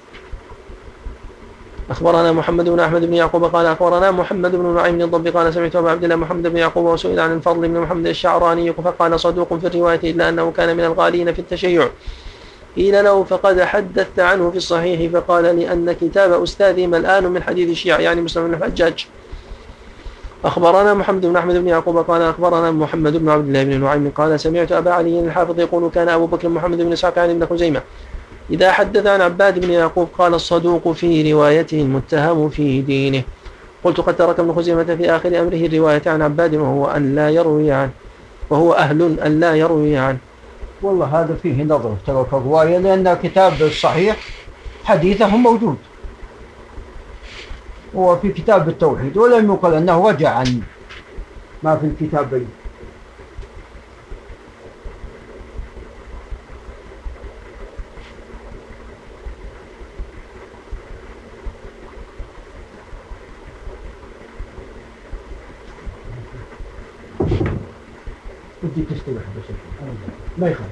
[SPEAKER 1] أخبرنا محمد بن أحمد بن يعقوب قال أخبرنا محمد بن نعيم الضبي قال سمعت أبا عبد الله محمد بن يعقوب وسئل عن الفضل بن محمد الشعراني فقال صدوق في الرواية إلا أنه كان من الغالين في التشيع. قيل له فقد حدثت عنه في الصحيح فقال لأن كتاب أستاذي ملآن من حديث الشيعة يعني مسلم بن الحجاج. أخبرنا محمد بن أحمد بن يعقوب قال أخبرنا محمد بن عبد الله بن نعيم قال سمعت أبا علي الحافظ يقول كان أبو بكر محمد بن إسحاق عن ابن خزيمة إذا حدث عن عباد بن يعقوب قال الصدوق في روايته المتهم في دينه. قلت قد ترك ابن خزيمة في آخر أمره الرواية عن عباد وهو أن لا يروي عنه وهو أهل أن لا يروي عنه.
[SPEAKER 2] والله هذا فيه نظر ترك الرواية لأن كتاب الصحيح حديثه موجود هو في كتاب التوحيد ولم يقل أنه رجع عن ما في الكتابين. بدي تستريح بس ما يخاف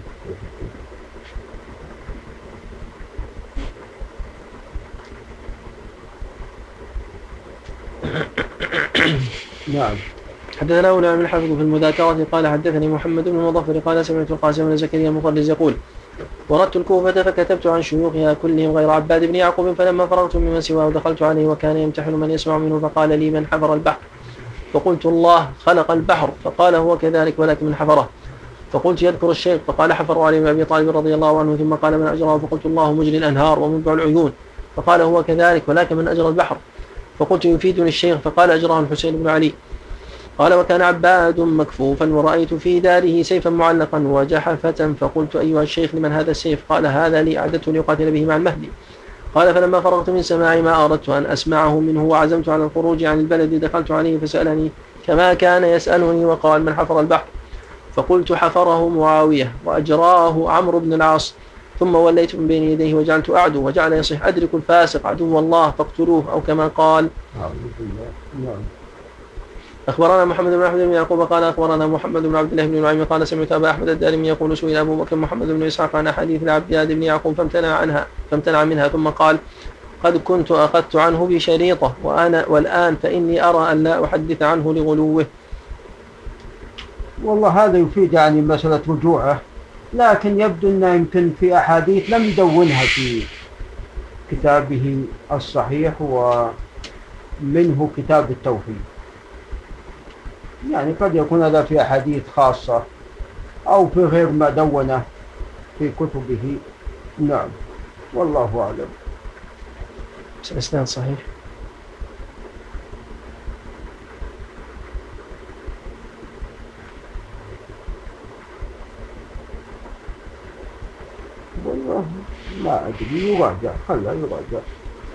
[SPEAKER 2] نعم.
[SPEAKER 1] حدثنا أولى من الحافظ في المذاكرة قال حدثني محمد بن المظفر قال سمعت القاسم بن زكريا المطرز يقول وردت الكوفة فكتبت عن شيوخها كلهم غير عباد بن يعقوب فلما فرغت ممن سواه دخلت عليه وكان يمتحن من يسمع منه فقال لي من حفر البحر؟ فقلت الله خلق البحر. فقال هو كذلك ولكن من حفره. فقلت يذكر الشيخ فقال حفر علي بن أبي طالب رضي الله عنه ثم قال من أجره فقلت الله مجري الأنهار ومنبع العيون. فقال هو كذلك ولكن من أجر البحر. فقلت يفيدني الشيخ فقال أجره الحسين بن علي. قال وكان عباد مكفوفا ورأيت في داره سيفا معلقا وجحفة فقلت أيها الشيخ لمن هذا السيف؟ قال هذا لي أعددته ليقاتل به مع المهدي. قال فلما فرغت من سماع ما أردت أن أسمعه منه وعزمت على الخروج عن البلد دخلت عليه فسألني كما كان يسألني وقال من حفر البحر؟ فقلت حفره معاوية وأجراه عمرو بن العاص. ثم وليت من بين يديه وجعلت أعدو وجعل يصيح أدرك الفاسق عدو الله فاقتلوه أو كما قال. أخبرنا محمد بن أحمد بن يعقوب قال أخبرنا محمد بن عبد الله بن نعيم قال سمعت أبا أحمد الدارمي يقول سئل أبو بكر محمد بن إسحاق عن أحاديث العباد بن يعقوب فامتنع عنها فامتنع منها ثم قال قد كنت أخذت عنه بشريطة وأنا والآن فإني أرى أن لا أحدث عنه لغلوه.
[SPEAKER 2] والله هذا يفيد يعني مسألة رجوعه لكن يبدو أنه يمكن في أحاديث لم يدونها في كتابه الصحيح ومنه كتاب التوحيد يعني قد يكون هذا في أحاديث خاصة أو في غير ما دونه في كتبه. نعم والله أعلم.
[SPEAKER 1] الإسناد صحيح.
[SPEAKER 2] والله ما أدري يراجع خلها يراجع.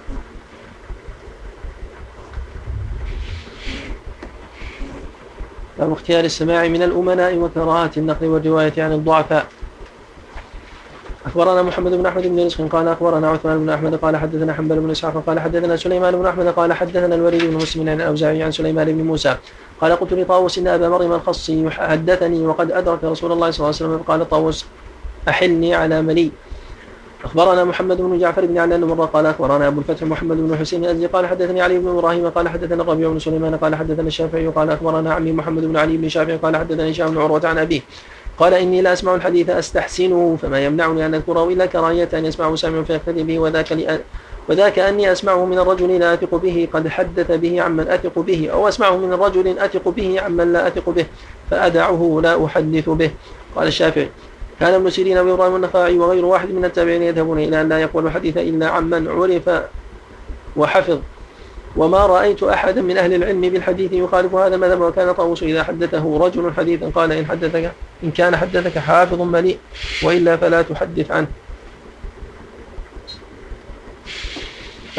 [SPEAKER 1] باب اختيار السماع من الأمناء وكراهة النقل والرواية عن الضعفاء. أخبرنا محمد بن أحمد بن رزق قال أخبرنا عثمان بن أحمد قال حدثنا حنبل بن إسحاق قال حدثنا سليمان بن أحمد قال حدثنا الوليد بن مسلم عن الأوزاعي عن سليمان بن موسى قال قلت لطاووس إن أبا مريم الخصي حدثني وقد أدرك رسول الله صلى الله عليه وسلم فقال طاووس أحلني على ملي. أخبرنا محمد بن جعفر بن علان مرة قال أخبرنا أبو الفتح محمد بن حسين الأزدي قال حدثني علي بن إبراهيم قال حدثنا الربيع بن سليمان قال حدثنا الشافعي قال أخبرنا عمي محمد بن علي بن شافعي قال حدثني هشام بن عروة عن أبيه قال إني لا أسمع الحديث أستحسنه فما يمنعني أن أذكره إلا كراهية أن يسمعه سامع فيقتدي به وذاك, لأ وذاك أني أسمعه من الرجل لا أثق به قد حدث به عمن أثق به أو أسمعه من الرجل أثق به عمن لا أثق به فأدعه لا أحدث به. قال الشافعي كان ابن سيرين وإبراهيم النخعي وغير واحد من التابعين يذهبون إلى أن لا يقول الحديث إلا عمن عرف وحفظ وما رأيت أحدا من أهل العلم بالحديث يخالف هذا المذهب. وكان طاووس إذا حدثه رجل حديثا قال إن حدثك إن كان حدثك حافظ مليء وإلا فلا تحدث عنه.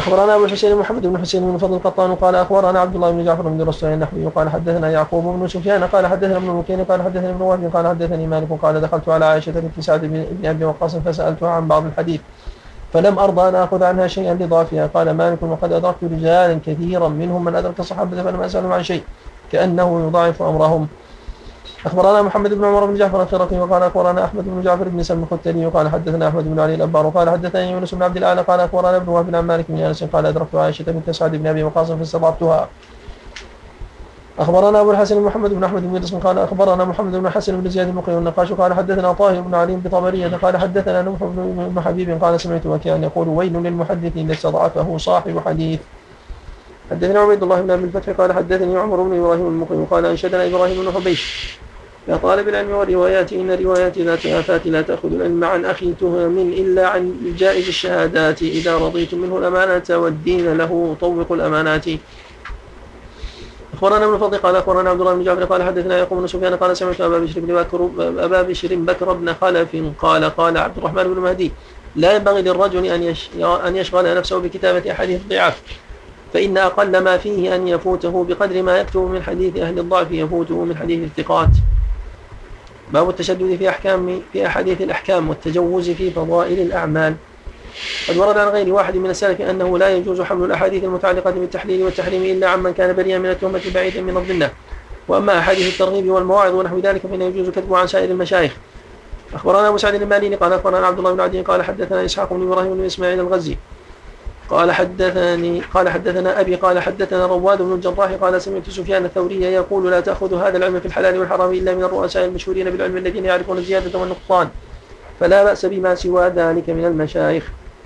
[SPEAKER 1] أخبرنا أبو الحسين محمد بن حسين بن فضل القطان قال أخبرنا عبد الله بن جعفر بن رسول النحوي قال حدثنا يعقوب بن سفيان قال حدثنا ابن المكين قال حدثنا ابن وهب قال حدثني مالك قال دخلت على عائشة بنت سعد بن أبي وقاص فسألتها عن بعض الحديث فلم أرضى أن أخذ عنها شيئا لضعفها. قال مالك وقد أدركت رجالا كثيرا منهم من أدرك الصحابة فلم أسألهم عن شيء كأنه يضاعف أمرهم. أخبرنا محمد بن عمر بن جعفر الخرقي وقال أخبرنا أحمد بن جعفر بن سلم الختلي وقال حدثنا أحمد بن علي الأبار وقال حدثني يونس بن عبد الأعلى قال أخبرنا ابن وهب عن مالك بن أنس قال أدركت عائشة بنت سعد بن أبي وقاص فاستضعفتها. أخبرنا أبو الحسن محمد بن أحمد بن رسم قال أخبرنا محمد بن حسن بن زياد المقري والنقاش قال حدثنا طاهر بن علي بطبرية قال حدثنا نوح بن حبيب قال سمعت وكيعا يقول ويل للمحدث إذا استضعفه صاحب حديث. حدثنا عبيد الله بن أبي الفتح قال حدثني عمر بن إبراهيم المقري قال أنشدنا إبراهيم بن حبيش يا طالب العلم والروايات إن الروايات ذات آفات لا تأخذ العلم عن أخي تهم إلا عن جائز الشهادات إذا رضيتم منه الأمانة والدين له طوق الأمانات. أخبرنا ابن الفضل قال أخبرنا عبد الله بن جعفر قال حدثنا يعقوب بن سفيان قال سمعت أبا بشر بن بكر أبا بشر بكر بن خلف قال قال عبد الرحمن بن مهدي لا ينبغي للرجل أن أن يشغل نفسه بكتابة أحاديث الضعاف فإن أقل ما فيه أن يفوته بقدر ما يكتب من حديث أهل الضعف يفوته من حديث الثقات. باب التشدد في أحكام في أحاديث الأحكام والتجوز في فضائل الأعمال. قد ورد عن غير واحد من السلف أنه لا يجوز حمل الأحاديث المتعلقة بالتحليل والتحريم إلا عمن كان بريئا من التهمة بعيدا من الظنة، وأما أحاديث الترغيب والمواعظ ونحو ذلك فإنه يجوز كتبه عن سائر المشايخ. أخبرنا أبو سعد الماليني قال أخبرنا عبد الله بن عدي قال حدثنا إسحاق بن إبراهيم بن إسماعيل الغزي قال حدثني قال حدثنا أبي قال حدثنا رواد بن الجراح قال سمعت سفيان الثوري يقول لا تأخذ هذا العلم في الحلال والحرام إلا من الرؤساء المشهورين بالعلم الذين يعرفون الزيادة والنقصان، فلا بأس بما سوى ذلك من المشايخ.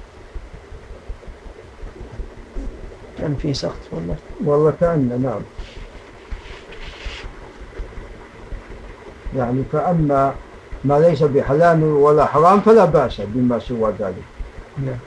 [SPEAKER 1] كان في سخط والله
[SPEAKER 2] والله كأن نعم يعني فأما ما ليس بحلال ولا حرام فلا بأس بما سوى ذلك.
[SPEAKER 1] نعم.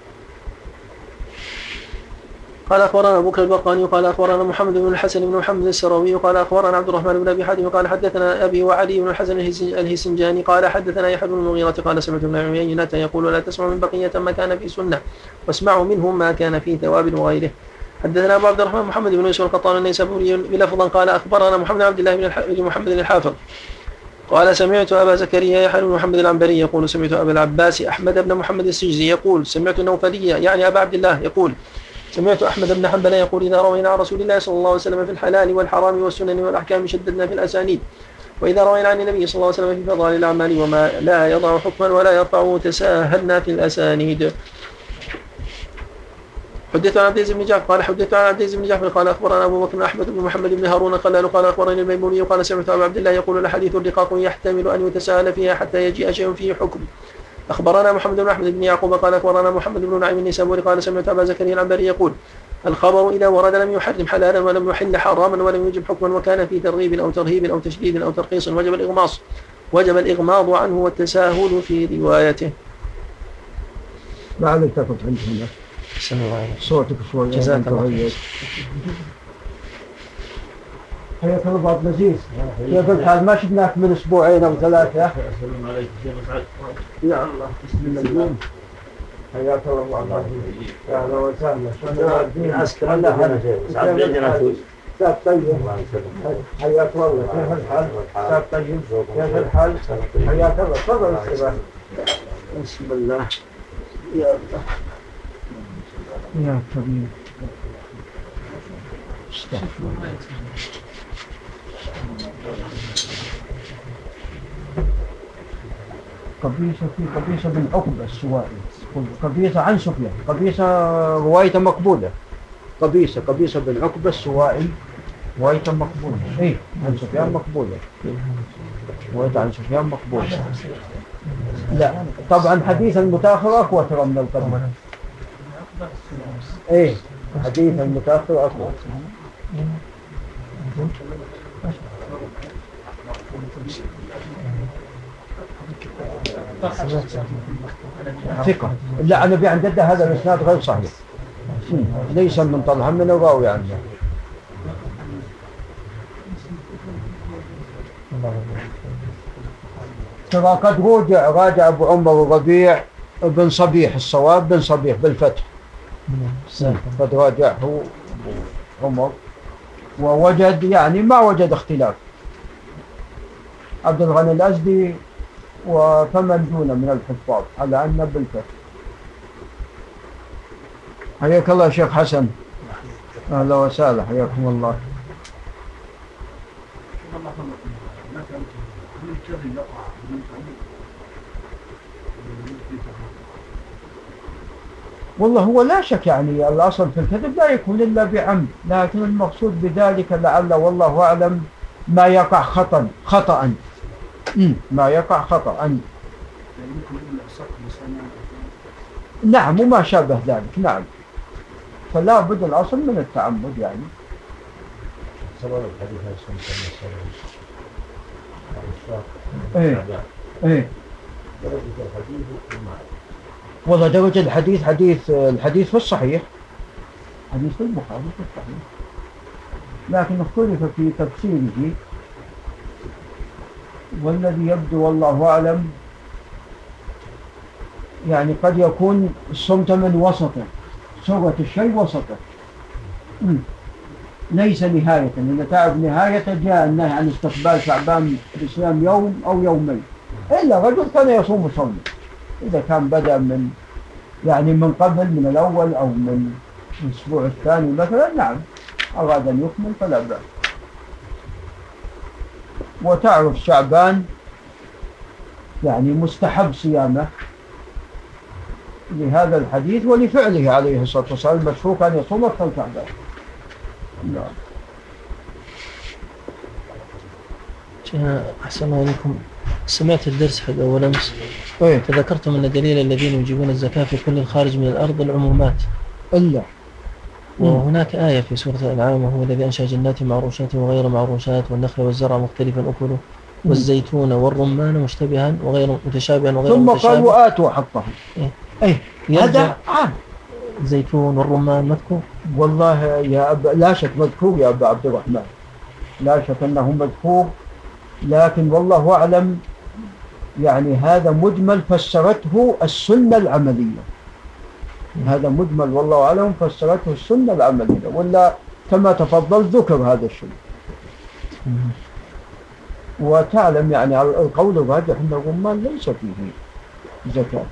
[SPEAKER 1] قال أخبرنا أبو بكر البرقاني وقال أخبرنا محمد بن الحسن بن محمد السروي وقال أخبرنا عبد الرحمن بن أبي حاتم وقال حدثنا أبي وعلي بن الحسن الهسنجاني قال حدثنا يحيى بن المغيرة قال سمعت ابن عيينة يقول لا تسمعوا من بقية ما كان في سنة واسمعوا منه ما كان في ثواب وغيره. حدثنا أبو عبد الرحمن محمد بن يوسف القطان النيسابوري بلفظا قال أخبرنا محمد عبد الله بن محمد الحافظ قال سمعت أبا زكريا يحيى بن محمد العنبري يقول سمعت أبا العباس أحمد بن محمد السجزي يقول سمعت النوفلي يعني أبا عبد الله يقول سمعت أحمد بن حنبل يقول إذا روينا عن رسول الله صلى الله عليه وسلم في الحلال والحرام والسنن والأحكام شددنا في الأسانيد، وإذا روينا عن النبي صلى الله عليه وسلم في فضائل الأعمال وما لا يضع حكما ولا يرفعه تساهلنا في الأسانيد. حدثت عن عبد العزيز بن جعفر قال حدثت عن عبد العزيز بن جعفر قال أخبرنا أبو بكر أحمد بن محمد بن هارون قال قال أخبرني الميموني قال سمعت أبا عبد الله يقول الحديث الرقاق يحتمل أن يتساهل فيها حتى يجيء شيء فيه حكم. أخبرنا محمد بن أحمد بن يعقوب قال أخبرنا محمد بن نعيم النيسابوري قال سمعت أبا زكريا العنبري يقول الخبر إذا ورد لم يحرم حلالا ولم يحل حراما ولم يجب حكما وكان في ترغيب أو ترهيب أو تشديد أو ترخيص وجب الإغماص وجب الإغماض عنه والتساهل في روايته.
[SPEAKER 2] لعلك تقف عند هنا صوتك شوي
[SPEAKER 1] جزاك الله
[SPEAKER 2] حياك الله عبد العزيز كيف الحال؟ ما شفناك من اسبوعين او ثلاثه.
[SPEAKER 3] السلام عليكم شيخ مسعد.
[SPEAKER 2] يا الله بسم الله. حياك الله عبد العزيز. يا اهلا وسهلا.
[SPEAKER 3] من عسكر الله مسعد بيدنا فوز.
[SPEAKER 2] ساب طيب. حياك الله كيف الحال؟ ساب طيب كيف الحال؟ حياك الله تفضل الشباب.
[SPEAKER 3] بسم الله. يا الله.
[SPEAKER 2] يا كريم. استغفر الله. قبيصة في قبيصة بن عقبة السوائي قبيصة عن سفيان قبيصة روايته مقبولة قبيصة قبيصة بن عقبة السوائي روايته مقبولة إيه عن سفيان مقبولة روايته عن سفيان مقبولة. لا طبعا حديث المتاخر أقوى ترى من القديم. إيه حديث المتاخر أقوى. ثقة. لا أنا بي عن جدة هذا الإسناد غير صحيح ليس من طلحة من الراوي عنه. ترى قد راجع راجع أبو عمر الربيع بن صبيح الصواب بن صبيح بالفتح قد راجعه عمر ووجد يعني ما وجد اختلاف. عبد الغني الأزدي وفمن دونه من الحفاظ على أن بالفتح. حياك الله شيخ حسن، أهلا وسهلا، حياكم الله. والله هو لا شك يعني الأصل في الكذب لا يكون إلا بعمد، لكن المقصود بذلك لعل والله أعلم ما يقع خطأ خطأ ما يقع خطأ. نعم وما شابه ذلك. نعم فلا بد الأصل من التعمد يعني. ايه ايه والله درجة الحديث حديث الحديث في الصحيح، حديث في البخاري في الصحيح، لكن اختلف في تفسيره، والذي يبدو والله أعلم يعني قد يكون الصمت من وسطه، صورة الشيء وسطه ليس نهاية، إذا تعرف نهاية جاء النهي عن استقبال شعبان بصيام يوم أو يومين، إلا رجل كان يصوم صوم إذا كان بدأ من يعني من قبل من الأول أو من الأسبوع الثاني مثلا، نعم أراد أن يكمل فلا بأس. وتعرف شعبان يعني مستحب صيامه لهذا الحديث ولفعله عليه الصلاة والسلام المشهور كان يصوم أكثر شعبان. نعم.
[SPEAKER 1] أحسن الله عليكم، سمعت الدرس حق أول أمس
[SPEAKER 2] إيه؟
[SPEAKER 1] تذكرتم أن دليل الذين يجيبون الزكاة في كل الخارج من الأرض العمومات،
[SPEAKER 2] إلا
[SPEAKER 1] وهناك آية في سورة الأنعام وهو الذي أنشأ جنات معروشات وغير معروشات والنخل والزرع مختلفا أكله والزيتون والرمان مشتبها وغير متشابها وغير
[SPEAKER 2] ثم
[SPEAKER 1] متشابه.
[SPEAKER 2] ثم قال وآتوا حقه.
[SPEAKER 1] إيه؟
[SPEAKER 2] إيه؟ هذا عام.
[SPEAKER 1] الزيتون والرمان مذكور؟
[SPEAKER 2] والله يا أب... لا شك مذكور يا أبا عبد الرحمن، لا شك أنه مذكور، لكن والله أعلم يعني هذا مجمل فسرته السنة العملية، هذا مجمل والله أعلم فسرته السنة العملية، ولا كما تفضل ذكر هذا الشيء. وتعلم يعني القول الراجح أن الرمان ليس فيه زكاة،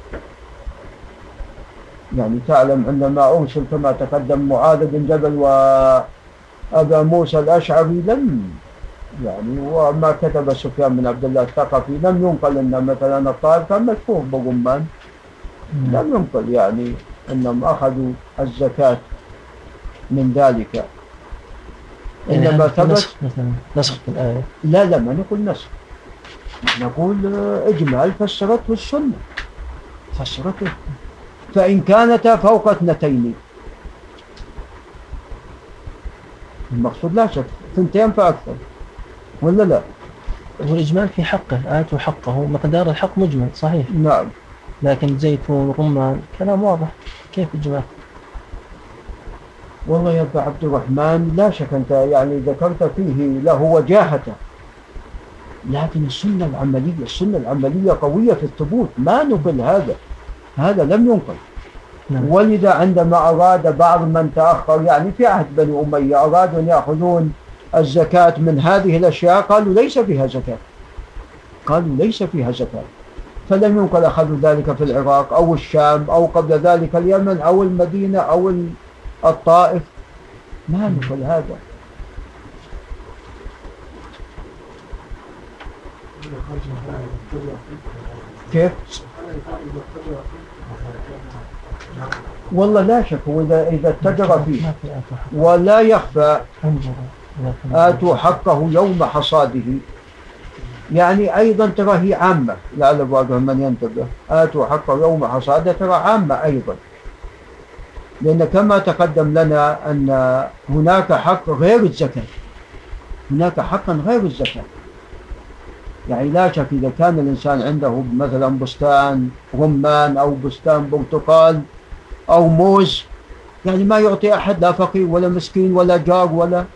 [SPEAKER 2] يعني تعلم عندما أرسل كما تقدم معاذ بن جبل وأبا موسى الأشعري لم يعني، وما كتب سفيان بن عبد الله الثقفي لم ينقل أن مثلا الطائف كان مشهور بالرمان، لم ينقل يعني أنهم أخذوا الزكاة من ذلك، إنما ثبت
[SPEAKER 1] نسخ مثلا نسخ الآية.
[SPEAKER 2] لا لا ما نقول نسخ، نقول إجمال فسرته السنة، فسرته فإن كانتا فوق اثنتين، المقصود لا شك ثنتين فأكثر ولا لا؟
[SPEAKER 1] والإجمال في حقه، آتوا حقه، مقدار الحق مجمل صحيح.
[SPEAKER 2] نعم.
[SPEAKER 1] لكن زيتون رمان كلام واضح، كيف إجمال؟
[SPEAKER 2] والله يا أبا عبد الرحمن لا شك أنت يعني ذكرت فيه له وجاهته، لكن السنة العملية السنة العملية قوية في الثبوت، ما نقل هذا، هذا لم ينقل. نعم. ولذا عندما أراد بعض من تأخر يعني في عهد بني أمية أرادوا أن يأخذون الزكاة من هذه الأشياء قالوا ليس فيها زكاة، قالوا ليس فيها زكاة، فلم ينقل أخذوا ذلك في العراق أو الشام أو قبل ذلك اليمن أو المدينة أو الطائف، ما نقل هذا. كيف؟ والله لا شك وإذا إذا اتجر فيه ولا يخفى آتوا حقه يوم حصاده، يعني أيضا ترى هي عامة، لعل بعضهم من ينتبه، آتوا حقه يوم حصاده ترى عامة أيضا، لأن كما تقدم لنا أن هناك حق غير الزكاة، هناك حقا غير الزكاة، يعني لا شك إذا كان الإنسان عنده مثلا بستان رمان أو بستان برتقال أو موز، يعني ما يعطي أحد لا فقير ولا مسكين ولا جار ولا،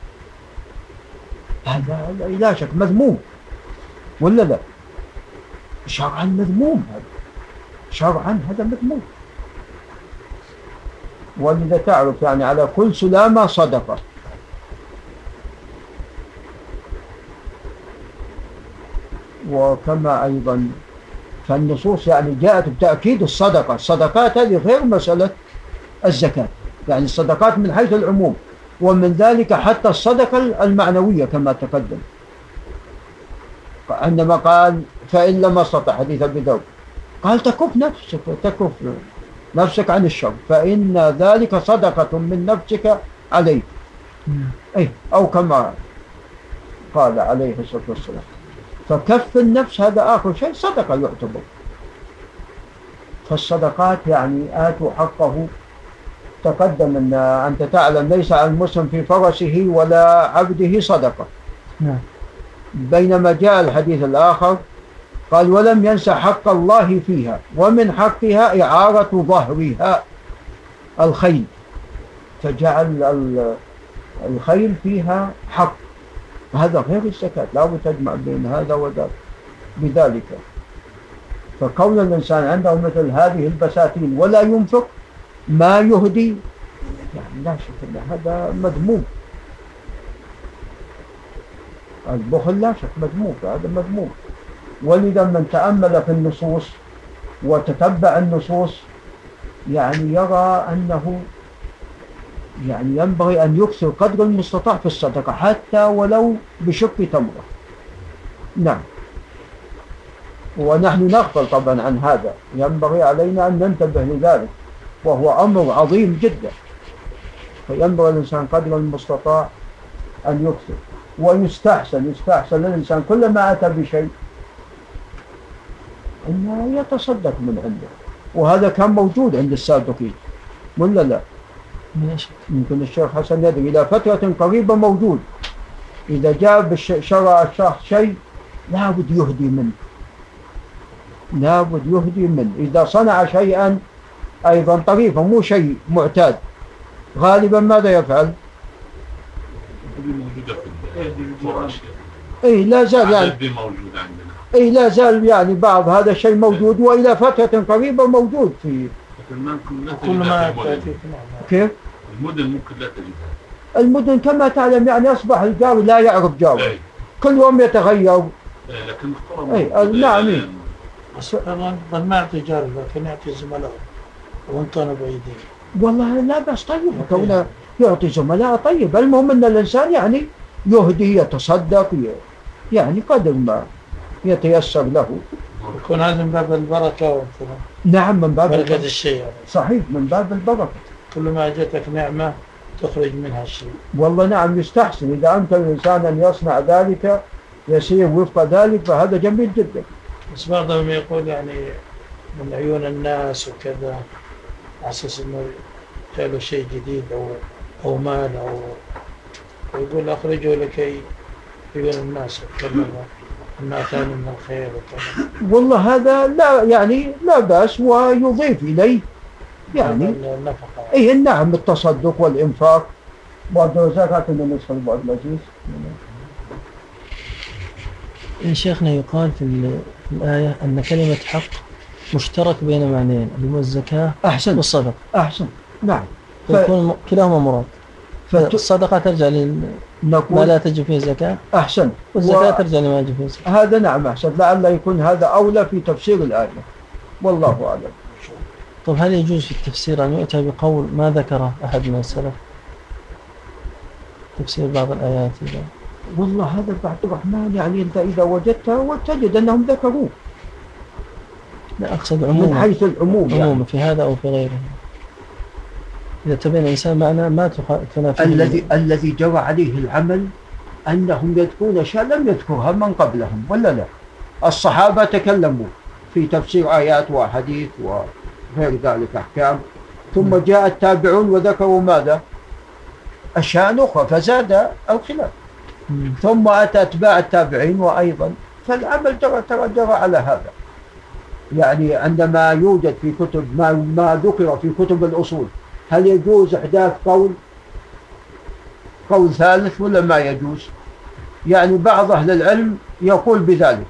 [SPEAKER 2] هذا لا شك مذموم ولا لا؟ شرعا مذموم، هذا شرعا هذا مذموم. ولذا تعرف يعني على كل سلامة صدقة. وكما أيضا فالنصوص يعني جاءت بتأكيد الصدقة. الصدقات هذه غير مسألة الزكاة، يعني الصدقات من حيث العموم، ومن ذلك حتى الصدقة المعنوية كما تقدم، عندما قال فإن لم استطع حديث أبي داود قال تكف نفسك تكف نفسك عن الشر فإن ذلك صدقة من نفسك عليك، أي أو كما قال عليه الصلاة والسلام. فكف النفس هذا آخر شيء صدقة يعتبر. فالصدقات يعني آتوا حقه. تقدم أن أنت تعلم ليس على المسلم في فرسه ولا عبده صدقة.
[SPEAKER 1] نعم.
[SPEAKER 2] بينما جاء الحديث الآخر قال ولم ينس حق الله فيها، ومن حقها إعارة ظهرها الخيل، فجعل الخيل فيها حق. هذا غير الزكاة، لا بد تجمع بين هذا وذاك بذلك. فكون الإنسان عنده مثل هذه البساتين ولا ينفق ما يهدي يعني لا شك أن هذا مذموم. البخل لا شك مذموم، هذا مذموم. ولذا من تأمل في النصوص وتتبع النصوص يعني يرى أنه يعني ينبغي أن يكثر قدر المستطاع في الصدقة حتى ولو بشق تمرة. نعم. ونحن نغفل طبعا عن هذا، ينبغي علينا أن ننتبه لذلك، وهو أمر عظيم جدا. فينبغي الإنسان قدر المستطاع أن يكثر، ويستحسن يستحسن للإنسان كلما أتى بشيء أنه يتصدق من عنده. وهذا كان موجود عند السابقين ولا لا؟ يمكن الشيخ حسن يدري إلى فترة قريبة موجود، إذا جاء شرع الشخص شيء لابد يهدي منه، لابد يهدي منه. إذا صنع شيئا أيضا طريفا مو شيء معتاد غالبا ماذا يفعل؟ إيه لا زال يعني إيه لا زال يعني بعض هذا الشيء موجود، وإلى فترة قريبة موجود في
[SPEAKER 4] كل ما
[SPEAKER 2] كيف؟
[SPEAKER 4] المدن ممكن لا تجدها.
[SPEAKER 2] المدن كما تعلم يعني أصبح الجار لا يعرف جاره،
[SPEAKER 4] أي.
[SPEAKER 2] كل يوم يتغير.
[SPEAKER 4] أي. لكن
[SPEAKER 2] أي نعم.
[SPEAKER 4] بس
[SPEAKER 5] بل ما يعطي جاره لكن يعطي زملائه وإن كانوا بعيدين.
[SPEAKER 2] والله لا بس طيب كونه يعطي زملاء طيب، المهم أن الإنسان يعني يهدي يتصدق يعني قدر ما يتيسر له.
[SPEAKER 5] يكون هذا من باب البركة والفضل.
[SPEAKER 2] نعم من باب
[SPEAKER 5] بركة الشيء.
[SPEAKER 2] صحيح من باب البركة.
[SPEAKER 5] كل ما جاتك نعمة تخرج منها الشيء.
[SPEAKER 2] والله نعم يستحسن إذا أمكن الإنسان أن يصنع ذلك يسير وفق ذلك فهذا جميل جدا.
[SPEAKER 5] بس بعضهم يقول يعني من عيون الناس وكذا على أساس إنه قالوا شيء جديد أو أو مال أو يقول أخرجوا لكي عيون الناس وكذا ما كان من الخير وكذا.
[SPEAKER 2] والله هذا لا يعني لا بأس ويضيف إليه يعني
[SPEAKER 5] النفقة.
[SPEAKER 2] إيه نعم التصدق والإنفاق والزكاة من نصف البعض العزيز.
[SPEAKER 1] شيخنا يقال في الآية أن كلمة حق مشترك بين معنيين اللي هو الزكاة
[SPEAKER 2] أحسن
[SPEAKER 1] والصدقة.
[SPEAKER 2] أحسن نعم.
[SPEAKER 1] فيكون ف... كلاهما مراد.
[SPEAKER 2] فت...
[SPEAKER 1] الصدقة ترجع لل ما لا تجب فيه زكاة.
[SPEAKER 2] أحسن.
[SPEAKER 1] والزكاة و... ترجع لما يجب فيه زكاة.
[SPEAKER 2] هذا نعم أحسن، لعل يكون هذا أولى في تفسير الآية والله أعلم.
[SPEAKER 1] طب هل يجوز في التفسير أن يؤتى بقول ما ذكره أحد من السلف؟ تفسير بعض الآيات إذا
[SPEAKER 2] والله هذا بعد الرحمن يعني أنت إذا وجدته وتجد أنهم ذكروه.
[SPEAKER 1] لا أقصد عموما
[SPEAKER 2] من حيث العموم
[SPEAKER 1] عموما
[SPEAKER 2] يعني.
[SPEAKER 1] في هذا أو في غيره. إذا تبين الإنسان معنى ما تنافيه.
[SPEAKER 2] الذي الذي جرى عليه العمل أنهم يذكرون أشياء لم يذكرها من قبلهم ولا لا؟ الصحابة تكلموا في تفسير آيات وحديث وغير ذلك أحكام، ثم جاء التابعون وذكروا ماذا؟ أشياء أخرى فزاد الخلاف. ثم أتى أتباع التابعين وأيضا فالعمل جرى ترى جرى على هذا. يعني عندما يوجد في كتب ما, ما ذكر في كتب الأصول هل يجوز إحداث قول قول ثالث ولا ما يجوز؟ يعني بعض أهل العلم يقول بذلك،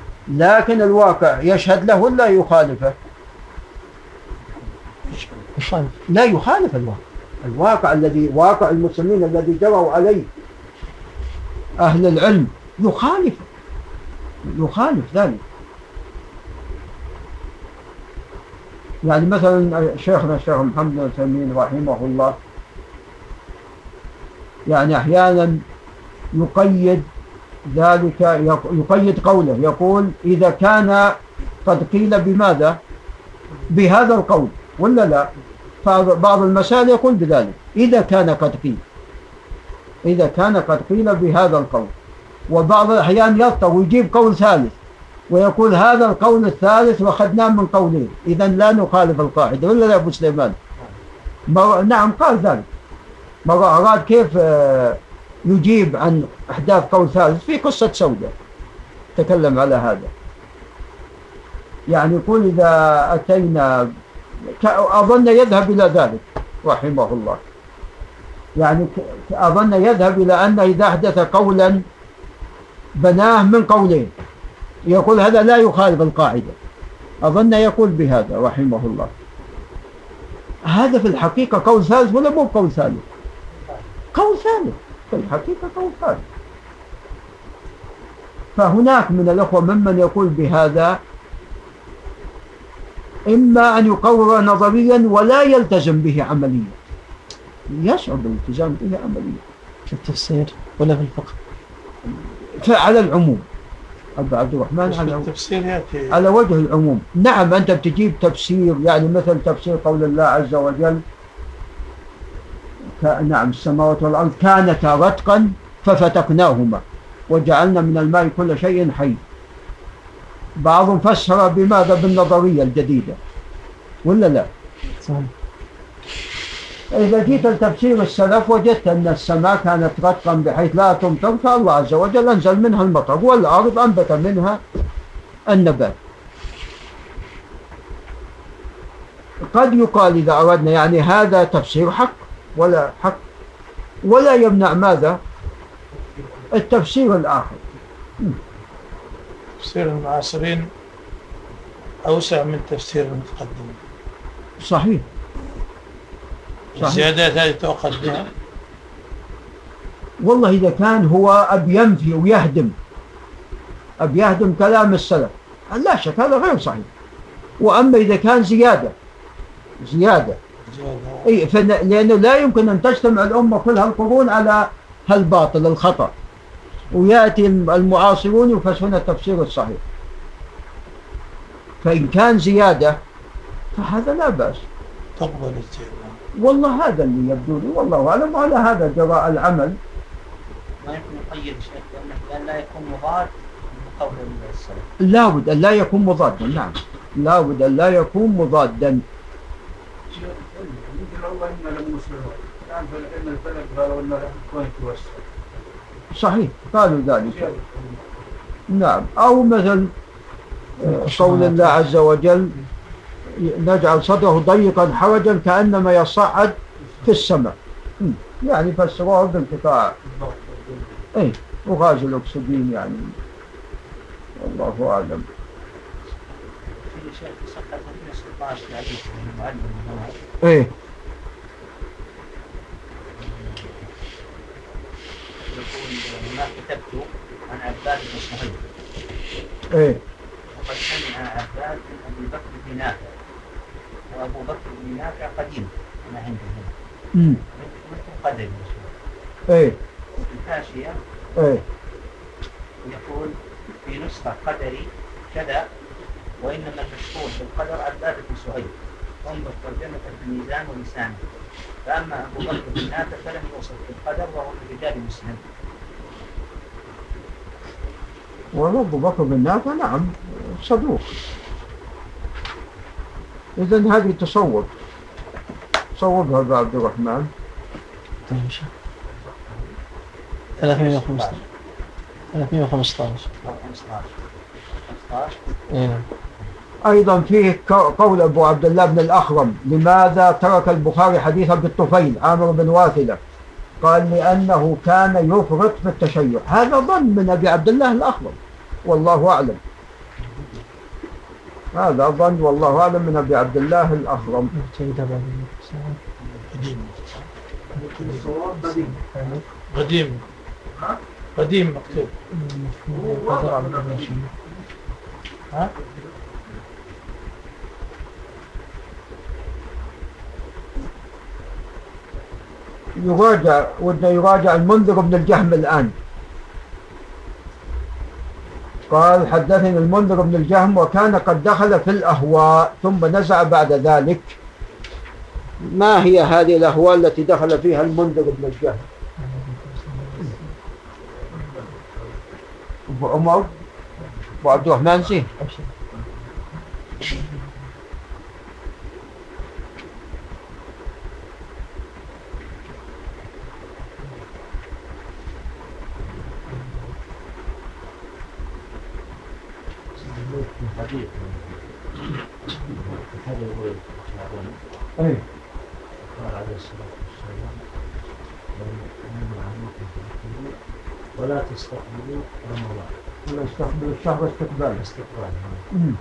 [SPEAKER 2] لكن الواقع يشهد له ولا يخالفه؟
[SPEAKER 1] يخالف.
[SPEAKER 2] لا يخالف الواقع، الواقع الذي واقع المسلمين الذي جروا عليه أهل العلم يخالف يخالف ذلك. يعني مثلا شيخنا الشيخ محمد بن تيمية رحمه الله يعني أحيانا يقيد ذلك، يقيد قوله، يقول إذا كان قد قيل بماذا؟ بهذا القول ولا لا؟ فبعض المسائل يقول بذلك إذا كان قد قيل، إذا كان قد قيل بهذا القول. وبعض الأحيان يطلع ويجيب قول ثالث ويقول هذا القول الثالث وأخذناه من قولين، إذا لا نخالف القاعدة ولا لا أبو سليمان؟ نعم قال ذلك مرة، أراد كيف يجيب عن أحداث قول ثالث في قصة سودة، تكلم على هذا. يعني يقول إذا أتينا، أظن يذهب إلى ذلك رحمه الله، يعني أظن يذهب إلى أن إذا أحدث قولا بناه من قولين يقول هذا لا يخالف القاعدة، أظن يقول بهذا رحمه الله. هذا في الحقيقة قول ثالث ولا مو قول ثالث؟ قول ثالث في الحقيقة، قول ثالث. فهناك من الأخوة ممن يقول بهذا، إما أن يقرر نظريا ولا يلتزم به عمليا، يصعب الالتزام به عمليا.
[SPEAKER 1] في التفسير ولا في الفقه؟
[SPEAKER 2] فعلى العموم أبو عبد الرحمن، على
[SPEAKER 5] التفسير يأتي
[SPEAKER 2] على وجه العموم. نعم أنت بتجيب تفسير، يعني مثل تفسير قول الله عز وجل نعم السماوات والأرض كانتا رتقا ففتقناهما وجعلنا من الماء كل شيء حي. بعضهم فسر بماذا؟ بالنظرية الجديدة ولا لا؟
[SPEAKER 1] صحيح.
[SPEAKER 2] إذا جيت لتفسير السلف وجدت أن السماء كانت رتقا بحيث لا تمطر، فالله عز وجل أنزل منها المطر والأرض أنبت منها النبات. قد يقال إذا أردنا يعني هذا تفسير حق ولا حق، ولا يمنع ماذا؟ التفسير الآخر.
[SPEAKER 5] تفسير المعاصرين أوسع من تفسير المتقدمين.
[SPEAKER 2] صحيح.
[SPEAKER 5] الزيادات هذه تؤخذ بها؟
[SPEAKER 2] والله إذا كان هو أبي ينفي ويهدم، أبي يهدم كلام السلف، لا شك هذا غير صحيح. وأما إذا كان زيادة زيادة أي، لأنه لا يمكن أن تجتمع الأمة كل هالقرون على هالباطل الخطأ، ويأتي المعاصرون يفسرون التفسير الصحيح. فإن كان زيادة فهذا لا بأس،
[SPEAKER 5] تقبل الزيادة.
[SPEAKER 2] والله هذا اللي يبدو لي، والله أعلم، وعلى هذا جراء العمل.
[SPEAKER 6] ما يمكن يقيد شيء لأنه لا يكون مضاد بقول السلف.
[SPEAKER 2] لا بد أن لا يكون مضادا. نعم لا بد أن لا يكون مضادا. صحيح قالوا ذلك. نعم. أو مثل قول الله عز وجل نجعل صدره ضيقا حرجا كأنما يصعد في السماء، يعني فسروه بانقطاع اي وغاز الاكسجين، يعني والله اعلم.
[SPEAKER 6] في شيء في صفحة ستة عشر حديث المعلم
[SPEAKER 2] ايه
[SPEAKER 6] يقول ما كتبت عن عباد بن صهيب
[SPEAKER 2] ايه
[SPEAKER 6] وقد سمع عباد بن ابي بكر بن نافع، وابو بكر بن نافع قديم ما عنده هنا
[SPEAKER 2] امم
[SPEAKER 6] مثل قدري
[SPEAKER 2] ايه
[SPEAKER 6] الحاشية
[SPEAKER 2] ايه
[SPEAKER 6] يقول في نسخة قدري كذا، وإنما المشهور بالقدر عباد بن صهيب، انظر ترجمة الميزان ولسانه. فأما أبو بكر بن نافع فلم يوصف بالقدر وهو من رجال مسلم.
[SPEAKER 2] وأبو بكر بن نافع نعم صدوق. إذن هذه تصوب صوبها أبو عبد الرحمن.
[SPEAKER 1] ثلاثمائة وخمسة عشر
[SPEAKER 2] أيضا فيه قول أبو عبد الله بن الأخرم لماذا ترك البخاري حديثا بالطفيل عامر بن واثلة؟ قال لأنه كان يفرط في التشيع. هذا ظن من أبي عبد الله الأخرم والله أعلم. هذا ظن والله أعلم من أبي عبد الله الأخرم.
[SPEAKER 5] قديم قديم مكتوب. ها؟
[SPEAKER 2] يراجع ودنا يراجع المنذر بن الجهم الآن. قال حدثني المنذر بن الجهم وكان قد دخل في الأهواء ثم نزع بعد ذلك. ما هي هذه الأهواء التي دخل فيها المنذر بن الجهم؟ أبو عمر أبو عبد الرحمن زين.
[SPEAKER 3] حديث هذا يقول
[SPEAKER 2] ايه
[SPEAKER 3] قال عليه الصلاة والسلام ولا تستقبلوا رمضان
[SPEAKER 2] ولا يستقبل الشهر استقبال
[SPEAKER 3] استقبال
[SPEAKER 2] امم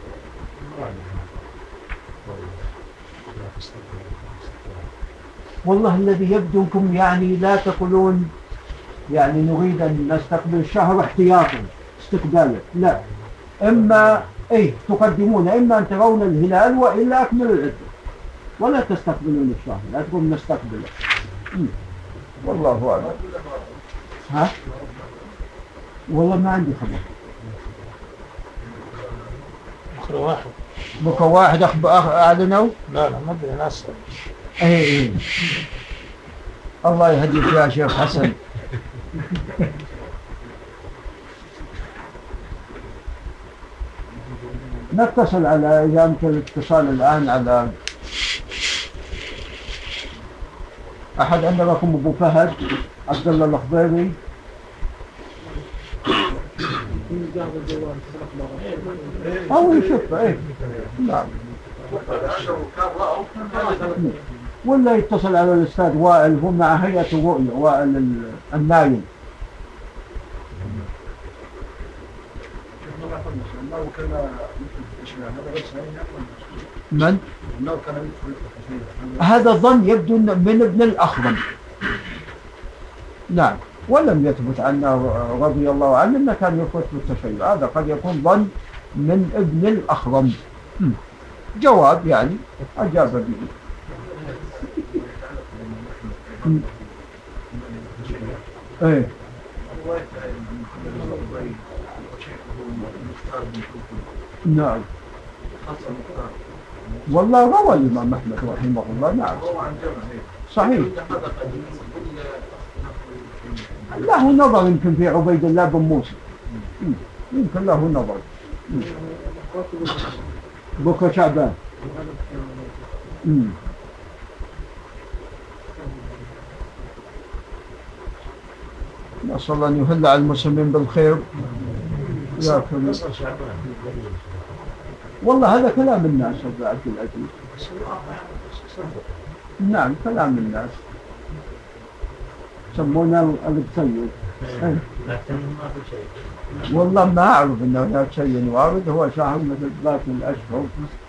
[SPEAKER 3] لا تستقبلوا استقبال.
[SPEAKER 2] والله الذي يبدو انكم يعني لا تقولون يعني نريد ان نستقبل الشهر احتياطا استقبالا، لا، اما ايه تقدمون اما ان ترون الهلال والا اكملوا العده ولا تستقبلون الشهر، لا تقولون نستقبله. والله اعلم. ها؟ والله ما عندي خبر.
[SPEAKER 5] بكره واحد
[SPEAKER 2] بكره واحد اخبر اعلنوا؟
[SPEAKER 5] لا لا ما ادري ناس.
[SPEAKER 2] ايه ايه الله يهديك يا شيخ حسن. نتصل على إذا يمكن الاتصال الآن على أحد عنده رقم أبو فهد عبد الله الخضيري. أو يشوف إيه نعم، ولا يتصل على الأستاذ وائل هو مع هيئة الرؤية وائل النايم. من؟ هذا الظن يبدو من ابن الأخرم. نعم، ولم يثبت عنه رضي الله عنه أنه كان يفوت بالتشيع، هذا قد يكون ظن من ابن الأخرم. جواب يعني أجاب به. ايه نعم والله روى الإمام أحمد رحمه الله. نعم صحيح. له نظر يمكن في عبيد الله بن موسى، يمكن له نظر. بكرة شعبان. نسأل الله أن يهل على المسلمين بالخير. يا كريم. والله هذا كلام الناس أبو عبد العزيز. نعم كلام الناس يسمونه التسيد. والله ما أعرف أنه لا شيء وارد، هو شهر مثل باقي الأشهر.